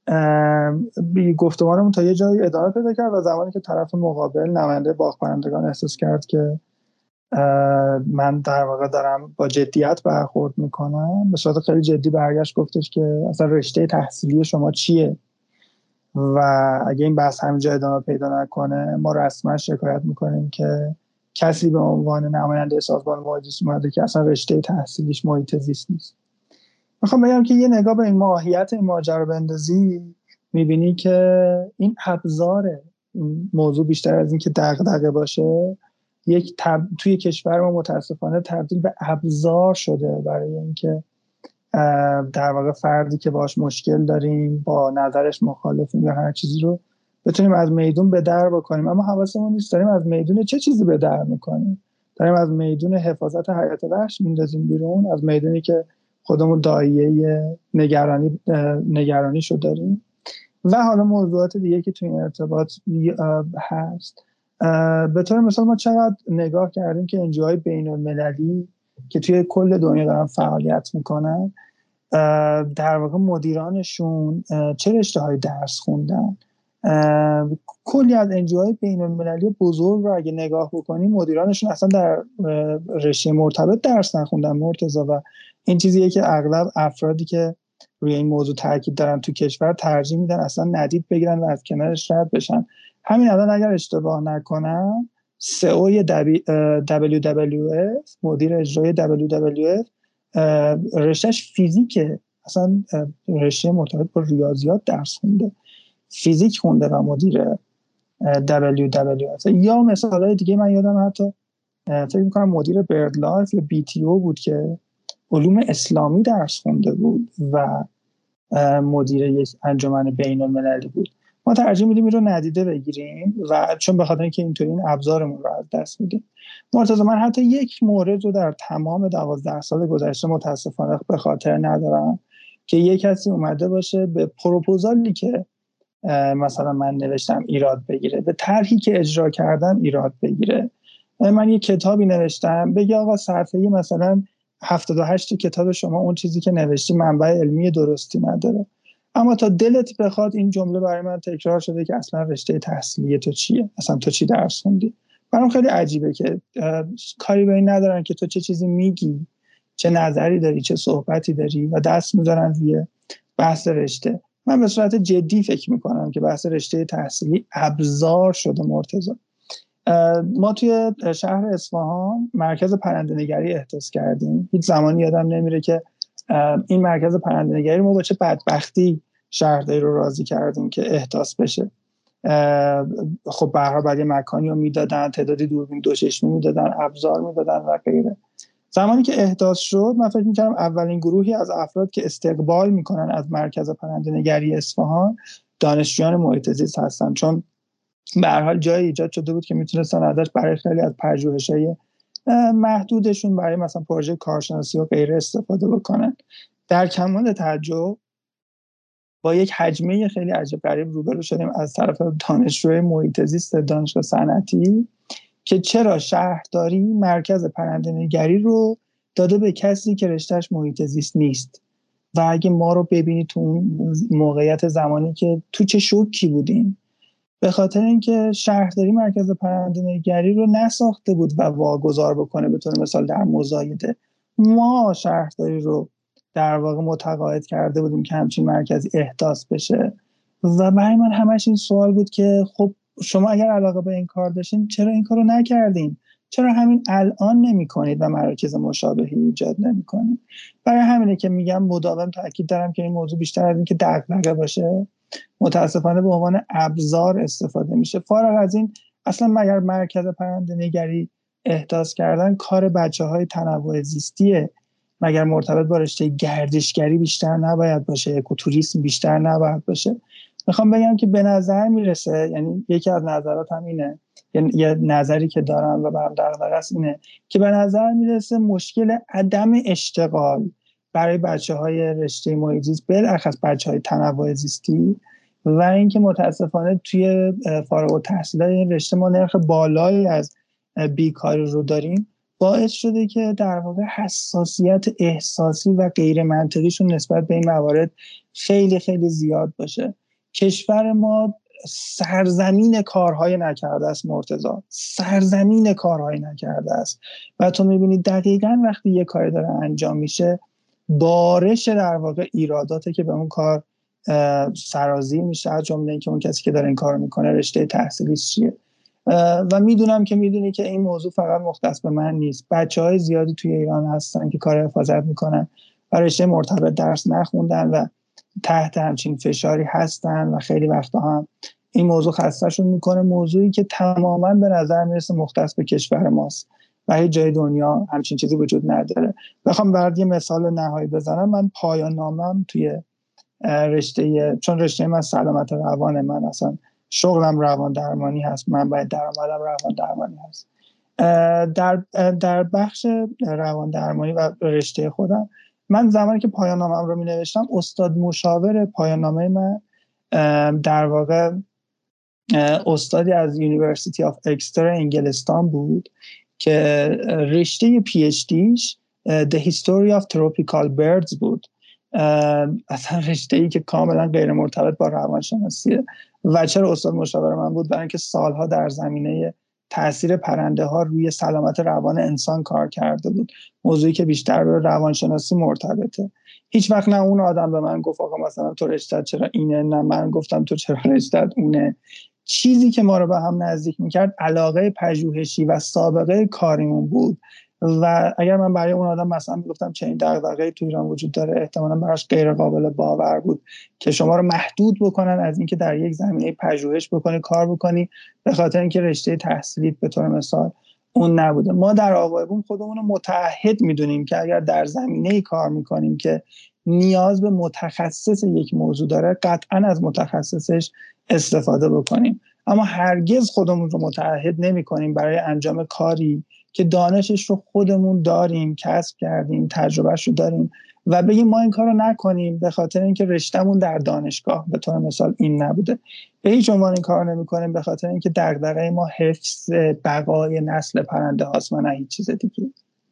گفتمانمون تا یه جایی ادامه پیدا کرد و زمانی که طرف مقابل نماینده باغ پرندگان احساس کرد که من در واقع دارم با جدیت برخورد میکنم، به صورت خیلی جدی برگشت گفتش که اصلا رشته تحصیلی شما چیه و اگه این بحث همینجا ادامه پیدا نکنه ما رسما شکایت میکنیم که کسی به عنوان نماینده سازمان محیط زیست اومده که اصلا رشته تحصیلیش محیط زیست نیست. میخوام بگم که یه نگاه به این ماهیت این ماجرا بندازی، میبینی که این ابزاره، این موضوع بیشتر از این که دغدغه باشه توی کشور ما متاسفانه تبدیل به ابزار شده برای اینکه در واقع فردی که باش مشکل داریم، با نظرش مخالفیم یا هر چیزی رو بتونیم از میدون به در بکنیم. اما حواسمون نیست داریم از میدون چه چیزی به در میکنیم. داریم از میدون حفاظت حیات وحش میندازیم بیرون، از میدونی که خودمون دایه نگرانی شو داریم و حالا موضوعات دیگه که توی این ارتباط هست. به طور مثال ما چقدر نگاه کردیم که انجیوهای بین المللی که توی کل دنیا دارن فعالیت میکنن، در واقع مدیرانشون چه رشته‌های درس خوندن. کلی از انجیوهای بین المللی بزرگ رو اگه نگاه بکنیم مدیرانشون اصلا در رشته مرتبط درس نخوندن مرتضی، و این چیزیه که اغلب افرادی که روی این موضوع تاکید دارن تو کشور ترجیح میدن اصلا ندید بگیرن و از کنارش رد بشن. همین الان اگر اشتباه نکنم CEO WWF، مدیر اجرایی WWF، رشتهش فیزیکه، اصلا رشته مرتبط با ریاضیات درس خونده، فیزیک خونده و مدیر WWF. یا مثالای دیگه من یادم حتی فکر میکنم مدیر برد لایف یا BTO بود که علوم اسلامی درس خونده بود و مدیر یک انجمن بین المللی بود. ما ترجیح میدیم این رو ندیده بگیریم و چون به خاطر اینکه اینطوری این ابزارمون رو از دست میدیم. مرتضی من حتی یک مورد رو در تمام 12 سال گذشته متاسفانه به خاطر ندارم که یک کسی اومده باشه به پروپوزالی که مثلا من نوشتم ایراد بگیره، به طرحی که اجرا کردم ایراد بگیره. من یک کتابی نوشتم بگه آقا صفحه مثلا 78 کتاب شما اون چیزی که نوشتی منبع علمی درستی نداره، اما تا دلت بخواد این جمله برای من تکرار شده که اصلا رشته تحصیلی تو چیه، اصلا تو چی درس خوندی. برام خیلی عجیبه که کاری به این ندارن که تو چه چیزی میگی، چه نظری داری، چه صحبتی داری و دست میذارن روی بحث رشته. من به صورت جدی فکر میکنم که بحث رشته تحصیلی ابزار شده مرتضی. ما توی شهر اصفهان مرکز پرنده‌نگری احداث کردیم. هیچ زمانی یادم نمیره که این مرکز پرنده‌نگری ما با چه بدبختی شهرداری رو راضی کردیم که احداث بشه. خب به هر حال بعد یه مکانی رو میدادن، تعدادی دوربین دوچشمی میدادن، ابزار میدادن و غیره. زمانی که احداث شد من فکر می‌کردم اولین گروهی از افراد که استقبال میکنن از مرکز پرنده‌نگری اصفهان دانشجویان محیط زیست هستن، چون به هر حال جایی ایجاد شده بود که میتونستن ازش برای خیلی از پژوهش‌های محدودشون برای مثلا پروژه کارشناسی و غیره استفاده بکنن. در کمال تعجب با یک حجمه خیلی عجیب غریب روبرو شدیم از طرف دانشجوی محیط زیست دانشگاه صنعتی که چرا شهرداری مرکز پرنده‌نگری رو داده به کسی که رشتهش محیط زیست نیست. و اگه ما رو ببینی تو اون موقعیت زمانی که تو چه شوکی بودیم، به خاطر اینکه شهرداری مرکز پرنده‌نگری رو نساخته بود و واگذار بکنه به طور مثال در مزایده. ما شهرداری رو در واقع متقاعد کرده بودیم که همچین مرکزی احداث بشه و برای من همش این سوال بود که خب شما اگر علاقه به این کار داشتین چرا این کارو نکردین؟ چرا همین الان نمی‌کنید و مراکز مشابهی ایجاد نمی‌کنید؟ برای همینه که میگم مداوم تاکید دارم که این موضوع بیشتر از این که دغدغه باشه متاسفانه به عنوان ابزار استفاده میشه. فارغ از این اصلا مگر مرکز پرنده‌نگری احداث کردن کار بچه‌های تنوع زیستیه؟ مگر مرتبط با رشته گردشگری بیشتر نباید باشه؟ اکوتوریسم بیشتر نباید باشه؟ میخوام بگم که به نظر میرسه، یعنی یکی از نظراتم اینه، یه نظری که دارم و برام دغدغه است اینه که به نظر میرسه مشکل عدم اشتغال برای بچه‌های رشته محیط زیست بالاخص بچه‌های تنوع زیستی و اینکه متاسفانه توی فارغ التحصیلای این رشته ما نرخ بالایی از بیکاری رو داریم باعث شده که در واقع حساسیت احساسی و غیر منطقیشون نسبت به این موارد خیلی خیلی زیاد باشه. کشور ما سرزمین کارهای نکرده است مرتضی، سرزمین کارهای نکرده است و تو میبینی دقیقاً وقتی یه کاری داره انجام میشه بارش در واقع ایراداته که به اون کار سرازیر میشه، از جمله اینکه اون کسی که داره این کارو میکنه رشته تحصیلیش چیه. و میدونم که میدونی که این موضوع فقط مختص به من نیست، بچهای زیادی توی ایران هستن که کار حفاظت میکنن و رشته مرتبط درس نخوندن و تحت همچین فشاری هستن و خیلی وقتا هم این موضوع خستهشون میکنه، موضوعی که تماما به نظر میرسه مختص به کشور ماست و هیچ جای دنیا همچین چیزی وجود نداره. بخوام برات یه مثال نهایی بزنم، من پایان نامه‌ام توی چون رشته من سلامت روانه، من اصلا شغلم روان درمانی هست، من باید درآمدم روان درمانی هست. در بخش روان درمانی و رشته خودم، من زمانی که پایان نامه‌ام رو می نوشتم، استاد مشاور پایان نامه من در واقع استادی از یونیورسیتی آف اکستر انگلستان بود که رشته پی اچ دیش The History of Tropical Birds بود. اصلا رشته‌ای که کاملا غیر مرتبط با روانشناسیه. و چرا استاد مشاور من بود؟ برای اینکه سالها در زمینه تاثیر پرنده ها روی سلامت روان انسان کار کرده بود، موضوعی که بیشتر به روانشناسی مرتبطه. هیچ وقت نه اون آدم به من گفت آقا مثلا تو رشته‌ت چرا اینه، نه من گفتم تو چرا رشته‌ت اونه. چیزی که ما رو به هم نزدیک میکرد علاقه پژوهشی و سابقه کاریمون بود. و اگر من برای اون آدم مثلا میگفتم چنین دغدغه‌ای تو ایران وجود داره، احتمالاً براش غیر قابل باور بود که شما رو محدود بکنن از اینکه در یک زمینه پژوهش بکنی، کار بکنی، به خاطر اینکه رشته تحصیلیت به طور مثال اون نبوده. ما در آقای بوم خودمون رو متعهد میدونیم که اگر در زمینه‌ای کار میکنیم که نیاز به متخصص یک موضوع داره، قطعاً از متخصصش استفاده بکنیم، اما هرگز خودمون رو متعهد نمی‌کنیم برای انجام کاری که دانشش رو خودمون داریم، کسب کردیم، تجربهش رو داریم و بگیم ما این کار رو نکنیم به خاطر اینکه رشتهمون در دانشگاه به طور مثال این نبوده. به هیچ عنوان این کار رو نمی‌کنیم به خاطر اینکه دغدغه ما حفظ بقای نسل پرنده هاست و نه هیچ چیز دیگه.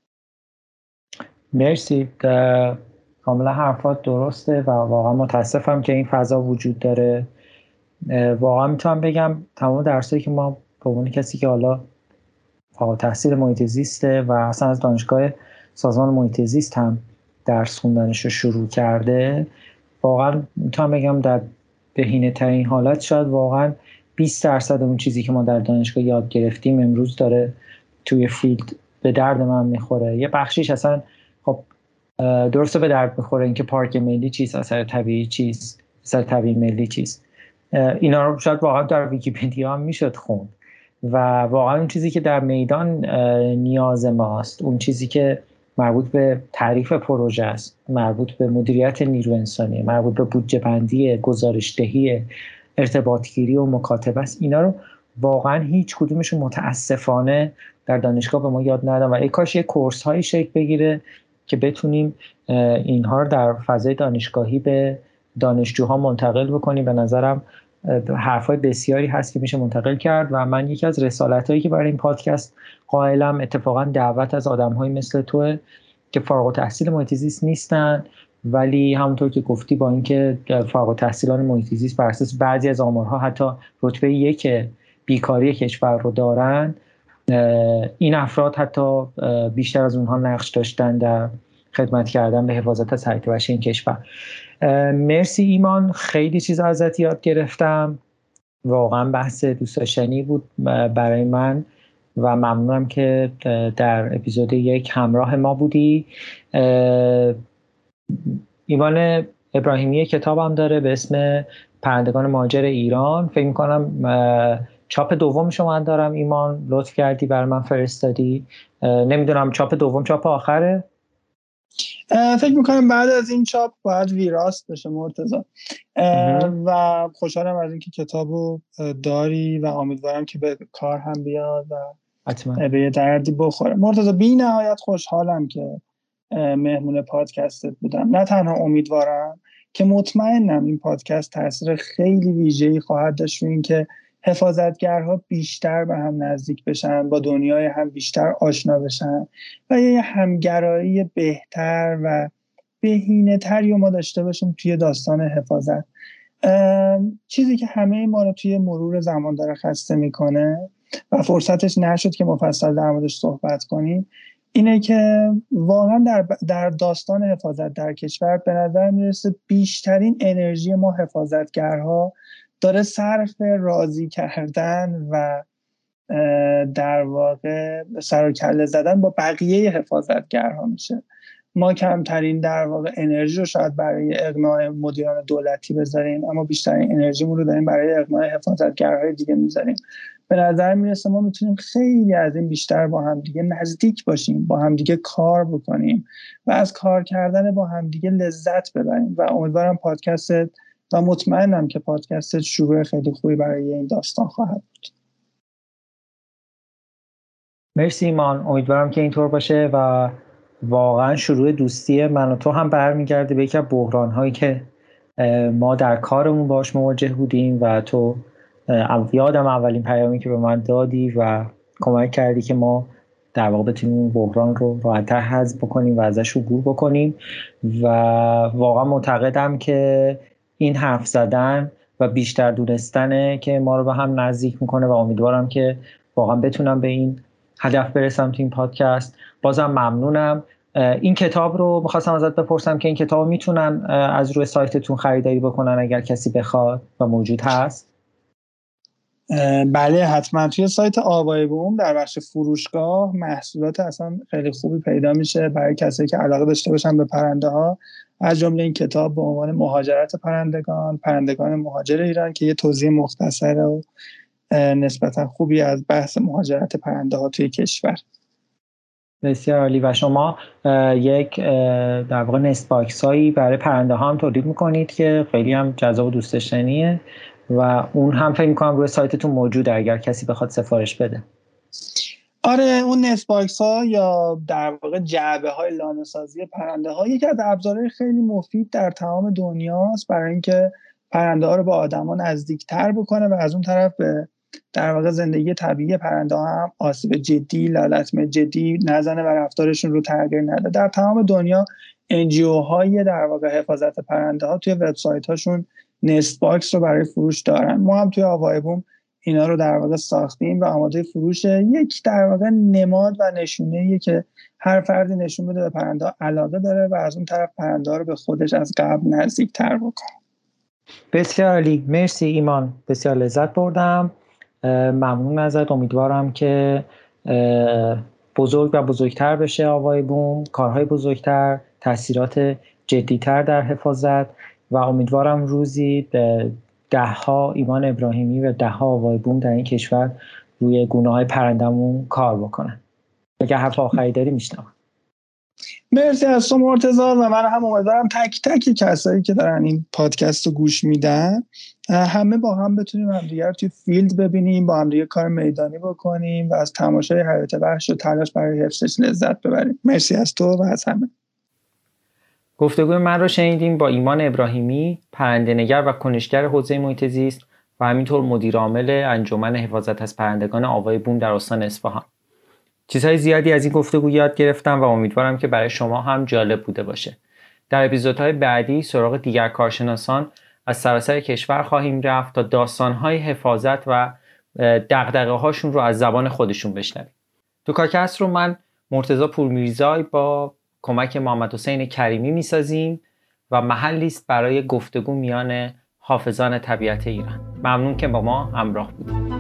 مرسی، کاملا حرفات درسته و واقعا متاسفم که این فضا وجود داره. واقعا میتونم بگم تمام درسایی که ما به عنوان کسی که حالا فارغ التحصیل محیط زیسته و اصلا از دانشگاه سازمان محیط زیست هم درس خوندنش رو شروع کرده، واقعا میتونم بگم در بهینه ترین حالت شاید واقعا 20% اون چیزی که ما در دانشگاه یاد گرفتیم امروز داره توی فیلد به درد من میخوره. یه بخشیش اصلا خب درسته به درد میخوره، اینکه پارک ملی چیست، اثر طبیعی چیست، اثر طبیعی ملی چیست، اینا رو شاید واقعا در ویکی‌پدیا هم میشد خوند و واقعا اون چیزی که در میدان نیاز ماست، اون چیزی که مربوط به تعریف پروژه است، مربوط به مدیریت نیرو انسانی، مربوط به بودجه بندی، گزارش‌دهی، ارتباطگیری و مکاتبه است، اینا رو واقعا هیچ کدومشون متاسفانه در دانشگاه به ما یاد ندادن و ای کاش یه کورس هایی شکل بگیره که بتونیم اینها رو در فضای دانشگاهی به دانشجوها منتقل بکنیم. به نظرم حرفای بسیاری هست که میشه منتقل کرد و من یکی از رسالتایی که برای این پادکست قائلم اتفاقا دعوت از آدم‌های مثل تو که فارغ التحصیل محیط زیست نیستن، ولی همونطور که گفتی با اینکه فارغ التحصیلان محیط زیست بر اساس بعضی از آمارها حتی رتبه 1 بیکاری کشور رو دارن، این افراد حتی بیشتر از اونها نقش داشتن در خدمت کردن به حفاظت از حیات وحشی این کشور. مرسی ایمان، خیلی چیزا ازت یاد گرفتم، واقعا بحث دوست داشتنی بود برای من و ممنونم که در اپیزود 1 همراه ما بودی. ایمان ابراهیمی کتابم داره به اسم پرندگان مهاجر ایران، فکر میکنم چاپ دومش رو من دارم، ایمان لطف کردی برای من فرستادی، نمیدونم چاپ دوم چاپ آخره؟
فکر میکنم بعد از این چاپ باید ویراست بشه مرتضی و خوشحالم از اینکه کتابو داری و امیدوارم که به کار هم بیاد و به یه دردی بخوره. مرتضی بی نهایت خوشحالم که مهمون پادکستت بودم، نه تنها امیدوارم که مطمئنم این پادکست تاثیر خیلی ویژه‌ای خواهد داشت روی این که حفاظتگرها بیشتر به هم نزدیک بشن، با دنیای هم بیشتر آشنا بشن و یه همگرایی بهتر و بهینه‌تری ما داشته باشیم توی داستان حفاظت. چیزی که همه ما رو توی مرور زمان داره خسته میکنه و فرصتش نشد که مفصل در موردش صحبت کنیم اینه که واقعا در داستان حفاظت در کشور به نظر میرسه بیشترین انرژی ما حفاظتگرها داره صرف راضی کردن و در واقع سر و کله زدن با بقیه حفاظتگرها میشه. ما کمترین در واقع انرژی رو شاید برای اقناع مدیران دولتی بذاریم، اما بیشترین انرژیمون رو داریم برای اقناع حفاظتگرهای دیگه میذاریم. به نظر میرسه ما میتونیم خیلی از این بیشتر با هم دیگه نزدیک باشیم، با هم دیگه کار بکنیم و از کار کردن با هم دیگه لذت ببریم و امیدوارم پادکستت و مطمئنم که پادکستت شروع خیلی خوبی برای این داستان خواهد بود.
مرسی ایمان، امیدوارم که اینطور باشه و واقعا شروع دوستی من و تو هم برمیگرده به یکی از بحران‌هایی که ما در کارمون باش مواجه بودیم و تو یادم اولین پیامی که به من دادی و کمک کردی که ما در واقع بتونیم این بحران رو راحت‌تر حذف بکنیم و ازش عبور بکنیم و واقعا معتقدم که این حرف زدن و بیشتر دونستنه که ما رو به هم نزدیک میکنه و امیدوارم که واقعا بتونم به این هدف برسم تو این پادکست. بازم ممنونم. این کتاب رو می‌خواستم ازت بپرسم که این کتاب میتونن از روی سایتتون خریداری بکنن اگر کسی بخواد و موجود هست؟
بله حتما توی سایت آوای بوم در بخش فروشگاه محصولات اصلا خیلی خوبی پیدا میشه برای کسایی که علاقه داشته باشن به پرنده ها، از جمله این کتاب به عنوان مهاجرت پرندگان مهاجر ایران که یه توضیح مختصر و نسبتا خوبی از بحث مهاجرت پرنده ها توی کشور.
بسیار عالی. و شما یک در واقع نست باکس هایی برای پرنده ها هم تولید میکنید که خیلی هم جذاب و دوست داشتنیه و اون هم فکر میکنم روی سایتتون موجوده اگر کسی بخواد سفارش بده.
آره، اون نست باکس ها یا در واقع جعبه های لانه سازی پرنده ها یکی از ابزارهای خیلی مفید در تمام دنیاست برای اینکه پرنده ها رو با آدما نزدیکتر بکنه و از اون طرف به در واقع زندگی طبیعی پرنده ها هم آسیب جدی، لالتمه جدی نزنه و رفتارشون رو تغییر نده. در تمام دنیا NGO های در واقع حفاظت پرنده ها توی وبسایت هاشون نست باکس رو برای فروش دارن. ما هم توی آوای بوم اینا رو در واقع ساختیم و آماده فروشه. یک در واقع نماد و نشونه‌ایه که هر فردی نشون بده به پرنده ها علاقه داره و از اون طرف پرنده ها رو به خودش از قبل نزدیک‌تر بکنه.
بسیار عالی. مرسی ایمان، بسیار لذت بردم. ممنون ازت. امیدوارم که بزرگ و بزرگتر بشه آوای بوم، کارهای بزرگتر، تاثیرات جدیتر در حفاظت و امیدوارم روزی 10 ایمان ابراهیمی و 10 آوای بوم در این کشور روی گونه‌های پرندمون کار بکنن. اگه حرف آخری داری میشنم.
مرسی از تو مرتضی و من هم امیدوارم تک تک کسایی که دارن این پادکست رو گوش میدن همه با هم بتونیم همدیگه رو توی فیلد ببینیم، با هم دیگه کار میدانی بکنیم و از تماشای حیات وحش و تلاش برای حفظش لذت ببریم. مرسی از تو و از همه.
گفتگوی من رو شنیدیم با ایمان ابراهیمی، پرنده‌نگر و کنشگر حوزه محیط زیست و همینطور مدیر عامل انجمن حفاظت از پرندگان آوای بوم در استان اصفهان. چیزهای زیادی از این گفتگو یاد گرفتم و امیدوارم که برای شما هم جالب بوده باشه. در اپیزودهای بعدی سراغ دیگر کارشناسان از سراسر کشور خواهیم رفت تا داستانهای حفاظت و دغدغه‌هاشون رو از زبان خودشون بشنویم. تو کارکست رو من مرتضی پورمیرزایی با کمک محمد حسین کریمی میسازیم و محلی است برای گفتگو میان حافظان طبیعت ایران. ممنون که با ما همراه بودید.